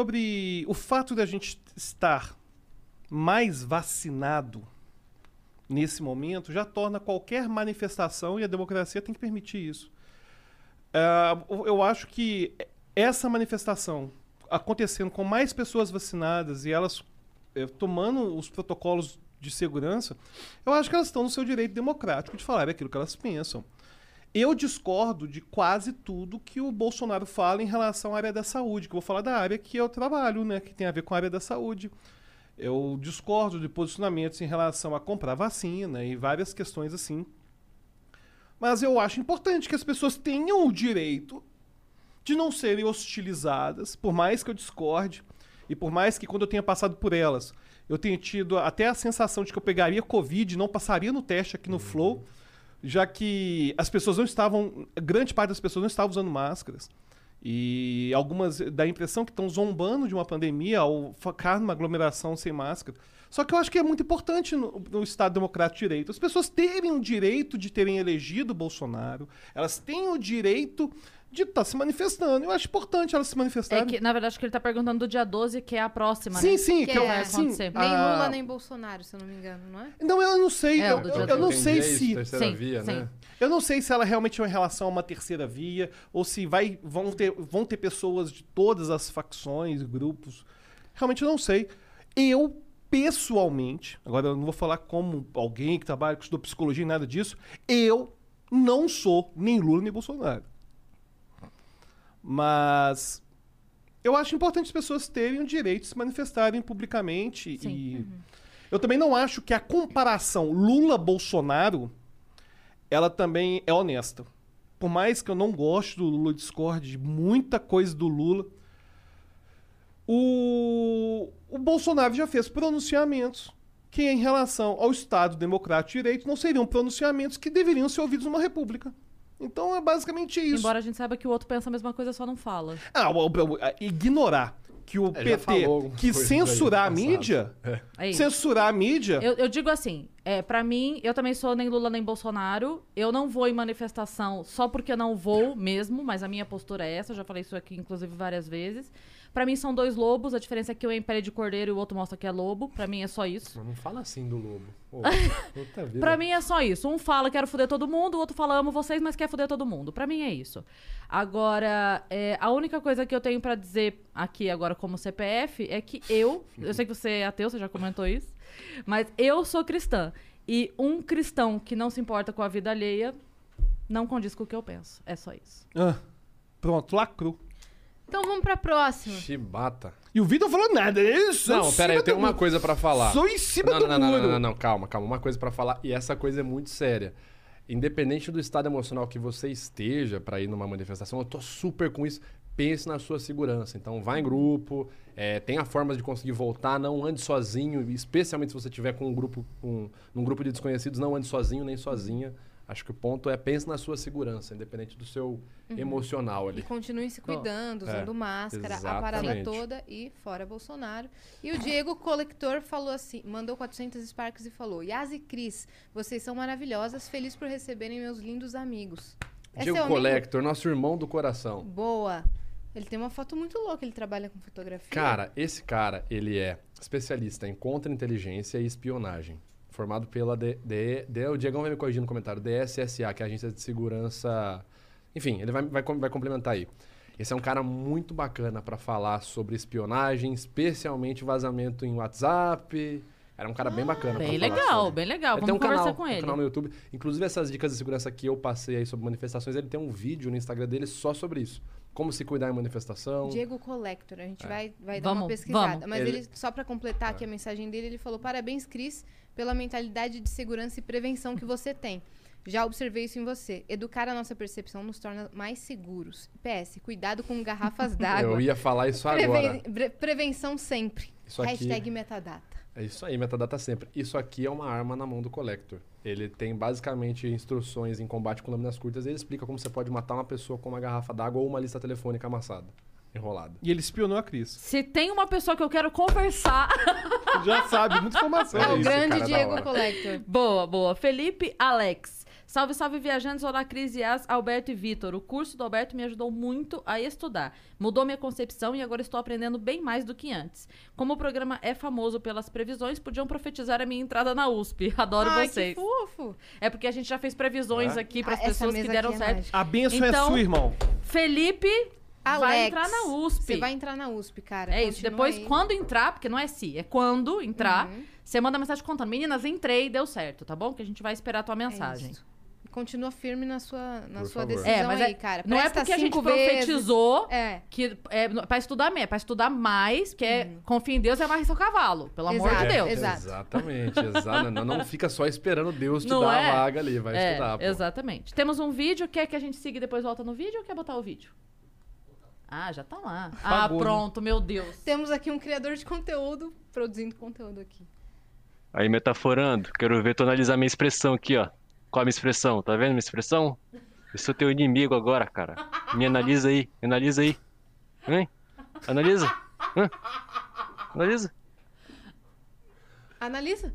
sobre o fato de a gente estar mais vacinado nesse momento, já torna qualquer manifestação, e a democracia tem que permitir isso. Uh, eu acho que essa manifestação acontecendo com mais pessoas vacinadas e elas eh, tomando os protocolos de segurança, eu acho que elas estão no seu direito democrático de falar aquilo que elas pensam. Eu discordo de quase tudo que o Bolsonaro fala em relação à área da saúde, que eu vou falar da área que eu trabalho, né, que tem a ver com a área da saúde. Eu discordo de posicionamentos em relação a comprar vacina e várias questões assim. Mas eu acho importante que as pessoas tenham o direito de não serem hostilizadas, por mais que eu discorde, e por mais que quando eu tenha passado por elas, eu tenha tido até a sensação de que eu pegaria Covid e não passaria no teste aqui no Flow, já que as pessoas não estavam, grande parte das pessoas não estavam usando máscaras. E algumas dá a impressão que estão zombando de uma pandemia ao ficar numa aglomeração sem máscara. Só que eu acho que é muito importante no, no Estado Democrático de Direito as pessoas terem o direito de terem elegido o Bolsonaro, elas têm o direito de estar tá se manifestando. Eu acho importante elas se manifestarem. É que, na verdade, acho que ele tá perguntando do dia doze, que é a próxima, sim, né? Sim, que, que é, vai acontecer. Sim, nem Ah, Lula, nem Bolsonaro, se eu não me engano, não é? Não, eu não sei. É, eu, o do eu, dia eu não doze. sei Entendi, se... isso, terceira Sim, via, sim. né? Eu não sei se ela realmente é em relação a uma terceira via, ou se vai, vão, ter, vão ter pessoas de todas as facções, grupos. Realmente eu não sei. Eu, pessoalmente, agora eu não vou falar como alguém que trabalha, que estudou psicologia e nada disso, eu não sou nem Lula nem Bolsonaro. Mas eu acho importante as pessoas terem o direito de se manifestarem publicamente. Sim. E Uhum. eu também não acho que a comparação Lula-Bolsonaro ela também é honesta. Por mais que eu não goste do Lula, discorde de muita coisa do Lula, o, o Bolsonaro já fez pronunciamentos que, em relação ao Estado Democrático de Direito, não seriam pronunciamentos que deveriam ser ouvidos numa república. Então é basicamente isso. Embora a gente saiba que o outro pensa a mesma coisa, só não fala. Ah, o- o- o- ignorar que o É, já P T falou algumas quis coisas censurar a aí no mídia, É isso. censurar a mídia, Eu, eu digo assim, é, pra mim, eu também sou nem Lula nem Bolsonaro. Eu não vou em manifestação só porque eu não vou mesmo, mas a minha postura é essa. Eu já falei isso aqui, inclusive, várias vezes. Pra mim, são dois lobos. A diferença é que um é em pele de cordeiro e o outro mostra que é lobo. Pra mim, é só isso. Mas não fala assim do lobo. Pô, puta vida. Pra mim, é só isso. Um fala, quero foder todo mundo. O outro fala, amo vocês, mas quer foder todo mundo. Pra mim, é isso. Agora, é, a única coisa que eu tenho pra dizer aqui agora como C P F é que eu... Eu sei que você é ateu, você já comentou isso. Mas eu sou cristã. E um cristão que não se importa com a vida alheia não condiz com o que eu penso. É só isso. ah, pronto, lacrou. Então vamos pra próxima. Chibata. E o Vitor falou nada, é isso? Não, em pera cima aí, eu tenho do uma muro. coisa pra falar. Sou em cima não, do não, não, muro. não, não, não, calma, calma. Uma coisa pra falar. E essa coisa é muito séria. Independente do estado emocional que você esteja pra ir numa manifestação, eu tô super com isso. Pense na sua segurança. Então, vá em grupo, é, tenha formas de conseguir voltar, não ande sozinho, especialmente se você estiver com um grupo, um, num grupo de desconhecidos, não ande sozinho nem sozinha. Acho que o ponto é pense na sua segurança, independente do seu emocional E ali. continue se cuidando, usando É, máscara, a parada exatamente. toda e fora Bolsonaro. E o Diego Colector falou assim, mandou quatrocentos Sparks e falou: Yas e Cris, vocês são maravilhosas, feliz por receberem meus lindos amigos. É Diego seu amigo? Collector, nosso irmão do coração. Boa. Ele tem uma foto muito louca, ele trabalha com fotografia. Cara, esse cara, ele é especialista em contra-inteligência e espionagem. Formado pela... D, D, D, o Diegão vai me corrigir no comentário. D S S A, que é a Agência de Segurança... Enfim, ele vai, vai, vai complementar aí. Esse é um cara muito bacana pra falar sobre espionagem, especialmente vazamento em WhatsApp. Era um cara bem bacana. Bem pra falar legal, sobre. bem legal. Ele Vamos tem um conversar canal, com um ele. canal no YouTube. Inclusive, essas dicas de segurança que eu passei aí sobre manifestações, ele tem um vídeo no Instagram dele só sobre isso. Como se cuidar em manifestação. Diego Collector, a gente vai, vai dar Vamos, uma pesquisada. vamos. Mas Ele- ele, só pra completar aqui a mensagem dele, ele falou: parabéns, Cris, pela mentalidade de segurança e prevenção que você tem. Já observei isso em você. Educar a nossa percepção nos torna mais seguros. P S, cuidado com garrafas d'água. Eu ia falar isso agora. Preven- pre- prevenção sempre. Isso aqui- Hashtag metadata. É isso aí, metadata sempre. Isso aqui é uma arma na mão do Collector. Ele tem basicamente instruções em combate com lâminas curtas e ele explica como você pode matar uma pessoa com uma garrafa d'água ou uma lista telefônica amassada, enrolada. E ele espionou a Cris. Se tem uma pessoa que eu quero conversar... Já sabe, muita informação. É, o isso, grande cara, da Diego hora. Collector. Boa, boa. Felipe Alex. Salve, salve, viajantes. Olá, Cris, Yas, Alberto e Vitor. O curso do Alberto me ajudou muito a estudar. Mudou minha concepção e agora estou aprendendo bem mais do que antes. Como o programa é famoso pelas previsões, podiam profetizar a minha entrada na U S P. Adoro Ai, vocês. que fofo. É porque a gente já fez previsões É? aqui para as Ah, essa pessoas que mesa deram aqui é certo. mágica. A benção Então, é sua, irmão. Felipe vai Alex, entrar na U S P. Você vai entrar na U S P, cara. É isso. Continua Depois, aí. quando entrar, porque não é se, é quando entrar, Uhum. você manda mensagem contando. Meninas, entrei, deu certo, tá bom? Que a gente vai esperar a tua É mensagem. isso. Continua firme na sua, na Por sua favor. decisão É, mas é- aí, cara. não é Presta porque a gente cinco vezes. profetizou É. que é pra estudar mesmo, é pra estudar mais, que é confia em Deus e amarre seu cavalo, pelo amor Exato, de Deus. é, exato. Exatamente, exato. Não, não fica só esperando Deus te Não dar é? a vaga ali, vai É, estudar, pô. exatamente. Temos um vídeo, quer que a gente siga e depois volta no vídeo ou quer botar o vídeo? Ah, já tá lá. Ah, Pagou, né? pronto, meu Deus. Temos aqui um criador de conteúdo produzindo conteúdo aqui. Aí, metaforando, quero ver tu analisar minha expressão aqui, ó. Qual a minha expressão? Tá vendo minha expressão? Eu sou teu inimigo agora, cara. Me analisa aí, me analisa aí. Hein? Analisa. Hã? Analisa. Analisa.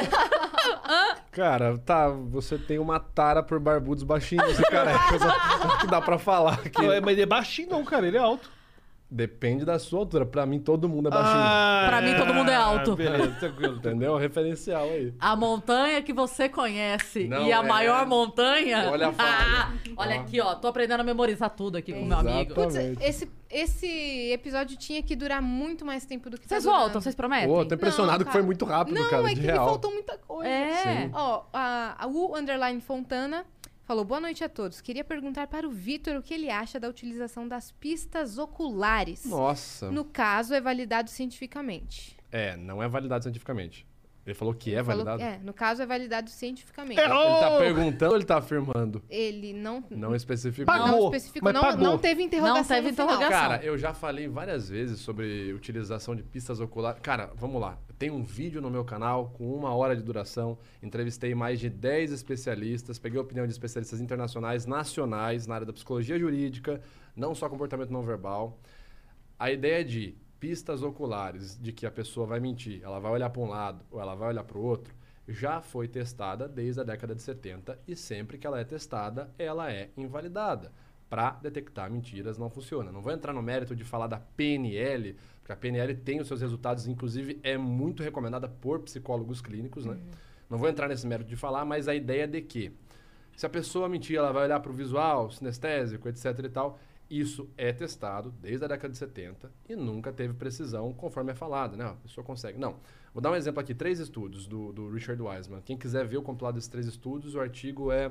Cara, tá, você tem uma tara por barbudos baixinhos e carecas. Acho que dá pra falar aqui. Não, é- mas ele é baixinho não, cara. Ele é alto. Depende da sua altura. Pra mim, todo mundo é baixinho. Ah, Pra mim, todo mundo é alto. Beleza, tranquilo. Entendeu? O referencial aí. A montanha que você conhece Não e a é. maior montanha. Olha a falha. Olha Ó. aqui, ó. Tô aprendendo a memorizar tudo aqui com o meu amigo. Exato. Putz, Exatamente. esse, esse episódio tinha que durar muito mais tempo do que Vocês tá durando. voltam, vocês prometem? Pô, tô impressionado Não, que foi cara. muito rápido, Não, cara, é de que real. me faltou muita coisa. É. Sim. Ó, a, a U Underline Fontana falou, boa noite a todos. Queria perguntar para o Vitor o que ele acha da utilização das pistas oculares. Nossa. No caso, é validado cientificamente. É, não é validado cientificamente. Ele falou que é Falou- validado? é, no caso, é validado cientificamente. Ele tá perguntando ou ele tá afirmando? Ele não, Não especificou. não Pagou, especificou, mas não, pagou. não teve interrogação Não teve no final. interrogação. Cara, eu já falei várias vezes sobre utilização de pistas oculares. Cara, vamos lá. Tem um vídeo no meu canal com uma hora de duração. Entrevistei mais de dez especialistas. Peguei a opinião de especialistas internacionais, nacionais, na área da psicologia jurídica, não só comportamento não verbal. A ideia de pistas oculares, de que a pessoa vai mentir, ela vai olhar para um lado ou ela vai olhar para o outro, já foi testada desde a década de setenta e sempre que ela é testada, ela é invalidada. Para detectar mentiras não funciona. Não vou entrar no mérito de falar da P N L, porque a P N L tem os seus resultados, inclusive é muito recomendada por psicólogos clínicos, né? Não vou entrar nesse mérito de falar, mas a ideia é de que se a pessoa mentir, ela vai olhar para o visual, sinestésico, etc e tal. Isso é testado desde a década de setenta e nunca teve precisão, conforme é falado, né? A pessoa consegue. Não. Vou dar um exemplo aqui. Três estudos do, do Richard Wiseman. Quem quiser ver o compilado desses três estudos, o artigo é,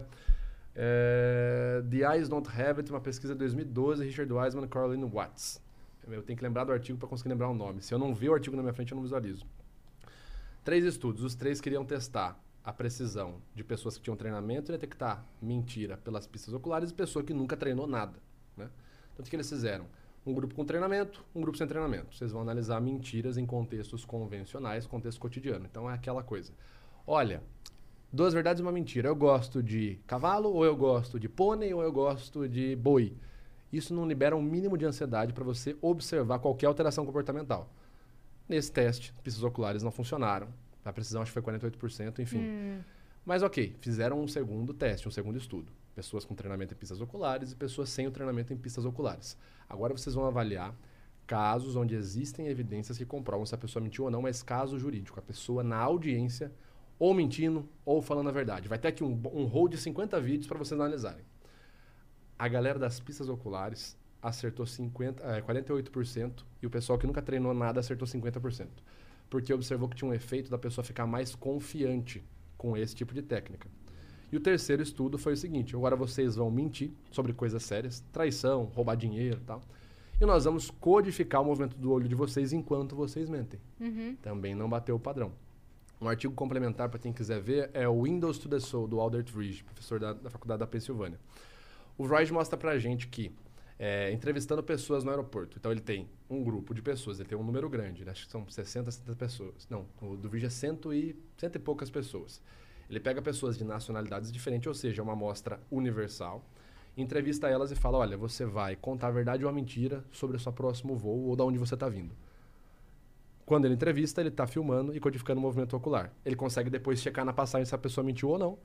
é The Eyes Don't Have It, uma pesquisa de dois mil e doze, Richard Wiseman e Caroline Watts. Eu tenho que lembrar do artigo para conseguir lembrar o nome. Se eu não ver o artigo na minha frente, eu não visualizo. Três estudos. Os três queriam testar a precisão de pessoas que tinham treinamento e detectar mentira pelas pistas oculares e pessoa que nunca treinou nada, né? Então, o que eles fizeram? Um grupo com treinamento, um grupo sem treinamento. Vocês vão analisar mentiras em contextos convencionais, contexto cotidiano. Então, é aquela coisa. Olha, duas verdades e uma mentira. Eu gosto de cavalo, ou eu gosto de pônei, ou eu gosto de boi. Isso não libera um mínimo de ansiedade para você observar qualquer alteração comportamental. Nesse teste, pistas oculares não funcionaram. A precisão acho que foi quarenta e oito por cento, enfim. Hum. Mas ok, fizeram um segundo teste, um segundo estudo. Pessoas com treinamento em pistas oculares e pessoas sem o treinamento em pistas oculares. Agora vocês vão avaliar casos onde existem evidências que comprovam se a pessoa mentiu ou não, mas caso jurídico. A pessoa na audiência, ou mentindo, ou falando a verdade. Vai ter aqui um, um roll de cinquenta vídeos para vocês analisarem. A galera das pistas oculares acertou cinquenta, é, quarenta e oito por cento e o pessoal que nunca treinou nada acertou cinquenta por cento. Porque observou que tinha um efeito da pessoa ficar mais confiante com esse tipo de técnica. E o terceiro estudo foi o seguinte, agora vocês vão mentir sobre coisas sérias, traição, roubar dinheiro e tal, e nós vamos codificar o movimento do olho de vocês enquanto vocês mentem. Uhum. Também não bateu o padrão. Um artigo complementar para quem quiser ver é o Windows to the Soul, do Aldert Ridge, professor da, da Faculdade da Pensilvânia. O Ridge mostra pra gente que, é, entrevistando pessoas no aeroporto, então ele tem um grupo de pessoas, ele tem um número grande, acho que são sessenta, setenta pessoas. Não, o do Ridge é cento e, cento e poucas pessoas. Ele pega pessoas de nacionalidades diferentes, ou seja, uma amostra universal, entrevista elas e fala, olha, você vai contar a verdade ou a mentira sobre o seu próximo voo ou de onde você está vindo. Quando ele entrevista, ele está filmando e codificando o movimento ocular. Ele consegue depois checar na passagem se a pessoa mentiu ou não.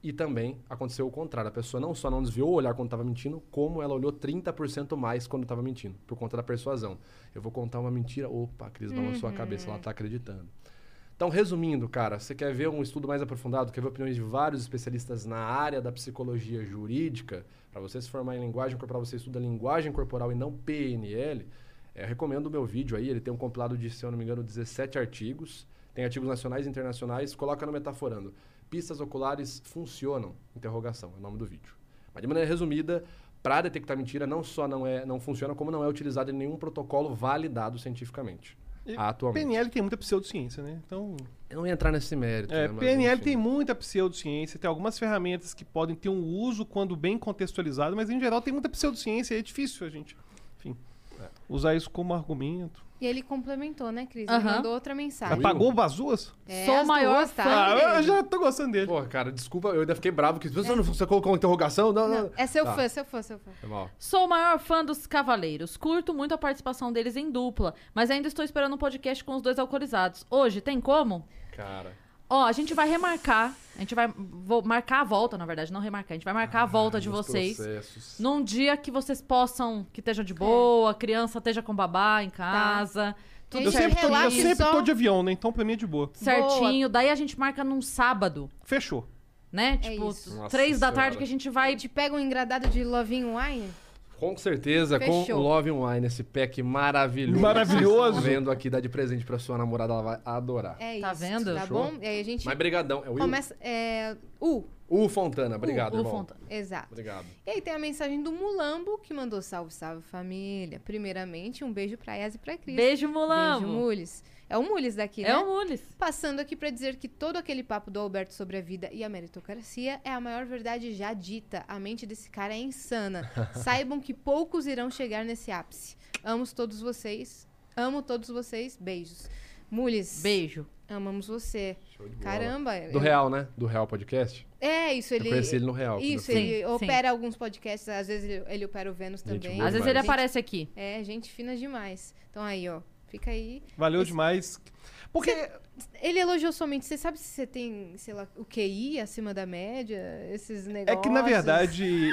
E também aconteceu o contrário. A pessoa não só não desviou o olhar quando estava mentindo, como ela olhou trinta por cento mais quando estava mentindo, por conta da persuasão. Eu vou contar uma mentira. Opa, a Cris balançou Uhum. a cabeça, ela está acreditando. Então, resumindo, cara, você quer ver um estudo mais aprofundado, quer ver opiniões de vários especialistas na área da psicologia jurídica, para você se formar em linguagem corporal, você estuda linguagem corporal e não P N L, é, eu recomendo o meu vídeo aí, ele tem um compilado de, se eu não me engano, dezessete artigos, tem artigos nacionais e internacionais, coloca no Metaforando. Pistas oculares funcionam? Interrogação, é o nome do vídeo. Mas de maneira resumida, para detectar mentira, não só não, é, não funciona, como não é utilizado em nenhum protocolo validado cientificamente. E Atualmente. P N L tem muita pseudociência, né? Então, Eu não ia entrar nesse mérito. é, né, mas P N L enfim. tem muita pseudociência, tem algumas ferramentas que podem ter um uso quando bem contextualizado, mas em geral tem muita pseudociência e é difícil a gente, enfim, É. usar isso como argumento. E ele complementou, né, Cris? Ele Aham. mandou outra mensagem. Apagou o Azuas? É, Sou as o maior duas, tá? fã Ah, Beijo. eu já tô gostando dele. Pô, cara, desculpa, eu ainda fiquei bravo que você não você colocou uma interrogação. Não, não. Não, é seu Tá. fã, seu fã, seu fã. Foi mal. Sou o maior fã dos Cavaleiros. Curto muito a participação deles em dupla, mas ainda estou esperando um podcast com os dois alcoolizados. Hoje, tem como? Cara. Ó, a gente vai remarcar. A gente vai vou marcar a volta, na verdade, não remarcar. A gente vai marcar a volta de Nos vocês. processos. Num dia que vocês possam, que esteja de boa, a criança esteja com babá em Tá. casa. Tudo Eu Gente, sempre, tô, eu relaxe sempre só. tô de avião, né? Então pra mim é de boa. certinho. Daí a gente marca num sábado, Fechou. né? Tipo, isso. Nossa três da Senhora. tarde que a gente A vai. gente pega um engradado de Lovinho Wine? Com certeza, com Fechou. o Love and Wine, esse pack maravilhoso. Maravilhoso. Vocês estão vendo aqui, dá de presente pra sua namorada, ela vai adorar. É Tá isso. vendo? Tá Fechou? bom? E aí a gente Mas brigadão. É o Will? começa... É... U. U Fontana, obrigado, o, o irmão. Fonta- Exato. Obrigado. E aí tem a mensagem do Mulambo, que mandou salve, salve família. Primeiramente, um beijo pra Yas e pra Cris. Beijo, Mulambo. Beijo, Mules. É o Mules daqui, É né? o Mules. Passando aqui pra dizer que todo aquele papo do Alberto sobre a vida e a meritocracia é a maior verdade já dita. A mente desse cara é insana. Saibam que poucos irão chegar nesse ápice. Amo todos vocês. Amo todos vocês. Beijos. Mules, Beijo. amamos você. Show de bola. Caramba. Do eu- Real, né? Do Real Podcast. É, isso, ele... Eu conheci ele no Real. quando eu Isso, fui. ele Sim, opera alguns podcasts, às vezes ele, ele opera o Vênus Gente também. boa Às vezes demais. ele Gente- aparece aqui. É, gente fina demais. Então aí, ó, fica aí. Valeu Esse- demais. Porque Ele elogiou somente. Você sabe se você tem, sei lá, o Q I acima da média? Esses é negócios? que, na verdade...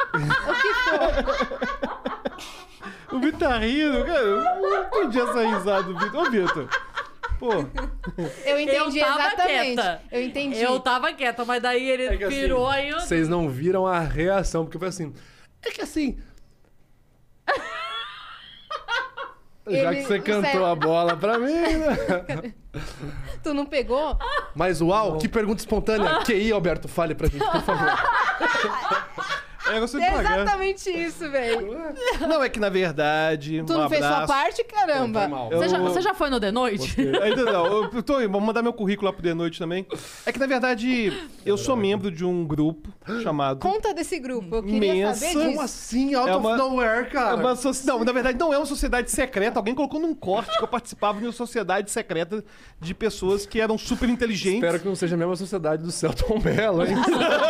o Vitor tá rindo, cara. Eu não entendi essa risada do Vitor. Ô, Vitor. Pô, Eu entendi Eu tava exatamente. quieta. Eu entendi. Eu tava quieta, mas daí ele É que assim, virou aí. eu- Vocês não viram a reação, porque foi assim. É que assim. Já Ele- que você o cantou céu- a bola pra mim, né? Tu não pegou? Mas uau, que pergunta espontânea. Q I, Alberto, fale pra gente, por favor. é você de É pagar. exatamente isso, velho. Não, é que, na verdade... Tu um não fez sua abraço. parte, caramba. Foi mal. Você, já, Eu- você já foi no The Noite? Ainda não. Eu tô, vou mandar meu currículo lá pro The Noite também. É que, na verdade, eu sou membro de um grupo chamado... Conta desse grupo. Eu queria Imensa. saber Como disso. assim? Out É of uma- nowhere, É cara. uma soci- Não, na verdade não é uma sociedade secreta. Alguém colocou num corte que eu participava de uma sociedade secreta de pessoas que eram super inteligentes. Espero que não seja a mesma sociedade do Celton Mello, hein?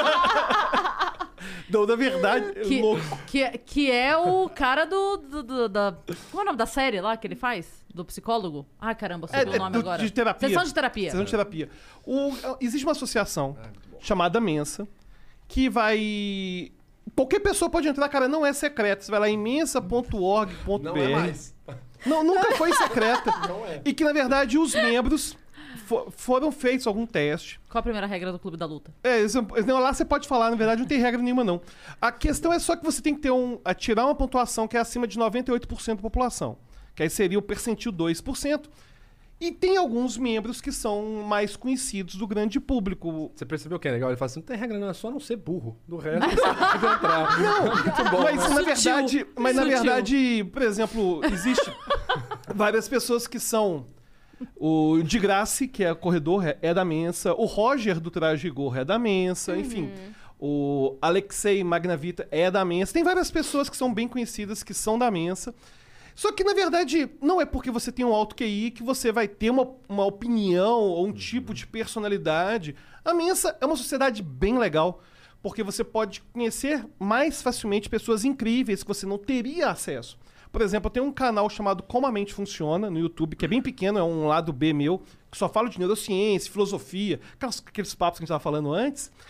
Não, na verdade, Que, louco. que, que é o cara do, do- do- da... Qual é o nome da série lá que ele faz? Do psicólogo? Ai, caramba, eu É, sei o é nome do- agora. de terapia. Sessão de terapia. Sessão de terapia. O- existe uma associação chamada Mensa que vai... Qualquer pessoa pode entrar, cara, não é secreta. Você vai lá em mensa ponto org ponto Não br. é mais. Não, nunca foi secreta. Não é. E que, na verdade, os membros fo- foram feitos algum teste. Qual a primeira regra do Clube da Luta? É, isso- não, lá você pode falar, na verdade, não tem regra nenhuma, não. A questão é só que você tem que ter um. a tirar uma pontuação que é acima de noventa e oito por cento da população. Que aí seria o percentil dois por cento. E tem alguns membros que são mais conhecidos do grande público. Você percebeu que é legal? Ele fala assim, não tem regra não, é só não ser burro. Do resto, você pode entrar. Não, muito bom. Mas, na Sutil. verdade, mas na Sutil. verdade, por exemplo, existe várias pessoas que são. O de Graça, que é corredor, é- é da Mensa. O Roger do Traje Rigor é da Mensa. Enfim, o Alexei Magnavita é da Mensa. Tem várias pessoas que são bem conhecidas que são da Mensa. Só que, na verdade, não é porque você tem um alto Q I que você vai ter uma, uma opinião ou um tipo de personalidade. A Mensa é uma sociedade bem legal, porque você pode conhecer mais facilmente pessoas incríveis que você não teria acesso. Por exemplo, eu tenho um canal chamado Como a Mente Funciona no YouTube, que é bem pequeno, é um lado B meu, que só fala de neurociência, filosofia, aquelas- aqueles papos que a gente estava falando antes.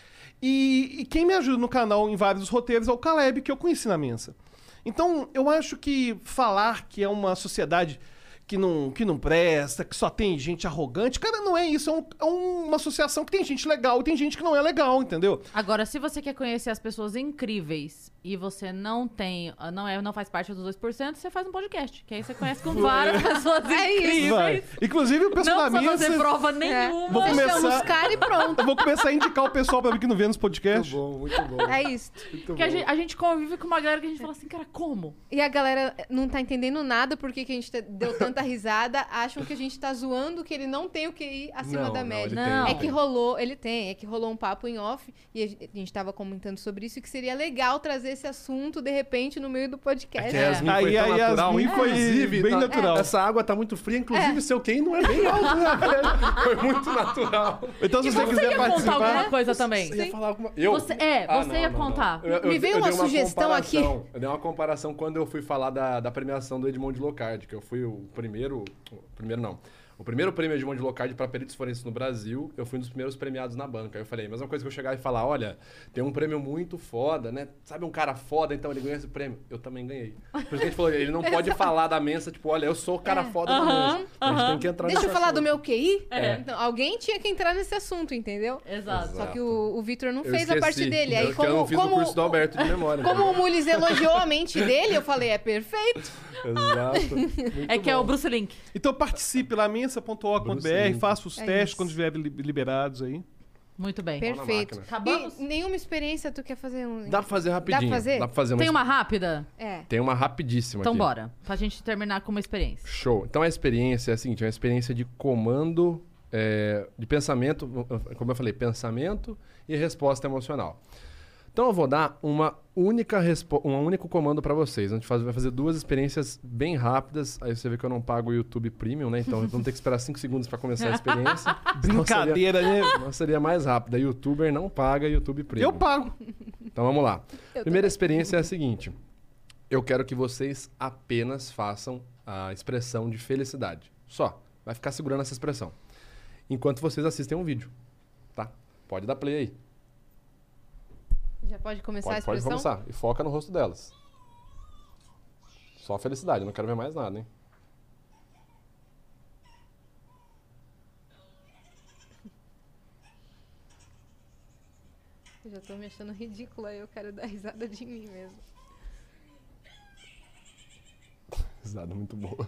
E, e quem me ajuda no canal em vários roteiros é o Caleb, que eu conheci na Mensa. Então, eu acho que falar que é uma sociedade que não, que não presta, que só tem gente arrogante, cara, não é isso. É, um- é uma associação que tem gente legal e tem gente que não é legal, entendeu? Agora, se você quer conhecer as pessoas incríveis e você não tem, não, é, não faz parte dos dois por cento, você faz um podcast. Que aí você conhece com várias pessoas É isso. Vai. incríveis. Inclusive, o pessoal Não da precisa Mensa... fazer prova É. nenhuma. Vou Você começar- chama os caras e pronto. Eu vou começar a indicar o pessoal pra mim que não vê nos podcasts. Muito bom, muito bom. É isso. Muito Porque a bom. gente, a gente convive com uma galera que a gente fala assim, cara, como? E a galera não tá entendendo nada porque que a gente tá- deu tanta risada, acham que a gente tá zoando que ele não tem o Q I acima Não, da não, média. ele Não. tem, É que rolou, ele tem, é que rolou um papo em off e a gente- a gente tava comentando sobre isso e que seria legal trazer esse assunto de repente no meio do podcast. É que a Yasmin Aí foi a tão natural. Yasmin foi Inclusive, bem na- natural. Essa água tá muito fria, inclusive seu Q I não é bem alto, né, velho? Foi muito natural. Então, se E você você quiser ia contar alguma participar... coisa também? Você ia falar alguma... Eu? Você- é, Ah, você não, ia não, não. contar. Eu- eu- Me veio eu uma dei sugestão aqui. comparação. Eu dei uma comparação quando eu fui falar da, da premiação do Edmond Locard, que eu fui o primeiro... O primeiro não. O primeiro prêmio Edmond Locard para peritos forenses no Brasil, eu fui um dos primeiros premiados na banca. Aí eu falei, a mesma coisa que eu chegar e falar, olha, tem um prêmio muito foda, né? Sabe um cara foda, então ele ganha esse prêmio? Eu também ganhei. Por isso que a gente falou, ele não pode falar da Mensa, tipo, olha, eu sou o cara foda da Aham, Mensa. A gente tem que entrar Deixa eu nesse falar do assunto. meu Q I? É. Então, alguém tinha que entrar nesse assunto, entendeu? Exato. Só que o, o Victor não Eu fez a parte esqueci. dele. Eu, Aí, que como, eu não fiz como, o curso do Alberto de memória. como o Mules elogiou a mente dele, eu falei, é perfeito. Exato. Muito É que é o bom. Bruce Link. Então participe lá, mensa ponto org ponto b r, Bruce faça os É testes isso. quando estiverem li- liberados aí. Muito bem. na Perfeito. máquina. Acabamos? E nenhuma experiência tu quer fazer um... Dá pra fazer rapidinho. Dá pra fazer? Dá pra fazer uma... Tem uma rápida? É. Tem uma rapidíssima Então aqui. bora. Pra gente terminar com uma experiência. Show. Então a experiência é a seguinte, é uma experiência de comando, é, de pensamento, como eu falei, pensamento e resposta emocional. Então eu vou dar uma única respo- um único comando para vocês. A gente faz- vai fazer duas experiências bem rápidas. Aí você vê que eu não pago o YouTube Premium, né? Então vamos ter que esperar cinco segundos para começar a experiência. Brincadeira, né? Não seria mais rápida. YouTuber não paga YouTube Premium. Eu pago. Então vamos lá. Primeira experiência é a seguinte. Eu quero que vocês apenas façam a expressão de felicidade. Só. Vai ficar segurando essa expressão. Enquanto vocês assistem um vídeo. Tá? Pode dar play aí. Já pode começar a Pode, pode expressão? começar. E foca no rosto delas. Só felicidade. Eu não quero ver mais nada, hein? Eu já tô me achando ridícula, eu quero dar risada de mim mesmo. Risada muito boa.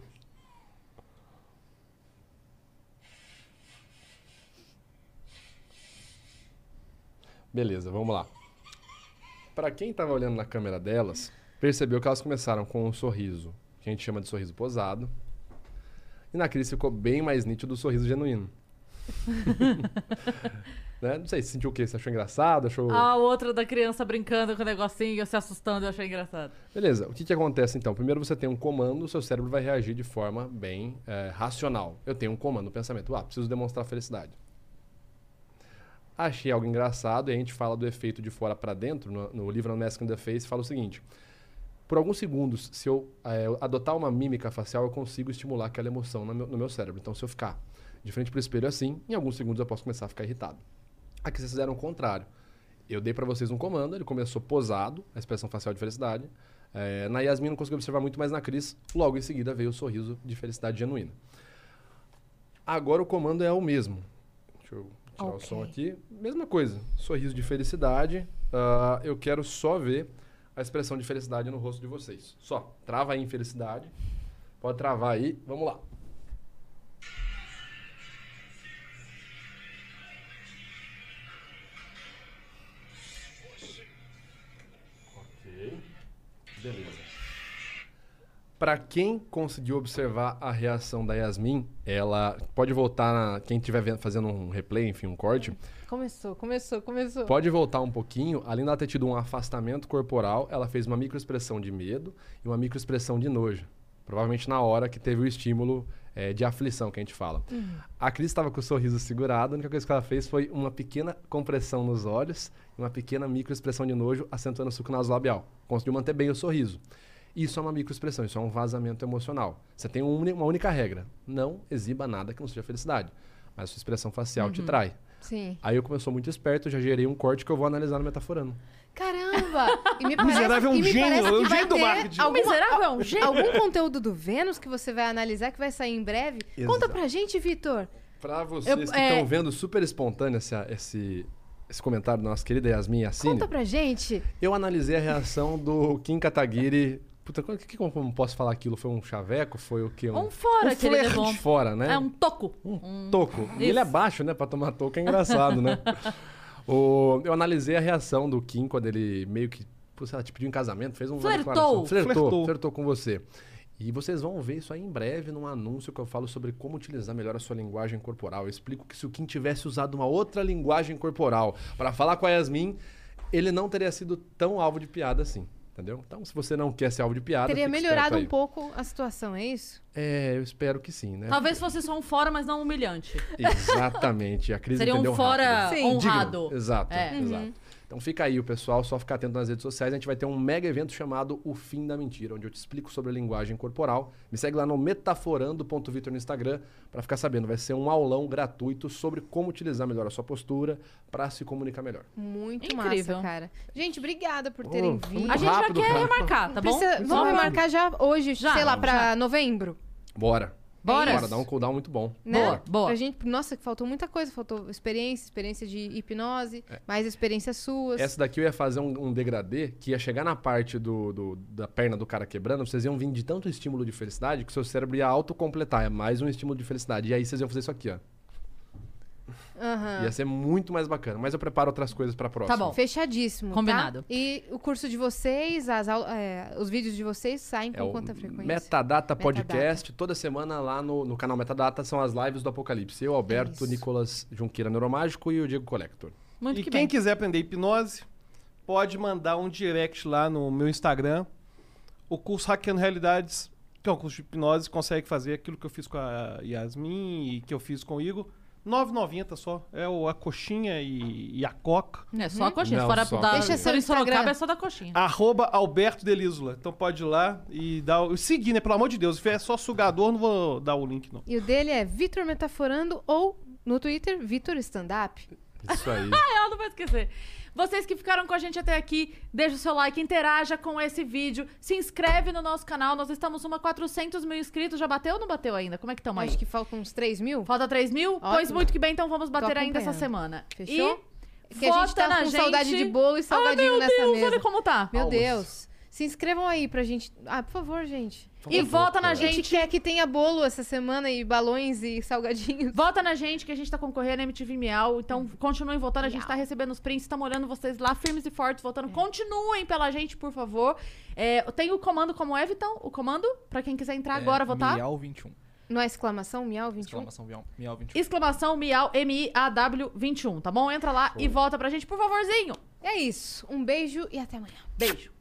Beleza, vamos lá. Para quem estava olhando na câmera delas, percebeu que elas começaram com um sorriso, que a gente chama de sorriso posado. E na Cris ficou bem mais nítido o sorriso genuíno. Né? Não sei, você sentiu o quê? Você achou engraçado? Achou... A outra da criança brincando com o negocinho e eu se assustando, eu achei engraçado. Beleza, o que, que acontece então? Primeiro você tem um comando, o seu cérebro vai reagir de forma bem é, racional. Eu tenho um comando, um pensamento, ah, preciso demonstrar felicidade. Achei algo engraçado e a gente fala do efeito de fora para dentro, no, no livro Unmasking the Face, fala o seguinte, por alguns segundos, se eu é, adotar uma mímica facial, eu consigo estimular aquela emoção no meu, no meu cérebro. Então, se eu ficar de frente para o espelho assim, em alguns segundos eu posso começar a ficar irritado. Aqui vocês fizeram o contrário. Eu dei para vocês um comando, ele começou posado, a expressão facial de felicidade. É, na Yasmin não consegui observar muito, mas na Cris, logo em seguida veio o sorriso de felicidade genuína. Agora o comando é o mesmo. Deixa eu tirar Ok. o som aqui. Mesma coisa, sorriso de felicidade. Ah, eu quero só ver a expressão de felicidade no rosto de vocês. Só, trava aí em felicidade. Pode travar aí, vamos lá. Ok, beleza. Para quem conseguiu observar a reação da Yasmin, ela pode voltar, na, quem estiver fazendo um replay, enfim, um corte, Começou, começou, começou. pode voltar um pouquinho. Além dela ter tido um afastamento corporal, ela fez uma microexpressão de medo e uma microexpressão de nojo. Provavelmente na hora que teve o estímulo é, de aflição, que a gente fala. Uhum. A Cris estava com o sorriso segurado, a única coisa que ela fez foi uma pequena compressão nos olhos e uma pequena microexpressão de nojo, acentuando o suco nasolabial. Conseguiu manter bem o sorriso. Isso é uma microexpressão, isso é um vazamento emocional. Você tem um uni- uma única regra, não exiba nada que não seja felicidade. Mas a sua expressão facial te trai. Sim. Aí eu, como eu sou muito esperto, eu já gerei um corte que eu vou analisar no Metaforando. Caramba! E me parece, Miserável é um e me gênio, parece é um que vai gênio do ter marketing. alguma- Miserável é um gênio. Algum conteúdo do Vênus que você vai analisar, que vai sair em breve. Exato. Conta pra gente, Vitor. Pra vocês Eu- que é- estão vendo super espontâneo esse, esse, esse comentário da nossa querida Yasmin Yassine, Conta pra gente. eu analisei a reação do Kim Kataguiri. Puta, como, que, como posso falar aquilo? Foi um chaveco? Foi o quê? Um fora um que ele flerte levou. fora, né? É um toco. Um toco. E Isso. ele é baixo, né? Pra tomar toco é engraçado, né? O, eu analisei a reação do Kim quando ele meio que, pô, sei lá, te pediu em casamento, fez um... Flertou. Flertou, flertou. Flertou. Flertou com você. E vocês vão ver isso aí em breve num anúncio que eu falo sobre como utilizar melhor a sua linguagem corporal. Eu explico que se o Kim tivesse usado uma outra linguagem corporal para falar com a Yasmin, ele não teria sido tão alvo de piada assim. Entendeu? Então, se você não quer ser alvo de piada, Teria fique melhorado esperto um aí. pouco a situação, é isso? É, eu espero que sim, né? Talvez fosse só um fora, mas não humilhante. Exatamente. A Cris Seria um entendeu fora rápido. Sim. honrado. Digno. Exato, É. exato. Então fica aí o pessoal, só ficar atento nas redes sociais. A gente vai ter um mega evento chamado O Fim da Mentira, onde eu te explico sobre a linguagem corporal. Me segue lá no metaforando ponto vitor no Instagram para ficar sabendo. Vai ser um aulão gratuito sobre como utilizar melhor a sua postura para se comunicar melhor. Muito Incrível. massa, cara. Gente, obrigada por terem Oh, vindo. muito A gente rápido, já quer cara. remarcar, tá bom? Precisa- Muito vamos rápido. remarcar já hoje, Já, sei lá, pra já. novembro. Bora. Bora. Bora, dá um cooldown muito bom. Né? Boa, boa. Pra gente, nossa, que faltou muita coisa. Faltou experiência, experiência de hipnose, mais experiências suas. Essa daqui eu ia fazer um, um degradê que ia chegar na parte do, do- da perna do cara quebrando, vocês iam vir de tanto estímulo de felicidade que o seu cérebro ia autocompletar. É mais um estímulo de felicidade. E aí vocês iam fazer isso aqui, ó. Aham. Ia ser muito mais bacana. Mas eu preparo outras coisas pra próxima. Tá bom. Fechadíssimo. Combinado. Tá? E o curso de vocês, as aula- é, os vídeos de vocês saem É com o quanta frequência? Metadata Metadata. Podcast. Toda semana lá no, no canal Metadata são as lives do Apocalipse. Eu, Alberto, Isso. Nicolas Junqueira Neuromágico e o Diego Collector. Muito E que quem bem. quiser aprender hipnose, pode mandar um direct lá no meu Instagram. O curso Hackeando Realidades, que é um curso de hipnose, consegue fazer aquilo que eu fiz com a Yasmin e que eu fiz com o Igor. nove reais e noventa centavos só. É o, a coxinha e, e a coca. É só a coxinha. Não, Se for só. da, Deixa se seu for em Sorocaba, Instagram. é só da coxinha. Arroba Alberto Delísula. Então pode ir lá e dar o... Seguir, né? Pelo amor de Deus. Se é só sugador, não vou dar o link, não. E o dele é Vitor Metaforando ou no Twitter, Vitor Standup. Isso aí. Ela não vai esquecer. Vocês que ficaram com a gente até aqui, deixa o seu like, interaja com esse vídeo, se inscreve no nosso canal. Nós estamos uma quatrocentos mil inscritos. Já bateu ou não bateu ainda? Como é que estamos aí? Acho que faltam uns três mil. Falta três mil? Pois muito que bem, então vamos bater Tô ainda essa acompanhando. semana. Fechou? E Que a gente vota tá na com gente. saudade de bolo e Ah, salgadinho meu nessa Deus, mesa. olha como tá. Meu Palmas. Deus. Se inscrevam aí pra gente. Ah, por favor, gente. E vota na A gente gente. quer que tenha bolo essa semana e balões e salgadinhos. Vota na gente, que a gente tá concorrendo na M T V Miau. Então, continuem votando. A gente Miau. tá recebendo os prints, estamos olhando vocês lá, firmes e fortes, votando. Continuem pela gente, por favor. É, tem o comando como é, Vitão? O comando? Pra quem quiser entrar agora, votar. Miau vinte e um. Não é exclamação, miau vinte e um? Exclamação Miau, Miau vinte e um. Exclamação Miau, M I A W vinte e um, tá bom? Entra lá e vota pra gente, por favorzinho. É isso. Um beijo e até amanhã. Beijo.